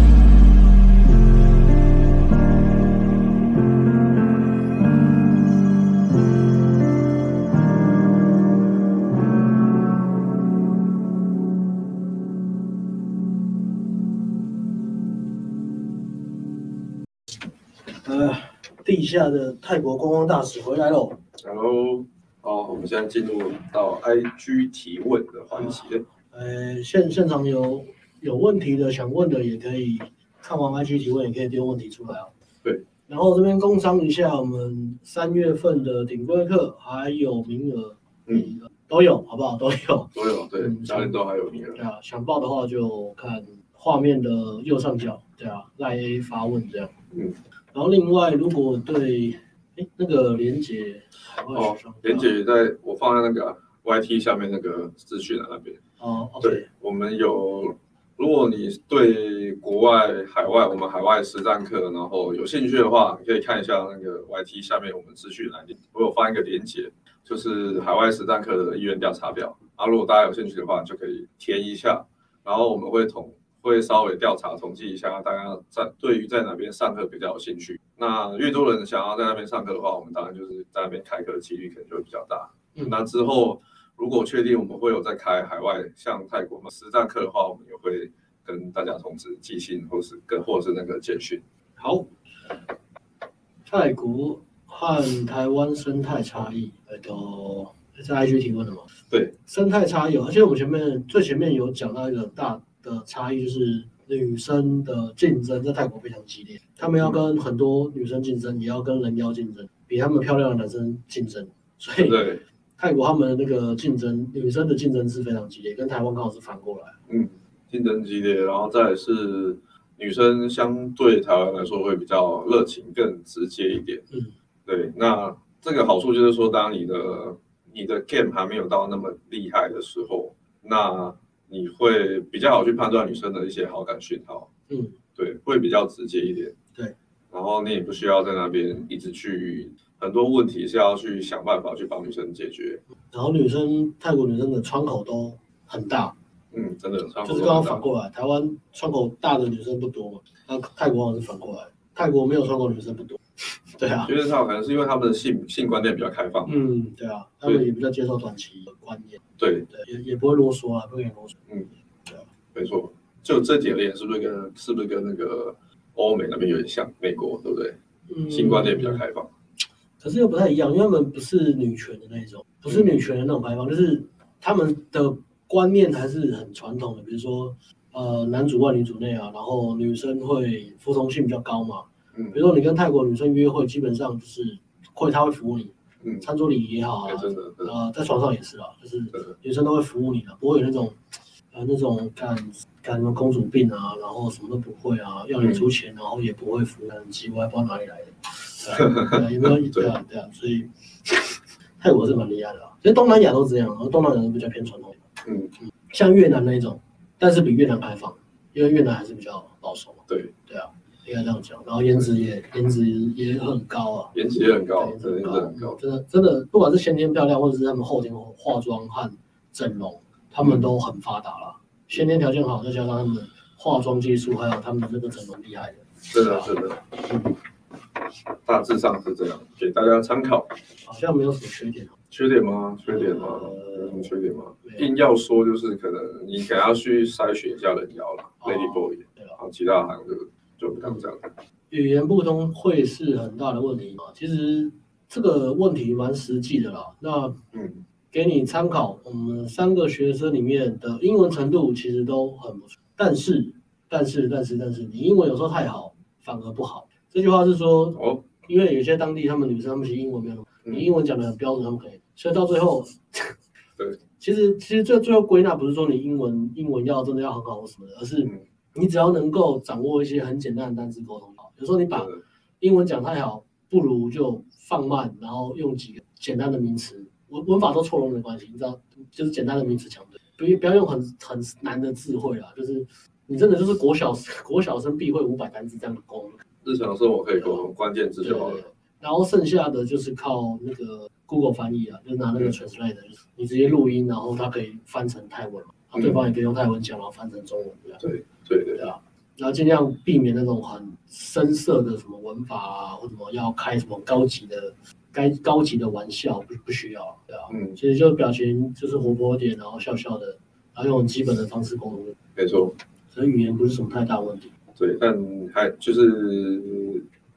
呃，地下的泰国观光大使回来喽。 Hello， 好，我们现在进入到 I G 提问的环节。 呃，现现场有有问题的想问的也可以看完 I G 提问，也可以丢问题出来啊。 对。 然后这边工商一下，我们三月份的顶规课还有名额，嗯，都有，好不好？都有， 都有，对，家里都还有名额。 对啊，想报的话就看画面的右上角，对啊，赖 A 发问这样。嗯。然后另外，如果对，哎，那个连结海外学生， 哦，连结在我放在那个 Y T 下面那个资讯栏那边。 哦 ，OK。 对，我们有，如果你对国外、海外，我们海外实战课，然后有兴趣的话，你可以看一下那个 Y T 下面我们资讯栏，我有放一个连结，就是海外实战课的意愿调查表。啊，如果大家有兴趣的话，就可以填一下，然后我们会统。会稍微调查统计一下，大家在对于在哪边上课比较有兴趣。那越多人想要在那边上课的话，我们当然就是在那边开课的几率可能就会比较大。嗯、那之后如果确定我们会有在开海外像泰国嘛实战课的话，我们也会跟大家通知寄信或是跟或者是那个简讯。 好，泰国和台湾生态差异，呃，都在 I G 提问了吗？ 对， 生态差异，而且我们前面最前面有讲到一个大。的差异就是女生的竞争在泰国非常激烈，他们要跟很多女生竞争，也要跟人妖竞争，比他们漂亮的男生竞争，所以泰国他们的那个竞争，女生的竞争是非常激烈，跟台湾刚好是反过来。 嗯，竞争激烈，然后再来是女生相对台湾来说会比较热情，更直接一点。嗯，对，那这个好处就是说，当你的你的 game 还没有到那么厉害的时候，那你会比较好去判断女生的一些好感讯号，嗯，对，会比较直接一点， 对， 然后你也不需要在那边一直去很多问题是要去想办法去帮女生解决。 然后女生泰国女生的窗口都很大， 嗯，真的， 就是刚刚反过来，台湾窗口大的女生不多嘛，那泰国好像是反过来，泰国没有窗口女生不多，对啊， 就是他可能是因为他们的性性观念比较开放， 嗯，对啊，他们也比较接受短期的观念。 对对，也也不会啰嗦啊，不会啰嗦。 嗯，对啊，没错。就这点点是不是跟是不是跟那个欧美那边有点像？美国对不对？嗯，性观念比较开放， 可是又不太一样，因为他们不是女权的那种，不是女权的那种开放，嗯、就是他们的观念还是很传统的，比如说呃男主外女主内啊，然后女生会服从性比较高嘛。嗯，比如说你跟泰国女生约会，基本上就是会她会服务你。嗯，餐桌礼仪也好啊， 真的， 呃，在床上也是啊，就是女生都会服务你的，不会有那种，呃，那种干干什么公主病啊，然后什么都不会啊，要你出钱，然后也不会服务，很奇怪，不知道哪里来的，对啊，有没有？对啊，对啊，所以泰国是蛮厉害的啊，其实东南亚都这样，然后东南亚都比较偏传统，嗯嗯，像越南那一种，但是比越南开放，因为越南还是比较保守嘛， 对对啊。应该这样讲，然后颜值也颜值也很高啊， 颜值也很高， 真的很高， 真的真的，不管是先天漂亮，或者是他们后天化妆和整容，他们都很发达了。先天条件好，再加上他们的化妆技术，还有他们的这个整容厉害的， 真的真的，嗯，大致上是这样，给大家参考。 好像没有什么缺点， 缺点吗？缺点吗？有什么缺点吗？硬要说就是可能你可能要去筛选一下人妖啦 ，Lady Boy， 然后其他行就。就不当这样。 语言不通会是很大的问题吗？其实这个问题蛮实际的啦。那嗯，给你参考，我们三个学生里面的英文程度其实都很不错，但是但是但是但是你英文有时候太好，反而不好。这句话是说，哦，因为有些当地他们女生他们其实英文没有那么，嗯、你英文讲的很标准，他们可以，所以到最后， 对， 其实其实最最后归纳不是说你英文英文要真的要很好或什么的，而是。嗯你只要能够掌握一些很简单的单词沟通好，有时候你把英文讲太好，不如就放慢，然后用几个简单的名词，文文法都错了没关系，你知道，就是简单的名词强对，不不要用很很难的智慧啦，就是你真的就是国小国小生必会五百单词这样的沟通， 日常生活可以沟通，关键字就好了。 然后剩下的就是靠那个 Google 翻译啊，就拿那个 Translate，、嗯、就是你直接录音，然后它可以翻成泰文嘛，然后对方也可以用泰文讲，然后翻成中文这样。 对。对对对啊，然后尽量避免那种很深色的什么文法啊，或什么要开什么高级的、该高级的玩笑，不不需要，对啊，嗯，其实就表情就是活泼一点，然后笑笑的，然后用很基本的方式沟通。 没错， 所以语言不是什么太大问题。 对，但还就是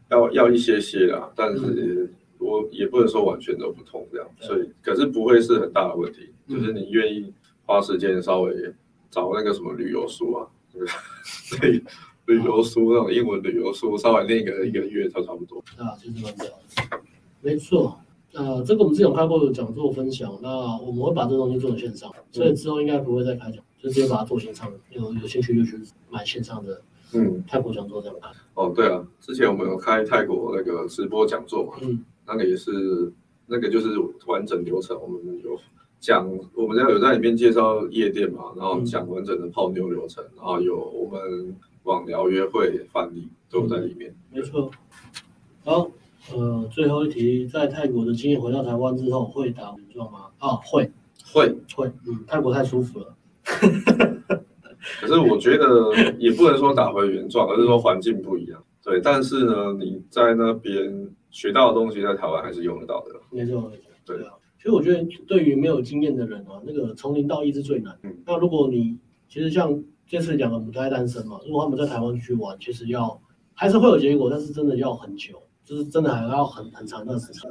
要要一些些啦，但是我也不能说完全都不同这样，所以可是不会是很大的问题，就是你愿意花时间稍微找那个什么旅游书啊，对，旅游书那种英文旅游书，稍微念个一个月就差不多。 啊，就是蛮屌的，没错。呃，这个我们之前有开过的讲座分享，那我们会把这东西做成线上，所以之后应该不会再开讲，就直接把它做线上，有有兴趣就去买线上的。嗯，泰国讲座这样看。 哦，对啊，之前我们有开泰国那个直播讲座嘛，嗯，那个也是，那个就是完整流程，我们有讲，我们要有在里面介绍夜店嘛，然后讲完整的泡妞流程，然后有我们网聊约会范例都有在里面。 嗯、没错。好，呃，最后一题，在泰国的经验回到台湾之后会打原状吗？啊，会， 会， 会，嗯，泰国太舒服了。 可是我觉得也不能说打回原状，而是说环境不一样。对，但是呢，你在那边学到的东西，在台湾还是用得到的。 没错，没错。对啊，其实我觉得对于没有经验的人啊，那个从零到一是最难。嗯。那如果你其实像这次两个母胎单身嘛，如果他们在台湾去玩，其实要还是会有结果，但是真的要很久，就是真的还要很很长一段时间。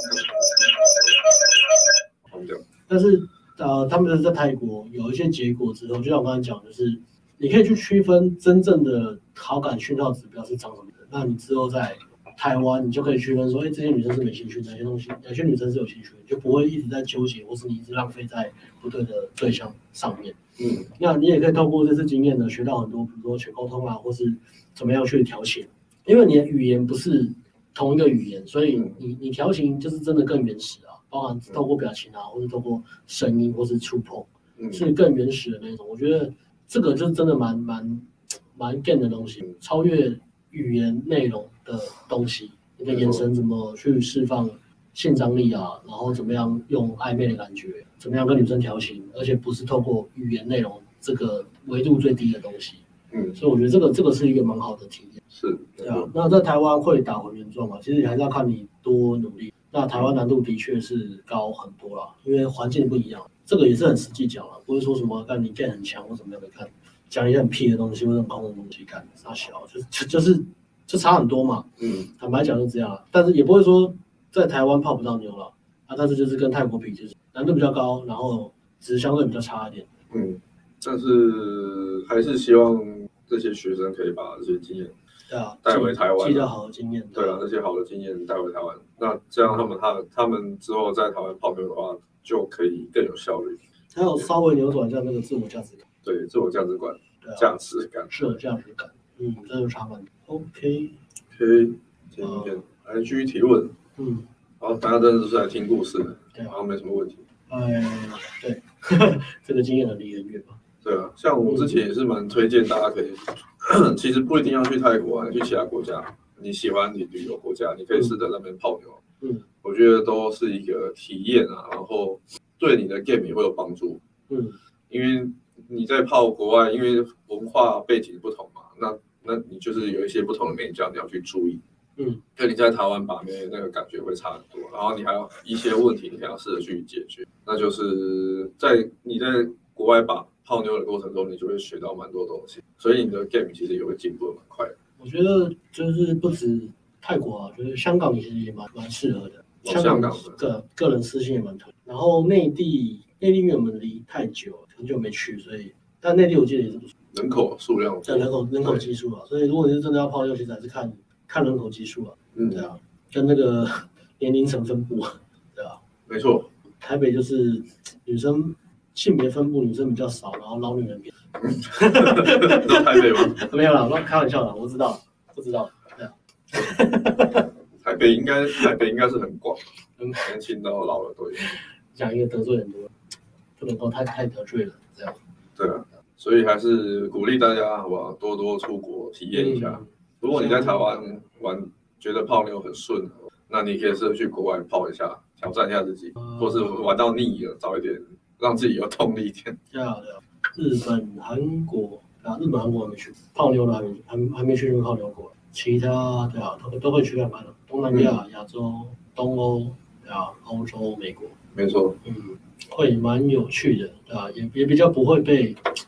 但是。呃，他们在泰国有一些结果之后，就像我刚才讲，就是你可以去区分真正的好感讯号指标是长什么的。那你之后在台湾，你就可以区分说，哎，这些女生是没兴趣，哪些东西，哪些女生是有兴趣的，就不会一直在纠结，或是你一直浪费在不对的对象上面。嗯，那你也可以透过这次经验呢，学到很多，比如说学沟通啊，或是怎么样去调情，因为你的语言不是同一个语言，所以你你调情就是真的更原始啊。包含透过表情啊，或者透过声音，或是触碰，是更原始的那种。我觉得这个就是真的蛮蛮蛮 game 的东西，超越语言内容的东西。你的眼神怎么去释放性张力啊？然后怎么样用暧昧的感觉，怎么样跟女生调情，而且不是透过语言内容这个维度最低的东西。嗯，所以我觉得这个这个是一个蛮好的体验。 是， 对啊。那在台湾会打回原状嘛？其实还是要看你多努力。那台湾难度的确是高很多啦，因为环境不一样，这个也是很实际讲啦，不是说什么看你 game 很强或怎么样的看，讲一些很屁的东西或者很空的东西看，傻小，就就就是就差很多嘛。嗯，坦白讲就这样啦，但是也不会说在台湾泡不到妞啦，啊，但是就是跟泰国比，就是难度比较高，然后只是相对比较差一点。 嗯，但是还是希望这些学生可以把这些经验。 对啊， 带回台湾， 记得好的经验。 对啊，那些好的经验带回台湾，那这样他们他他们之后在台湾泡妞的话，就可以更有效率。 还有稍微扭转一下那个自我价值感。 对，自我价值观，价值感， 是有价值感。嗯，这就差蛮多。OK。 OK， 今天来继续提问。嗯。好，大家真的是来听故事的，然后没什么问题。 哎，对，这个经验很离很远吧。 对啊，像我之前也是蛮推荐大家可以。其实不一定要去泰国啊，去其他国家，你喜欢你旅游国家，你可以试着那边泡妞。嗯，我觉得都是一个体验啊，然后对你的 game 也会有帮助。嗯，因为你在泡国外，因为文化背景不同嘛，那那你就是有一些不同的美角你要去注意。嗯，跟你在台湾把妹那个感觉会差很多，然后你还有一些问题你可能要试着去解决，那就是在你在国外把泡妞的过程中，你就会学到蛮多东西，所以你的 game 其实也会进步的蛮快的。 我觉得就是不止泰国啊，觉得香港其实也蛮蛮适合的。 哦、香港个个人私信也蛮推。然后内地内地因为我们离太久了，很久没去，所以但内地我记得也是不错。 人口数量对人口人口基数啊，所以如果你是真的要泡妞，其实还是看看人口基数啊。嗯，对啊，跟那个年龄层分布，对啊， 没错。 台北就是女生。性别分布女生比较少，然后老女人比较多。 是台北吗？ 没有啦，我开玩笑啦，我知道，不知道，对啊。 台北应该台北应该是很广，年轻到老了都有。 讲一个得罪很多，不能够太太得罪了，这样。 对啊，所以还是鼓励大家好不好，多多出国体验一下。嗯、如果你在台湾玩觉得泡妞很顺，那你可以试着去国外泡一下，挑战一下自己，嗯、或是玩到腻了，找一点。让自己有动力一点。 对啊，对啊。日本、韩国啊，日本、韩国还没去，泡妞的还没还还没去泡妞过。其他对啊，都都会去看看的。东南亚、亚洲、东欧，对啊，欧洲、美国。 没错。 嗯，会蛮有趣的，对啊，也也比较不会被困。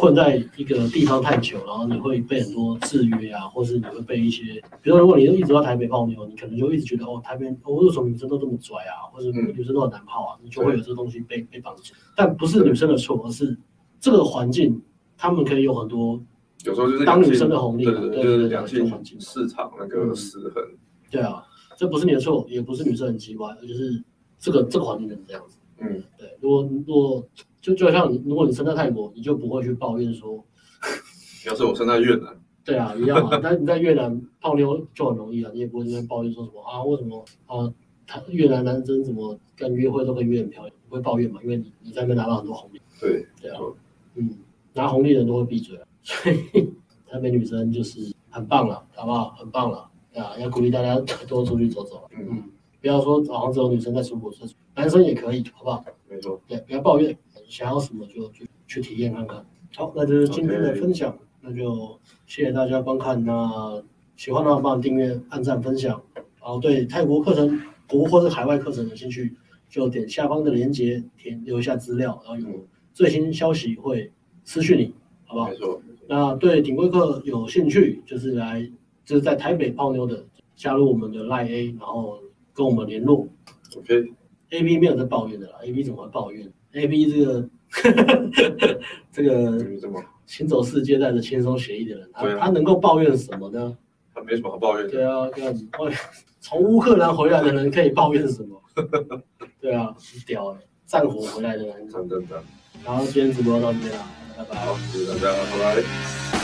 困在一个地方太久，然后你会被很多制约啊，或是你会被一些，比如说如果你一直在台北泡妞，你可能就一直觉得哦，台北哦为什么女生都这么拽啊，或者女生都很难泡啊，你就会有这个东西被被绑住。但不是女生的错，而是这个环境，他们可以有很多， 有时候就是当女生的红利， 对对对，就是两性市场那个失衡。 对啊，这不是你的错，也不是女生很奇怪，而就是这个这个环境就是这样子。嗯，对，如果如果就就像你，如果你生在泰国，你就不会去抱怨说， 要是我生在越南， 对啊，一样啊。但你在越南泡妞就很容易啊，你也不会在那边抱怨说什么啊，为什么啊，他越南男生怎么跟约会都跟约很漂亮，不会抱怨嘛，因为你你在那边拿到很多红利。 对， 对啊，嗯，拿红利的人都会闭嘴啊，所以台北女生就是很棒了，好不好？很棒了，对啊，要鼓励大家多出去走走，嗯。不要说好像只有女生在出国，男生也可以，好不好？ 没错， 对，不要抱怨，想要什么就就去体验看看。好，那就是今天的分享， okay. 那就谢谢大家观看。那喜欢的话，帮我订阅、按赞、分享。然后对泰国课程、国或者海外课程有兴趣，就点下方的链接填留一下资料，然后有最新消息会私讯你，好不好？ 没错。 那对顶规课有兴趣，就是来就是在台北泡妞的，加入我们的 Line A， 然后跟我们联络。 OK。A B 没有在抱怨的啦 ，A B 怎么会抱怨 ？A B 这个这个行走世界带着轻松写意的人，他、啊、他能够抱怨什么呢？ 他没什么好抱怨的。 对啊，从乌克兰回来的人可以抱怨什么？对啊，很屌哎、欸，战火回来的人。 真的。 然后今天直播到这边了，拜拜。 好，谢谢大家，拜拜。